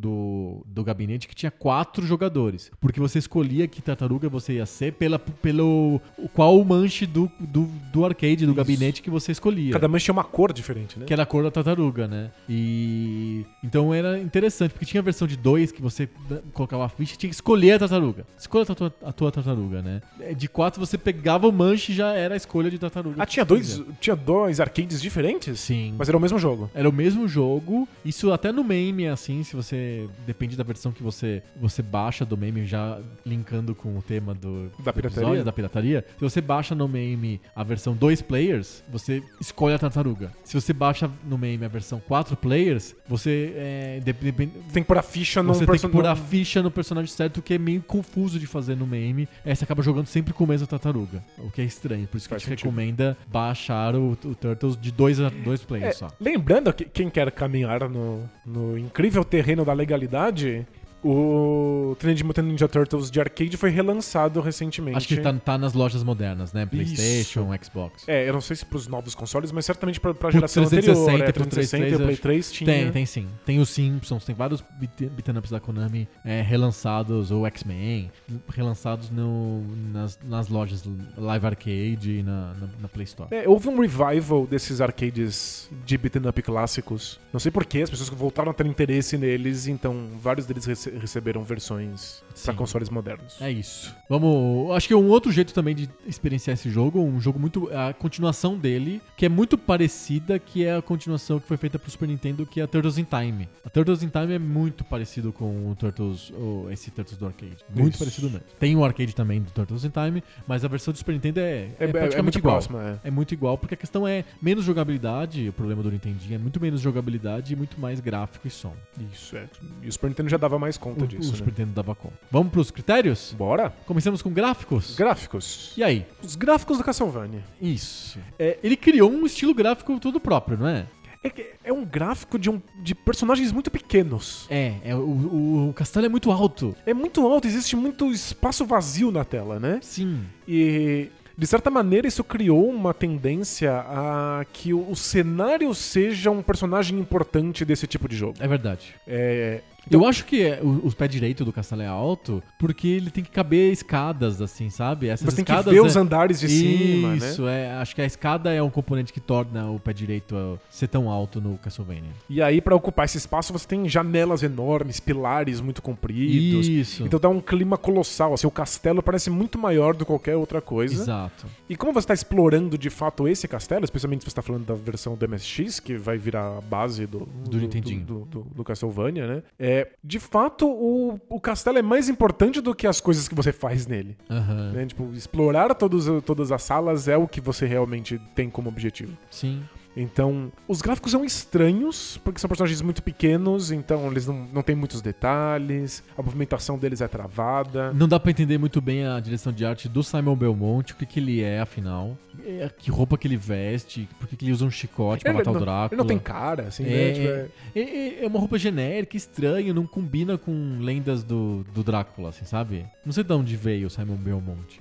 do gabinete que tinha 4 jogadores. Porque você escolhia que tartaruga você ia ser pelo qual o manche do arcade, do gabinete que você escolhia. Cada manche tinha uma cor diferente, né? Que era a cor da tartaruga, né? E então era interessante, porque tinha a versão de 2 que você colocava a ficha e tinha que escolher a tartaruga. Escolha a tua tartaruga, né? De 4 você pegava o manche e já era a escolha de tartaruga. Tinha dois arcades diferentes? Sim. Mas era o mesmo jogo? Era o mesmo jogo. Isso até no MAME é assim, se você... Depende da versão que você baixa do MAME, já já linkando com o tema do pirataria? episódio, da pirataria, se você baixa no MAME a versão 2 players, você escolhe a tartaruga. Se você baixa no MAME a versão 4 players, você Tem que pôr a ficha num você tem que pôr a personagem. ficha no personagem certo, o que é meio confuso de fazer no MAME. Você acaba jogando sempre com o mesmo tartaruga, o que é estranho. Por isso que a Faz gente sentido. recomenda baixar o Turtles de 2 players só. Lembrando que quem quer caminhar no incrível terreno da legalidade, o Teenage Mutant Ninja Turtles de arcade foi relançado recentemente. Acho que tá nas lojas modernas, né? PlayStation, Xbox. Eu não sei se pros novos consoles, mas certamente pra Pro geração 360 anterior. e pro 360 e o Play 3 tinha. Tem sim. Tem os Simpsons, tem vários beat'em ups da Konami relançados, ou X-Men, relançados nas lojas Live Arcade e na Play Store. Houve um revival desses arcades de beat'em up clássicos. Não sei porquê, as pessoas voltaram a ter interesse neles, então vários deles receberam versões pra Sim. consoles modernos. É isso. Acho que um outro jeito também de experienciar esse jogo, um jogo muito... A continuação dele, que é muito parecida, que é a continuação que foi feita pro Super Nintendo, que é a Turtles in Time. A Turtles in Time é muito parecido com o esse Turtles do arcade. Muito Isso. parecido mesmo. Tem um arcade também do Turtles in Time, mas a versão do Super Nintendo é praticamente muito igual. próxima, É muito igual, porque a questão é menos jogabilidade, o problema do Nintendinho é muito menos jogabilidade e muito mais gráfico e som. Isso, E o Super Nintendo já dava mais conta O disso, Super né? Nintendo dava conta. Vamos pros critérios? Bora? Começamos com gráficos? Gráficos. E aí? Os gráficos do Castlevania. Isso. Ele criou um estilo gráfico todo próprio, não é? É um gráfico de personagens muito pequenos. O castelo é muito alto. É muito alto, existe muito espaço vazio na tela, né? Sim. E, de certa maneira, isso criou uma tendência a que o cenário seja um personagem importante desse tipo de jogo. É verdade. Então, Eu acho que o pé direito do castelo é alto porque ele tem que caber escadas, assim, sabe? Essas você tem que escadas ver os andares de cima, né? Isso, acho que a escada é um componente que torna o pé direito ser tão alto no Castlevania. E aí, pra ocupar esse espaço, você tem janelas enormes, pilares muito compridos. Isso. Então dá um clima colossal. Assim, o castelo parece muito maior do que qualquer outra coisa. Exato. E como você está explorando de fato esse castelo, especialmente se você está falando da versão do MSX, que vai virar a base do Nintendinho. do Castlevania, né? De fato, o castelo é mais importante do que as coisas que você faz nele. Aham. Né? Tipo, explorar todas as salas é o que você realmente tem como objetivo. Sim. Então, os gráficos são estranhos, porque são personagens muito pequenos, então eles não têm muitos detalhes, a movimentação deles é travada. Não dá pra entender muito bem a direção de arte do Simon Belmont, o que ele é, afinal. Que roupa que ele veste, por que ele usa um chicote pra matar o Drácula. Ele não tem cara, assim, né? Tipo, É uma roupa genérica, estranha, não combina com lendas do Drácula, assim, sabe? Não sei de onde veio o Simon Belmont.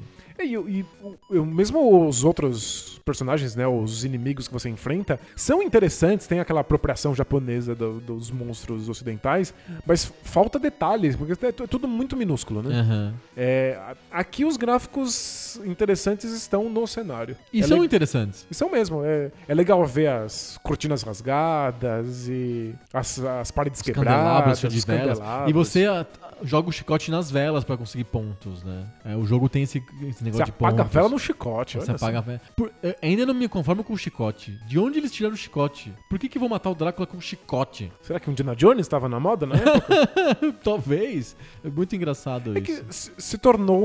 Mesmo os outros personagens, né, os inimigos que você enfrenta, são interessantes, tem aquela apropriação japonesa dos monstros ocidentais, mas falta detalhes, porque é tudo muito minúsculo, né? Aham. Aqui os gráficos interessantes estão no cenário. E são interessantes. E são mesmo. É legal ver as cortinas rasgadas e as paredes Candelabros quebradas, cheios de os velas. candelabros. E você joga o chicote nas velas pra conseguir pontos, né? O jogo tem esse negócio Você de pontos. apaga a vela no chicote. Você olha só. apaga a vela. Ainda não me conformo com o chicote. De onde eles tiraram o chicote? Por que vão matar o Drácula com chicote? Será que o Indiana Jones estava na moda na época? Talvez. É muito engraçado É que isso. se tornou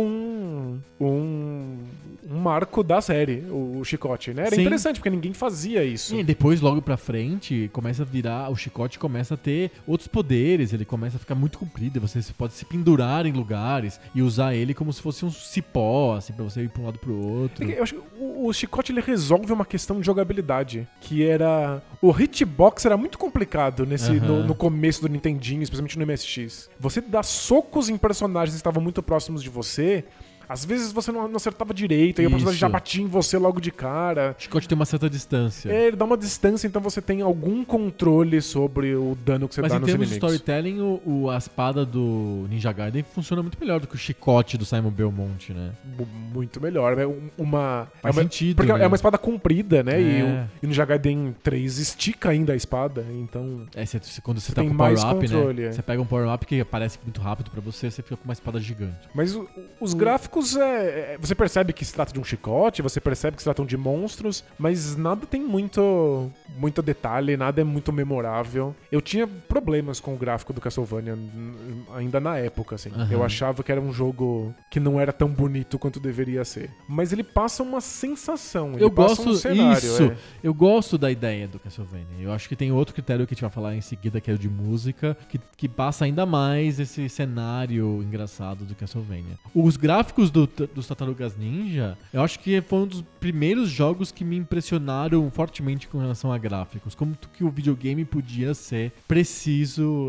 um marco da série, o chicote, né? Era Sim. interessante, porque ninguém fazia isso. E depois, logo pra frente, começa a virar... O chicote começa a ter outros poderes. Ele começa a ficar muito comprido. Você pode se pendurar em lugares e usar ele como se fosse um cipó, assim, pra você ir pra um lado pro outro. Eu acho que o chicote ele resolve uma questão de jogabilidade, que era... O hitbox era muito complicado no começo do Nintendinho, especialmente no MSX. Você dá socos em personagens que estavam muito próximos de você... Às vezes você não acertava direito, aí o personagem já batia em você logo de cara. O chicote tem uma certa distância. Ele dá uma distância, então você tem algum controle sobre o dano que você Mas dá em nos termos inimigos. de storytelling, a espada do Ninja Gaiden funciona muito melhor do que o chicote do Simon Belmont, né? Muito melhor. Faz sentido, Porque né? é uma espada comprida, né? É. E o Ninja Gaiden 3 estica ainda a espada, então... Quando você Você tá tem com o mais power-up, controle, né? é. Você pega um power-up que aparece muito rápido pra você, você fica com uma espada gigante. Mas os gráficos gráficos, você percebe que se trata de um chicote, você percebe que se tratam de monstros, mas nada tem muito detalhe, nada é muito memorável. Eu tinha problemas com o gráfico do Castlevania ainda na época, assim. Eu achava que era um jogo que não era tão bonito quanto deveria ser. Mas ele passa uma sensação, ele passa um cenário. Eu gosto da ideia do Castlevania. Eu acho que tem outro critério que a gente vai falar em seguida, que é o de música, que passa ainda mais esse cenário engraçado do Castlevania. Os gráficos dos Tartarugas Ninja, eu acho que foi um dos primeiros jogos que me impressionaram fortemente com relação a gráficos. Como que o videogame podia ser preciso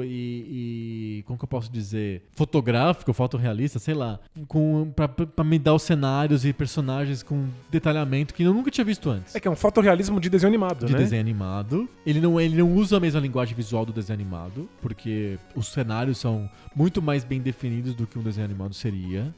e como que eu posso dizer? Fotográfico, fotorrealista, sei lá. Pra me dar os cenários e personagens com detalhamento que eu nunca tinha visto antes. É que é um fotorrealismo de desenho animado, né? De desenho animado. Ele não usa a mesma linguagem visual do desenho animado, porque os cenários são muito mais bem definidos do que um desenho animado seria.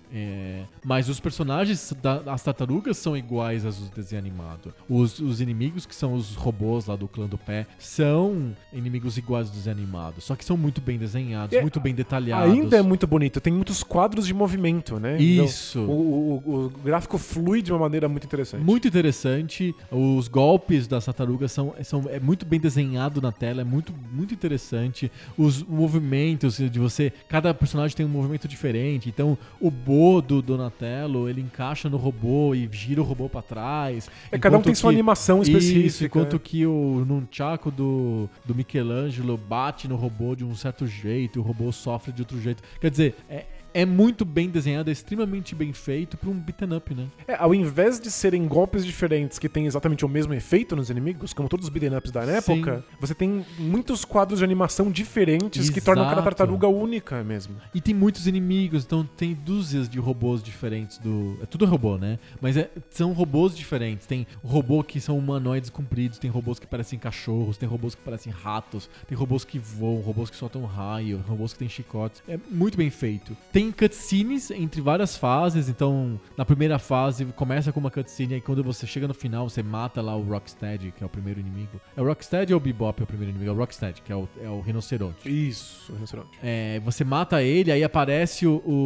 Mas os personagens das tartarugas são iguais aos do desenho animado. Os inimigos, que são os robôs lá do clã do pé, são inimigos iguais do desenho animado. Só que são muito bem desenhados, muito bem detalhados. Ainda é muito bonito. Tem muitos quadros de movimento, né? Isso. Então, o gráfico flui de uma maneira muito interessante. Muito interessante. Os golpes das tartarugas é muito bem desenhado na tela, é muito, muito interessante. Os movimentos de você... Cada personagem tem um movimento diferente. Então, o Bo do Donatello, ele encaixa no robô e gira o robô pra trás. Cada um tem sua animação específica. Isso, enquanto que o nunchaku do Michelangelo bate no robô de um certo jeito, o robô sofre de outro jeito. Quer dizer, é muito bem desenhado, é extremamente bem feito pra um beat'em up, né? Ao invés de serem golpes diferentes que têm exatamente o mesmo efeito nos inimigos, como todos os beat'em ups da época, você tem muitos quadros de animação diferentes que tornam cada tartaruga única mesmo. E tem muitos inimigos, então tem dúzias de robôs diferentes É tudo robô, né? Mas são robôs diferentes. Tem robô que são humanoides compridos, tem robôs que parecem cachorros, tem robôs que parecem ratos, tem robôs que voam, robôs que soltam raio, robôs que têm chicotes. É muito bem feito. Tem cutscenes entre várias fases, então na primeira fase começa com uma cutscene, aí quando você chega no final você mata lá o Rocksteady, que é o primeiro inimigo. É o Rocksteady ou o Bebop é o primeiro inimigo? É o Rocksteady, que é o rinoceronte. Isso, o rinoceronte. Você mata ele, aí aparece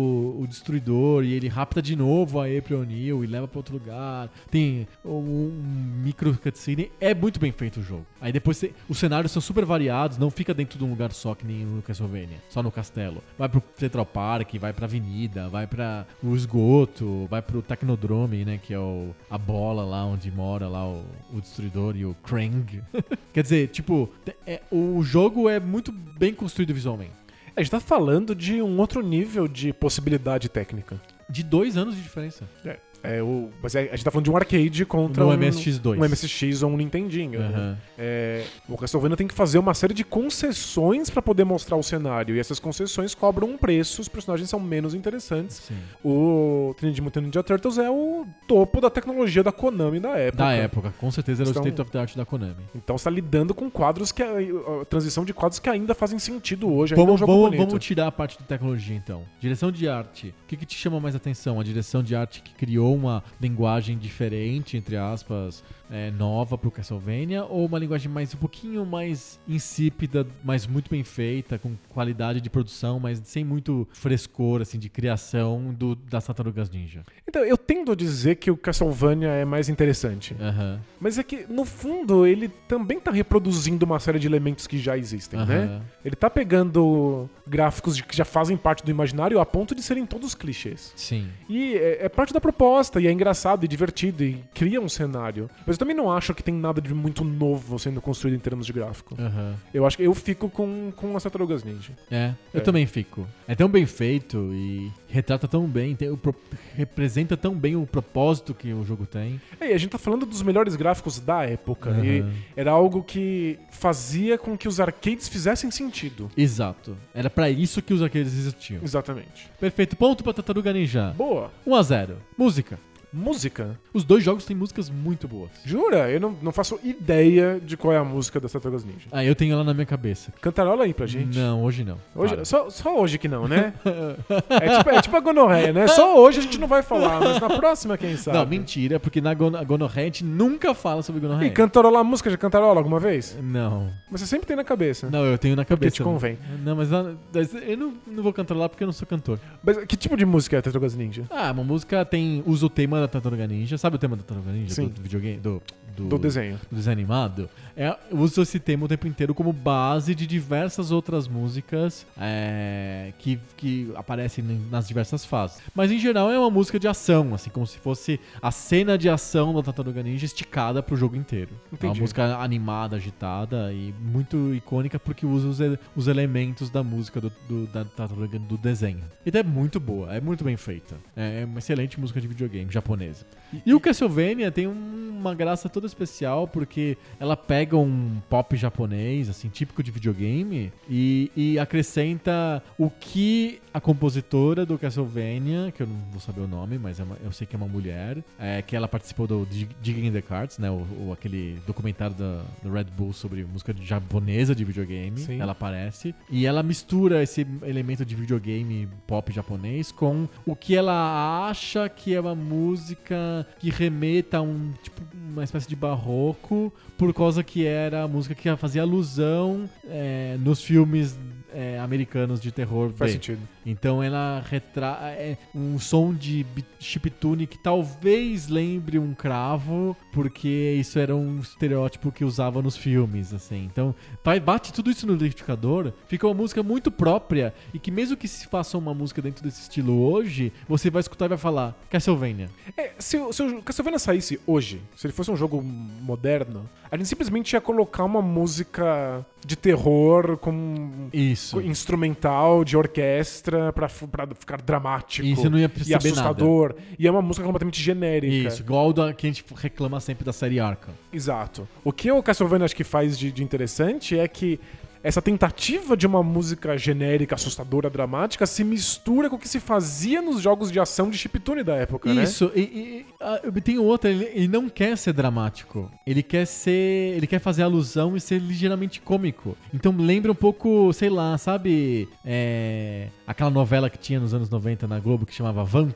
o Destruidor e ele rapta de novo a April O'Neil e leva pra outro lugar. Tem um micro cutscene. É muito bem feito o jogo. Aí depois os cenários são super variados, não fica dentro de um lugar só que nem no Castlevania, só no castelo. Vai pro Central Park, vai pra avenida, vai pra o esgoto, vai pro Technodrome, né, que é a bola lá onde mora lá o Destruidor e o Krang. Quer dizer, tipo, o jogo é muito bem construído visualmente. A gente tá falando de um outro nível de possibilidade técnica. De 2 anos de diferença. Mas a gente tá falando de um arcade contra um MSX2. Um MSX ou um Nintendinho. Né? O Castlevania tem que fazer uma série de concessões pra poder mostrar o cenário. E essas concessões cobram um preço, os personagens são menos interessantes. Sim. O Teenage Mutant Ninja Turtles é o topo da tecnologia da Konami da época. Com certeza era o state of the art da Konami. Então você tá lidando com quadros a transição de quadros que ainda fazem sentido hoje. Vamos tirar a parte de tecnologia então. Direção de arte. O que te chama mais atenção? A direção de arte que criou uma linguagem diferente, entre aspas, nova pro Castlevania, ou uma linguagem um pouquinho mais insípida, mas muito bem feita, com qualidade de produção, mas sem muito frescor, assim, de criação das Tartarugas Ninja? Então, eu tendo a dizer que o Castlevania é mais interessante. Mas é que, no fundo, ele também tá reproduzindo uma série de elementos que já existem, né? Ele tá pegando gráficos que já fazem parte do imaginário a ponto de serem todos clichês. Sim. E é parte da proposta, e é engraçado e divertido, e cria um cenário. Mas eu também não acho que tem nada de muito novo sendo construído em termos de gráfico. Eu acho que eu fico com as Tartarugas Ninja. Eu também fico. É tão bem feito e retrata tão bem, representa tão bem o propósito que o jogo tem. A gente tá falando dos melhores gráficos da época. E era algo que fazia com que os arcades fizessem sentido. Exato. Era pra isso que os arcades existiam. Exatamente. Perfeito. Ponto pra Tartaruga Ninja. Boa. 1-0. Música. Música? Os dois jogos têm músicas muito boas. Jura? Eu não faço ideia de qual é a música das Tartarugas Ninja. Ah, eu tenho ela na minha cabeça. Cantarola aí pra gente. Não, hoje não. Hoje, Para. só hoje que não, né? É tipo a gonorreia, né? Só hoje a gente não vai falar, mas na próxima, quem sabe? Não, mentira, porque na gonorreia a gente nunca fala sobre gonorreia. E cantarola, a música já cantarola alguma vez? Não. Mas você sempre tem na cabeça. Não, eu tenho na Porque cabeça. te convém. Não, mas eu não vou cantar lá porque eu não sou cantor. Mas que tipo de música é Tartarugas Ninja? Ah, uma música usa o tema da Tartaruga Ninja. Sabe o tema da Tartaruga Ninja? Sim. Do videogame? Do desenho. Do desenho animado. Usa esse tema o tempo inteiro como base de diversas outras músicas que aparecem nas diversas fases. Mas em geral é uma música de ação, assim, como se fosse a cena de ação da Tartaruga Ninja esticada pro jogo inteiro. Entendi. É uma música animada, agitada e muito icônica porque usa os elementos da música da Tartaruga do desenho. Então é muito boa, é muito bem feita. É uma excelente música de videogame japonesa. E o Castlevania tem uma graça toda especial porque ela pega um pop japonês, assim, típico de videogame e acrescenta o que a compositora do Castlevania, que eu não vou saber o nome, mas eu sei que é uma mulher, que ela participou do Digging the Cards, né, aquele documentário da Red Bull sobre música japonesa de videogame. Sim. Ela aparece e ela mistura esse elemento de videogame pop japonês com o que ela acha que é uma música que remeta a uma espécie de barroco, por causa que era a música que fazia alusão nos filmes americanos de terror. Faz sentido. Então ela um som de chiptune que talvez lembre um cravo, porque isso era um estereótipo que usava nos filmes, assim. Então bate tudo isso no liquidificador, fica uma música muito própria e que mesmo que se faça uma música dentro desse estilo hoje, você vai escutar e vai falar Castlevania. Se o Castlevania saísse hoje, se ele fosse um jogo moderno, a gente simplesmente ia colocar uma música de terror com Isso. instrumental, de orquestra, pra ficar dramático. E você não ia e perceber assustador. E é uma música completamente genérica. Isso, igual que a gente reclama sempre da série Arkham. Exato. O que o Castlevania acho que faz de interessante é que essa tentativa de uma música genérica, assustadora, dramática, se mistura com o que se fazia nos jogos de ação de chiptune da época, né? Isso, e tem outra, ele não quer ser dramático. Ele quer fazer alusão e ser ligeiramente cômico. Então lembra um pouco, sei lá, sabe? Aquela novela que tinha nos anos 90 na Globo que chamava Vamp.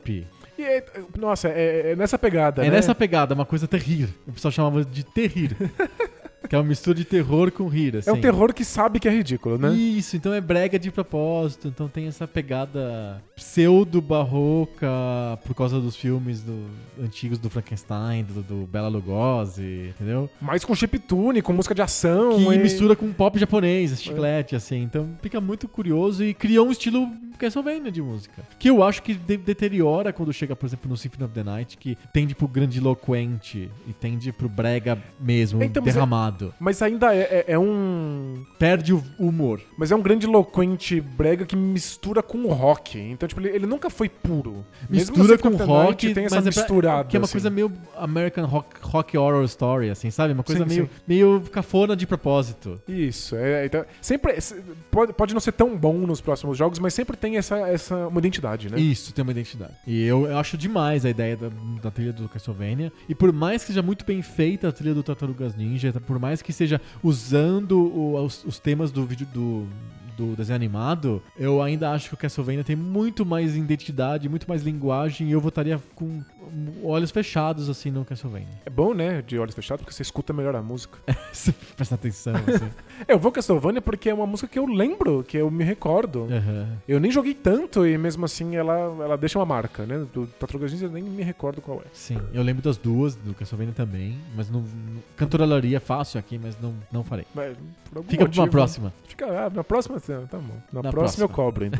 Nossa, é nessa pegada, né? É nessa pegada, uma coisa terrível. O pessoal chamava de terrir. Que é uma mistura de terror com rir, assim. É um terror que sabe que é ridículo, né? Isso, então é brega de propósito. Então tem essa pegada pseudo-barroca por causa dos filmes antigos do Frankenstein, do Bela Lugosi, entendeu? Mas com chiptune, com música de ação. Que mistura com pop japonês, chiclete, assim. Então fica muito curioso e cria um estilo Castlevania de música. Que eu acho que deteriora quando chega, por exemplo, no Symphony of the Night, que tende pro grandiloquente e tende pro brega mesmo, então, derramado. Mas ainda é um... Perde o humor. Mas é um grandiloquente brega que mistura com o rock. Então, tipo, ele nunca foi puro. Mistura com rock, tem essa mas misturada. Que é uma assim. coisa meio American rock horror story, assim, sabe? Uma coisa Sim, meio cafona de propósito. Isso. Então, sempre... Pode não ser tão bom nos próximos jogos, mas sempre tem uma identidade, né? Isso, tem uma identidade. E eu acho demais a ideia da trilha do Castlevania. E por mais que seja muito bem feita a trilha do Tartarugas Ninja, por mais que seja usando os temas do vídeo do desenho animado, eu ainda acho que o Castlevania tem muito mais identidade, muito mais linguagem, e eu votaria com olhos fechados, assim, no Castlevania. É bom, né, de olhos fechados, porque você escuta melhor a música. Você presta atenção, assim. Eu vou Castlevania porque é uma música que eu lembro, que eu me recordo. Uhum. Eu nem joguei tanto e mesmo assim ela deixa uma marca, né? Do Tartarugas Ninja eu nem me recordo qual é. Sim, eu lembro das duas, do Castlevania também, mas não cantorolaria fácil aqui, mas não farei. Mas, por algum Fica pra uma motivo, próxima. Na próxima, tá bom. Na Na próxima eu próxima. cobro, então.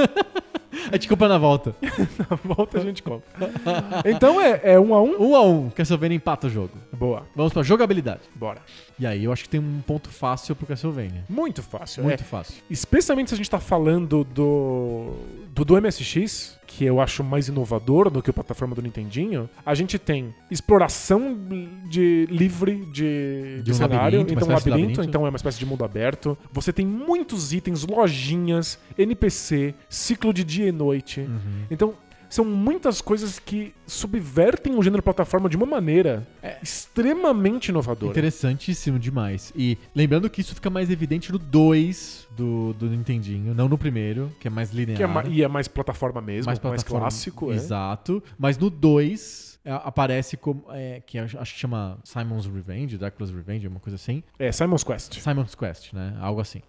A gente compra na volta. Na volta a gente compra. Então é 1-1? 1-1, Castlevania empata o jogo. Boa, Vamos pra jogabilidade. bora. E aí eu acho que tem um ponto fácil pro Castlevania. Muito fácil. Muito fácil. Especialmente se a gente tá falando do MSX, que eu acho mais inovador do que a plataforma do Nintendinho. A gente tem exploração livre de um cenário, labirinto, uma então espécie de labirinto, labirinto. então é uma espécie de mundo aberto. Você tem muitos itens, lojinhas, NPC, ciclo de dia e noite. Uhum. Então, são muitas coisas que subvertem o gênero plataforma de uma maneira extremamente inovadora. Interessantíssimo demais. E lembrando que isso fica mais evidente no 2 do Nintendinho, não no primeiro, que é mais linear. E é mais plataforma mesmo, mais clássico. Exato. Mas no 2 aparece como. Que acho que chama Simon's Revenge, Dracula's Revenge, uma coisa assim. Simon's Quest. Simon's Quest, né? Algo assim.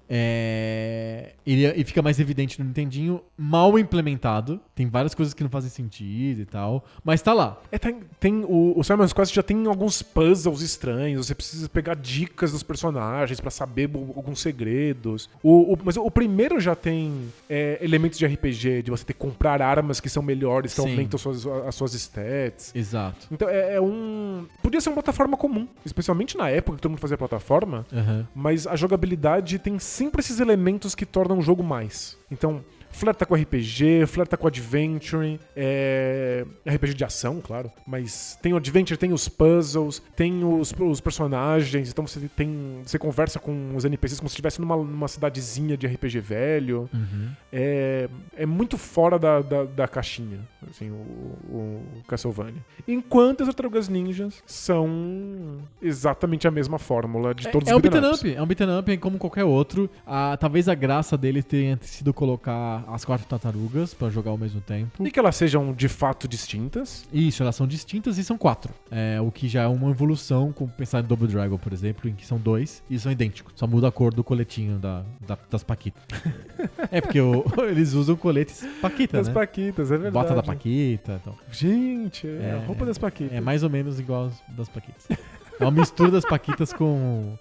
E fica mais evidente no Nintendinho, mal implementado. Tem várias coisas que não fazem sentido e tal. Mas tá lá. O Simon's Quest já tem alguns puzzles estranhos. Você precisa pegar dicas dos personagens pra saber alguns segredos. Mas o primeiro já tem elementos de RPG, de você ter que comprar armas que são melhores, que aumentam as suas stats. Exato. Então podia ser uma plataforma comum, especialmente na época que todo mundo fazia plataforma, mas a jogabilidade tem sempre esses elementos que tornam o jogo mais. Então, flerta com RPG, flerta com Adventure, RPG de ação, claro, mas tem o Adventure, tem os puzzles, tem os personagens, então você conversa com os NPCs como se estivesse numa cidadezinha de RPG velho. É muito fora da caixinha, assim, o Castlevania. Enquanto as Tartarugas Ninjas são exatamente a mesma fórmula de todos os beat'em ups. É um beat'em up como qualquer outro. Talvez a graça dele tenha sido colocar as 4 tartarugas pra jogar ao mesmo tempo. E que elas sejam de fato distintas. Isso, elas são distintas e são 4. O que já é uma evolução, como pensar em Double Dragon, por exemplo, em que são 2 e são idênticos. Só muda a cor do coletinho das Paquitas. Porque eles usam coletes Paquita, das né? Paquitas, é verdade. Bota da Paquita. Então. Gente, a roupa das Paquitas. É mais ou menos igual das Paquitas. É uma mistura das Paquitas com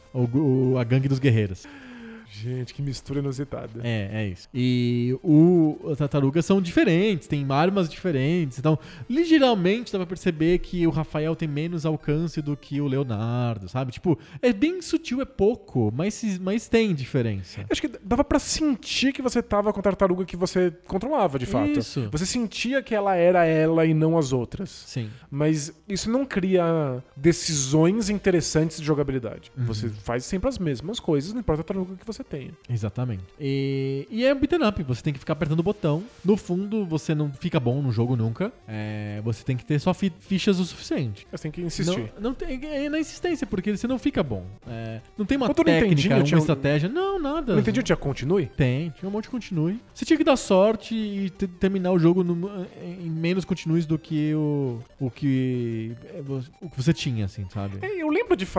a gangue dos guerreiros. Gente, que mistura inusitada. É isso. E as tartarugas são diferentes, tem armas diferentes. Então, ligeiramente dá pra perceber que o Rafael tem menos alcance do que o Leonardo, sabe? Tipo, é bem sutil, é pouco, mas tem diferença. Acho que dava pra sentir que você tava com a tartaruga que você controlava, de fato. Isso. Você sentia que ela era ela e não as outras. Sim. Mas isso não cria decisões interessantes de jogabilidade. Você faz sempre as mesmas coisas, não importa a tartaruga que você tenha. Exatamente. E é um beat'em up, você tem que ficar apertando o botão. No fundo, você não fica bom no jogo nunca. Você tem que ter só fichas o suficiente. Você tem que insistir. Não tem, na insistência, porque você não fica bom. Não tem uma Quando técnica, uma tinha estratégia. Não, nada. Não entendi, tinha continue? Tinha um monte de continue. Você tinha que dar sorte e terminar o jogo em menos continues do que o que você tinha, assim, sabe? Eu lembro de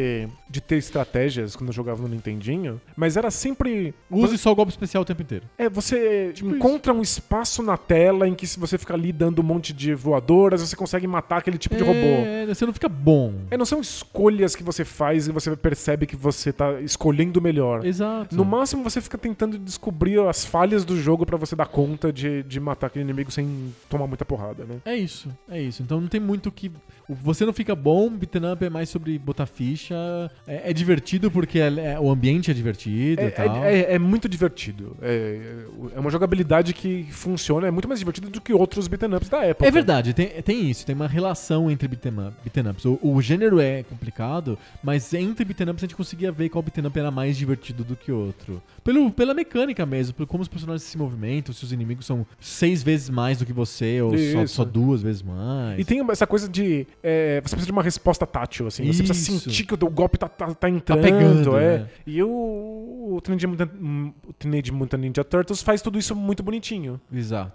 ter estratégias quando eu jogava no Nintendinho, mas era sempre... Use só o golpe especial o tempo inteiro. Você encontra um espaço na tela em que se você ficar ali dando um monte de voadoras, você consegue matar aquele tipo de robô. Você não fica bom. Não são escolhas que você faz e você percebe que você tá escolhendo o melhor. Exato. No máximo, você fica tentando descobrir as falhas do jogo pra você dar conta de matar aquele inimigo sem tomar muita porrada, né? É isso. Então não tem muito que... Você não fica bom, beat'em up é mais sobre botar ficha. É divertido porque o ambiente é divertido e tal. É muito divertido. É uma jogabilidade que funciona, é muito mais divertido do que outros beat'em ups da época. É verdade, tem isso, tem uma relação entre beat'em ups. O gênero é complicado, mas entre beat'em ups a gente conseguia ver qual beat'em up era mais divertido do que outro. Pela mecânica mesmo, por como os personagens se movimentam, se os inimigos são 6 vezes mais do que você, ou só 2 vezes mais. E tem essa coisa de... você precisa de uma resposta tátil, assim. Você precisa sentir que o golpe tá entrando. Tá pegando, né? E o Teenage Mutant Ninja Turtles faz tudo isso muito bonitinho. Exato.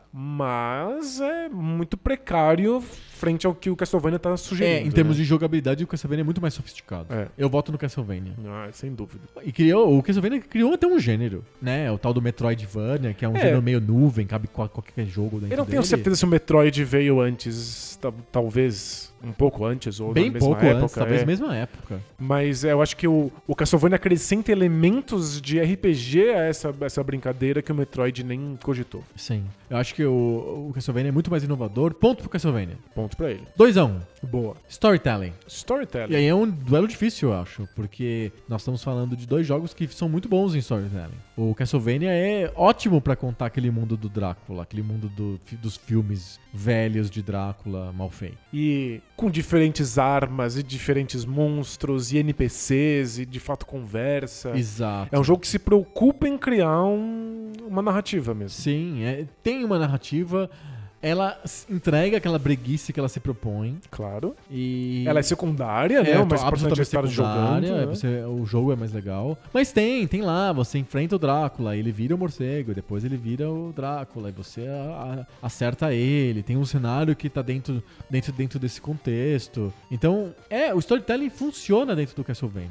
Mas é muito precário frente ao que o Castlevania tá sugerindo. Em termos de jogabilidade, o Castlevania é muito mais sofisticado. Eu voto no Castlevania. Sem dúvida. E o Castlevania criou até um gênero, né? O tal do Metroidvania, que é um gênero meio nuvem, cabe qualquer jogo dentro dele. Eu não tenho certeza se o Metroid veio antes, talvez um pouco antes, ou bem na mesma pouco época. Antes, talvez mesma época. Mas eu acho que o Castlevania acrescenta elementos de RPG a essa brincadeira que o Metroid nem cogitou. Sim. Eu acho que o Castlevania é muito mais inovador. Ponto pro Castlevania. Ponto pra ele. 2-1. Boa. Storytelling. Storytelling. E aí é um duelo difícil, eu acho, porque nós estamos falando de 2 jogos que são muito bons em storytelling. O Castlevania é ótimo pra contar aquele mundo do Drácula, aquele mundo dos filmes velhos de Drácula mal feito. E com diferentes armas e diferentes monstros e NPCs e de fato conversa. Exato. É um jogo que se preocupa em criar uma narrativa mesmo. Sim, tem uma narrativa. ela entrega aquela breguice que ela se propõe. Claro. E Ela é secundária, né? O mais importante é estar jogando. Né? O jogo é mais legal. Mas tem lá, você enfrenta o Drácula, ele vira o morcego, depois ele vira o Drácula, e você acerta ele. Tem um cenário que tá dentro desse contexto. Então, o storytelling funciona dentro do Castlevania.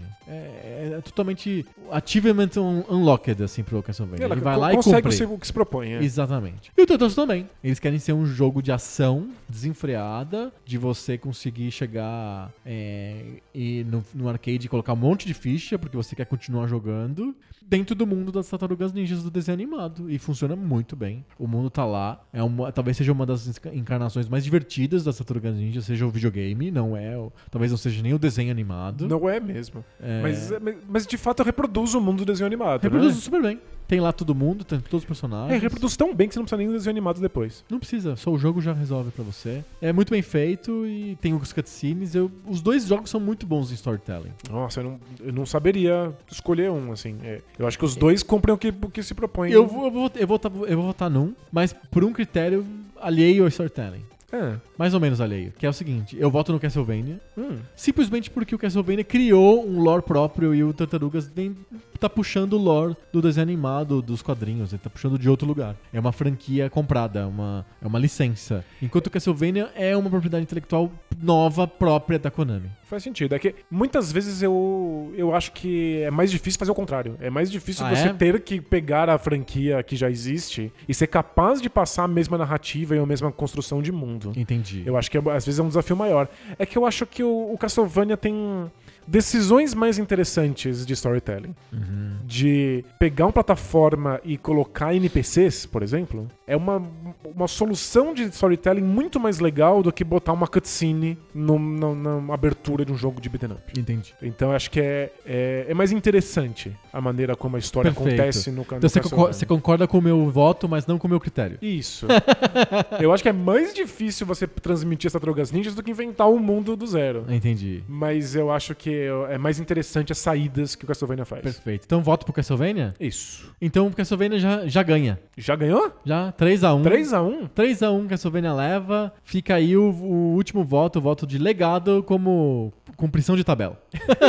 É totalmente achievement unlocked, assim, pro Castlevania. Ele vai lá e cumpre. Consegue o que se propõe. Exatamente. E o Turtles também. Eles querem ser um jogo de ação desenfreada, de você conseguir chegar e no arcade colocar um monte de ficha, porque você quer continuar jogando, dentro do mundo das Tartarugas Ninjas do desenho animado. E funciona muito bem. O mundo tá lá. Talvez seja uma das encarnações mais divertidas das Tartarugas Ninjas, seja o videogame, talvez não seja nem o desenho animado. Não é mesmo. Mas de fato reproduz o mundo do desenho animado. Reproduz né? super bem. Tem lá todo mundo, tem todos os personagens. Reproduz tão bem que você não precisa nem do desenho animado depois. Não precisa, só o jogo já resolve pra você. É muito bem feito e tem os cutscenes. Os dois jogos são muito bons em storytelling. Nossa, eu não saberia escolher um, assim. Eu acho que os dois cumprem o que se propõe. Eu vou votar num, mas por um critério alheio ao storytelling. Mais ou menos alheio. Que é o seguinte, eu voto no Castlevania simplesmente porque o Castlevania criou um lore próprio e o Tartarugas tá puxando o lore do desenho animado, dos quadrinhos. Ele tá puxando de outro lugar. É uma franquia comprada, é uma licença. Enquanto o Castlevania é uma propriedade intelectual nova, própria da Konami. Faz sentido. É que muitas vezes eu acho que é mais difícil fazer o contrário. É mais difícil você ter que pegar a franquia que já existe e ser capaz de passar a mesma narrativa e a mesma construção de mundo. Entendi. Eu acho que às vezes é um desafio maior. É que eu acho que o Castlevania tem decisões mais interessantes de storytelling. De pegar uma plataforma e colocar NPCs, por exemplo, é uma solução de storytelling muito mais legal do que botar uma cutscene na abertura de um jogo de beat'em up. Entendi. Então eu acho que é mais interessante a maneira como a história acontece no canal. Então você concorda com o meu voto, mas não com o meu critério. Isso. Eu acho que é mais difícil você transmitir as Tartarugas Ninjas do que inventar um mundo do zero. Entendi. Mas eu acho que é mais interessante as saídas que o Castlevania faz. Perfeito. Então voto pro Castlevania? Isso. Então o Castlevania já ganha. Já ganhou? Já, 3-1. 3-1? 3-1 Castlevania leva. Fica aí o último voto, o voto de legado como cumprição de tabela.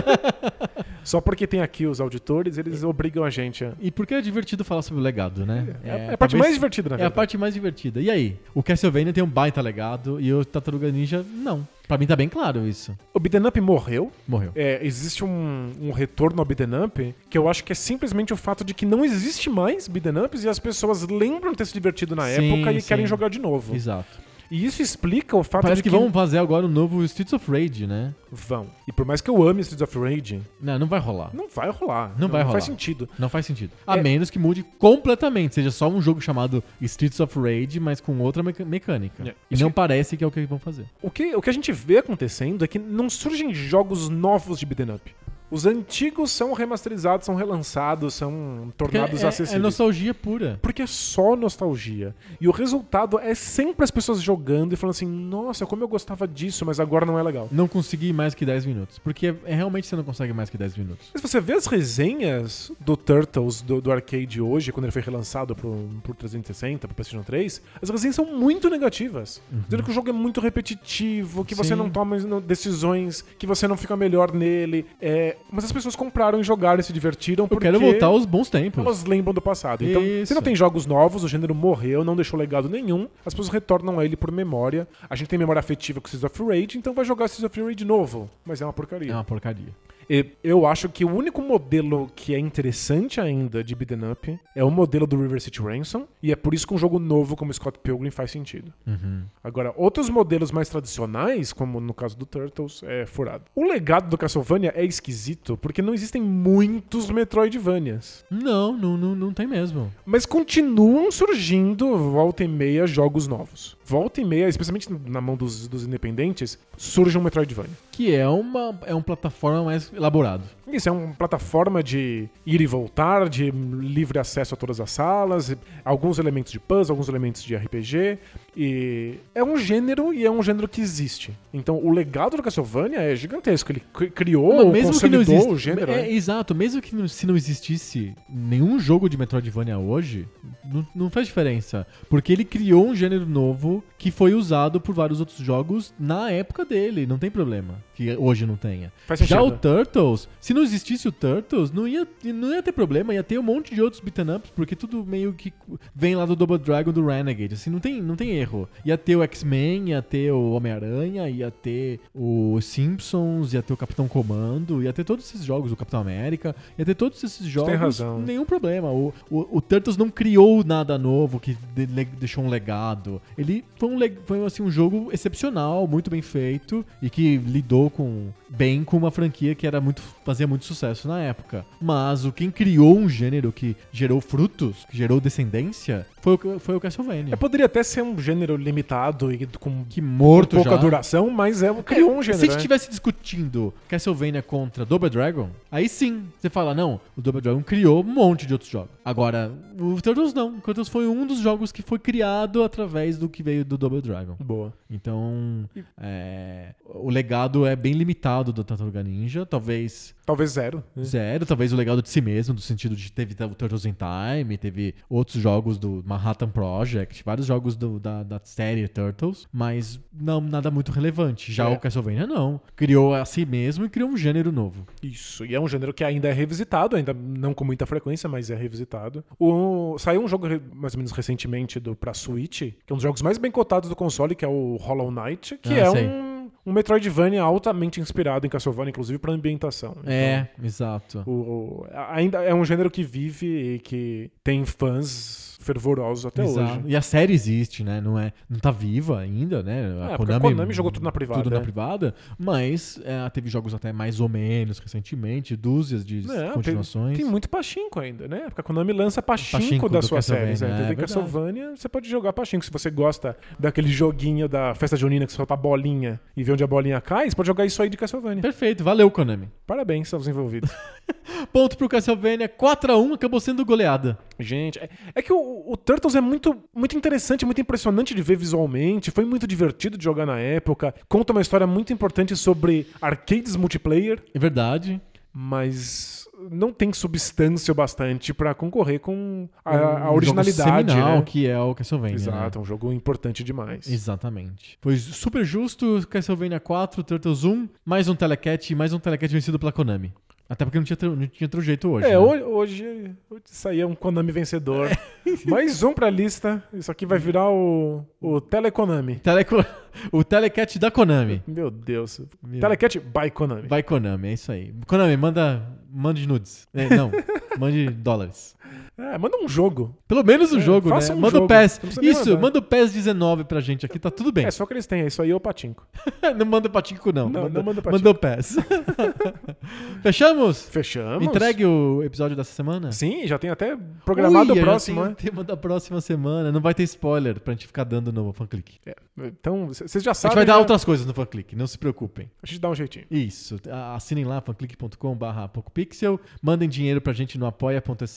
Só porque tem aqui os auditores, eles obrigam a gente a... E porque é divertido falar sobre o legado, né? É a parte mais divertida, na verdade. É a parte mais divertida. E aí? O Castlevania tem um baita legado e o Tartaruga Ninja, não. Pra mim tá bem claro isso. O beat'em up morreu. Morreu. Existe um retorno ao beat'em up que eu acho que é simplesmente o fato de que não existe mais beat'em ups e as pessoas lembram de ter se divertido na época e querem jogar de novo. Exato. E isso explica o fato Parece de que... vão fazer agora o novo Streets of Rage, né? Vão. E por mais que eu ame Streets of Rage... Não vai rolar. Não vai rolar. Não vai rolar. Faz sentido. Não faz sentido. A menos que mude completamente. Seja só um jogo chamado Streets of Rage, mas com outra mecânica. E não parece que é o que eles vão fazer. O que a gente vê acontecendo é que não surgem jogos novos de beat'em up. Os antigos são remasterizados, são relançados, são tornados acessíveis. É nostalgia pura. Porque é só nostalgia. E o resultado é sempre as pessoas jogando e falando assim, nossa, como eu gostava disso, mas agora não é legal. Não consegui mais que 10 minutos. Porque realmente você não consegue mais que 10 minutos. Mas você vê as resenhas do Turtles, do arcade hoje, quando ele foi relançado pro 360, pro PlayStation 3, as resenhas são muito negativas. Dizendo que o jogo é muito repetitivo, que você não toma decisões, que você não fica melhor nele. Mas as pessoas compraram e jogaram e se divertiram porque... Eu quero voltar aos bons tempos. Elas lembram do passado. Então, se não tem jogos novos, o gênero morreu, não deixou legado nenhum, as pessoas retornam a ele por memória. A gente tem memória afetiva com Streets of Rage, então vai jogar Streets of Rage de novo. Mas é uma porcaria. É uma porcaria. Eu acho que o único modelo que é interessante ainda de beat'em up é o modelo do River City Ransom, e é por isso que um jogo novo como Scott Pilgrim faz sentido. Agora, outros modelos mais tradicionais, como no caso do Turtles, é furado. O legado do Castlevania é esquisito, porque não existem muitos Metroidvanias. Não tem mesmo. Mas continuam surgindo, volta e meia, jogos novos. Volta e meia, especialmente na mão dos independentes, surge um Metroidvania. Que é uma plataforma mais elaborado. Isso, é uma plataforma de ir e voltar, de livre acesso a todas as salas, alguns elementos de puzzle, alguns elementos de RPG. E é um gênero que existe. Então o legado do Castlevania é gigantesco. Ele criou, consolidou o gênero. Exato, mesmo que se não existisse nenhum jogo de Metroidvania hoje, não faz diferença. Porque ele criou um gênero novo jogo que foi usado por vários outros jogos na época dele. Não tem problema que hoje não tenha. Faz Já sentido. o Turtles, se não existisse o Turtles, não ia ter problema. Ia ter um monte de outros beat'em ups, porque tudo meio que vem lá do Double Dragon, do Renegade. Assim, não tem erro. Ia ter o X-Men, ia ter o Homem-Aranha, ia ter o Simpsons, ia ter o Capitão Comando, ia ter todos esses jogos, o Capitão América, ia ter todos esses jogos. Tem razão. Nenhum problema. O Turtles não criou nada novo que deixou um legado. Ele foi assim, um jogo excepcional, muito bem feito e que lidou bem com uma franquia que fazia muito sucesso na época. Mas quem criou um gênero que gerou frutos, que gerou descendência, foi o Castlevania. Poderia até ser um gênero limitado e com morto pouca já. duração, mas criou um gênero. Se a gente estivesse discutindo Castlevania contra Double Dragon, aí sim, você fala, não, o Double Dragon criou um monte de outros jogos. Agora, o Turtles não. O Turtles foi um dos jogos que foi criado através do que veio do Double Dragon. Boa. Então, o legado é bem limitado do Tartaruga Ninja. Talvez zero. zero. Talvez o legado de si mesmo, no sentido de teve o Turtles in Time, teve outros jogos do Manhattan Project, vários jogos da série Turtles, mas não nada muito relevante. Já o Castlevania não. Criou a si mesmo e criou um gênero novo. Isso, e é um gênero que ainda é revisitado, ainda não com muita frequência, mas é revisitado. Saiu um jogo mais ou menos recentemente pra Switch, que é um dos jogos mais bem cotados do console, que é o Hollow Knight, que um Metroidvania altamente inspirado em Castlevania, inclusive pra ambientação. Exato. Ainda é um gênero que vive e que tem fãs fervorosos até hoje. E a série existe, né? Não tá viva ainda, né? A Konami jogou tudo na privada. Tudo na privada, mas teve jogos até mais ou menos recentemente, dúzias de continuações. Tem muito pachinko ainda, né? Porque a Konami lança pachinko das suas séries. Tem Castlevania, você pode jogar pachinko. Se você gosta daquele joguinho da festa junina que você solta a bolinha e vê onde a bolinha cai, você pode jogar isso aí de Castlevania. Perfeito, valeu, Konami. Parabéns aos envolvidos. Ponto pro Castlevania, 4-1, acabou sendo goleada. Gente, é que o Turtles é muito, muito interessante, muito impressionante de ver visualmente, foi muito divertido de jogar na época, conta uma história muito importante sobre arcades multiplayer. É verdade. Mas não tem substância bastante pra concorrer com a originalidade, jogo seminal, né? Que é o Castlevania. Exato, né? Um jogo importante demais. Exatamente. Foi super justo, Castlevania 4, Turtles 1, mais um Telecat vencido pela Konami. Até porque não tinha outro jeito hoje. Né? Hoje isso aí é um Konami vencedor. Mais um pra lista. Isso aqui vai virar o Telekonami. O Telecat da Konami. Meu Deus. Telecat by Konami. By Konami, é isso aí. Konami, mande nudes. Não, mande dólares. Manda um jogo. Pelo menos um jogo, né? Manda o PES. Isso, manda o PES 19 pra gente aqui, tá tudo bem. É só que eles têm, isso aí é o Patinco. Não manda o Patinco, não. Não manda o Patinco. Manda o PES. Fechamos? Entregue o episódio dessa semana? Sim, já tem até programado o próximo, né? O tema da próxima semana. Não vai ter spoiler pra gente ficar dando no FanClick. Então, vocês já A sabem. gente vai dar outras coisas no FanClick, não se preocupem. A gente dá um jeitinho. Isso. Assinem lá, fanclick.com/PocoPixel. Mandem dinheiro pra gente no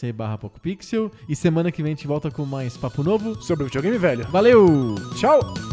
apoia.se/PocoPixel. E semana que vem a gente volta com mais papo novo Sobre o videogame velho. Valeu! Tchau!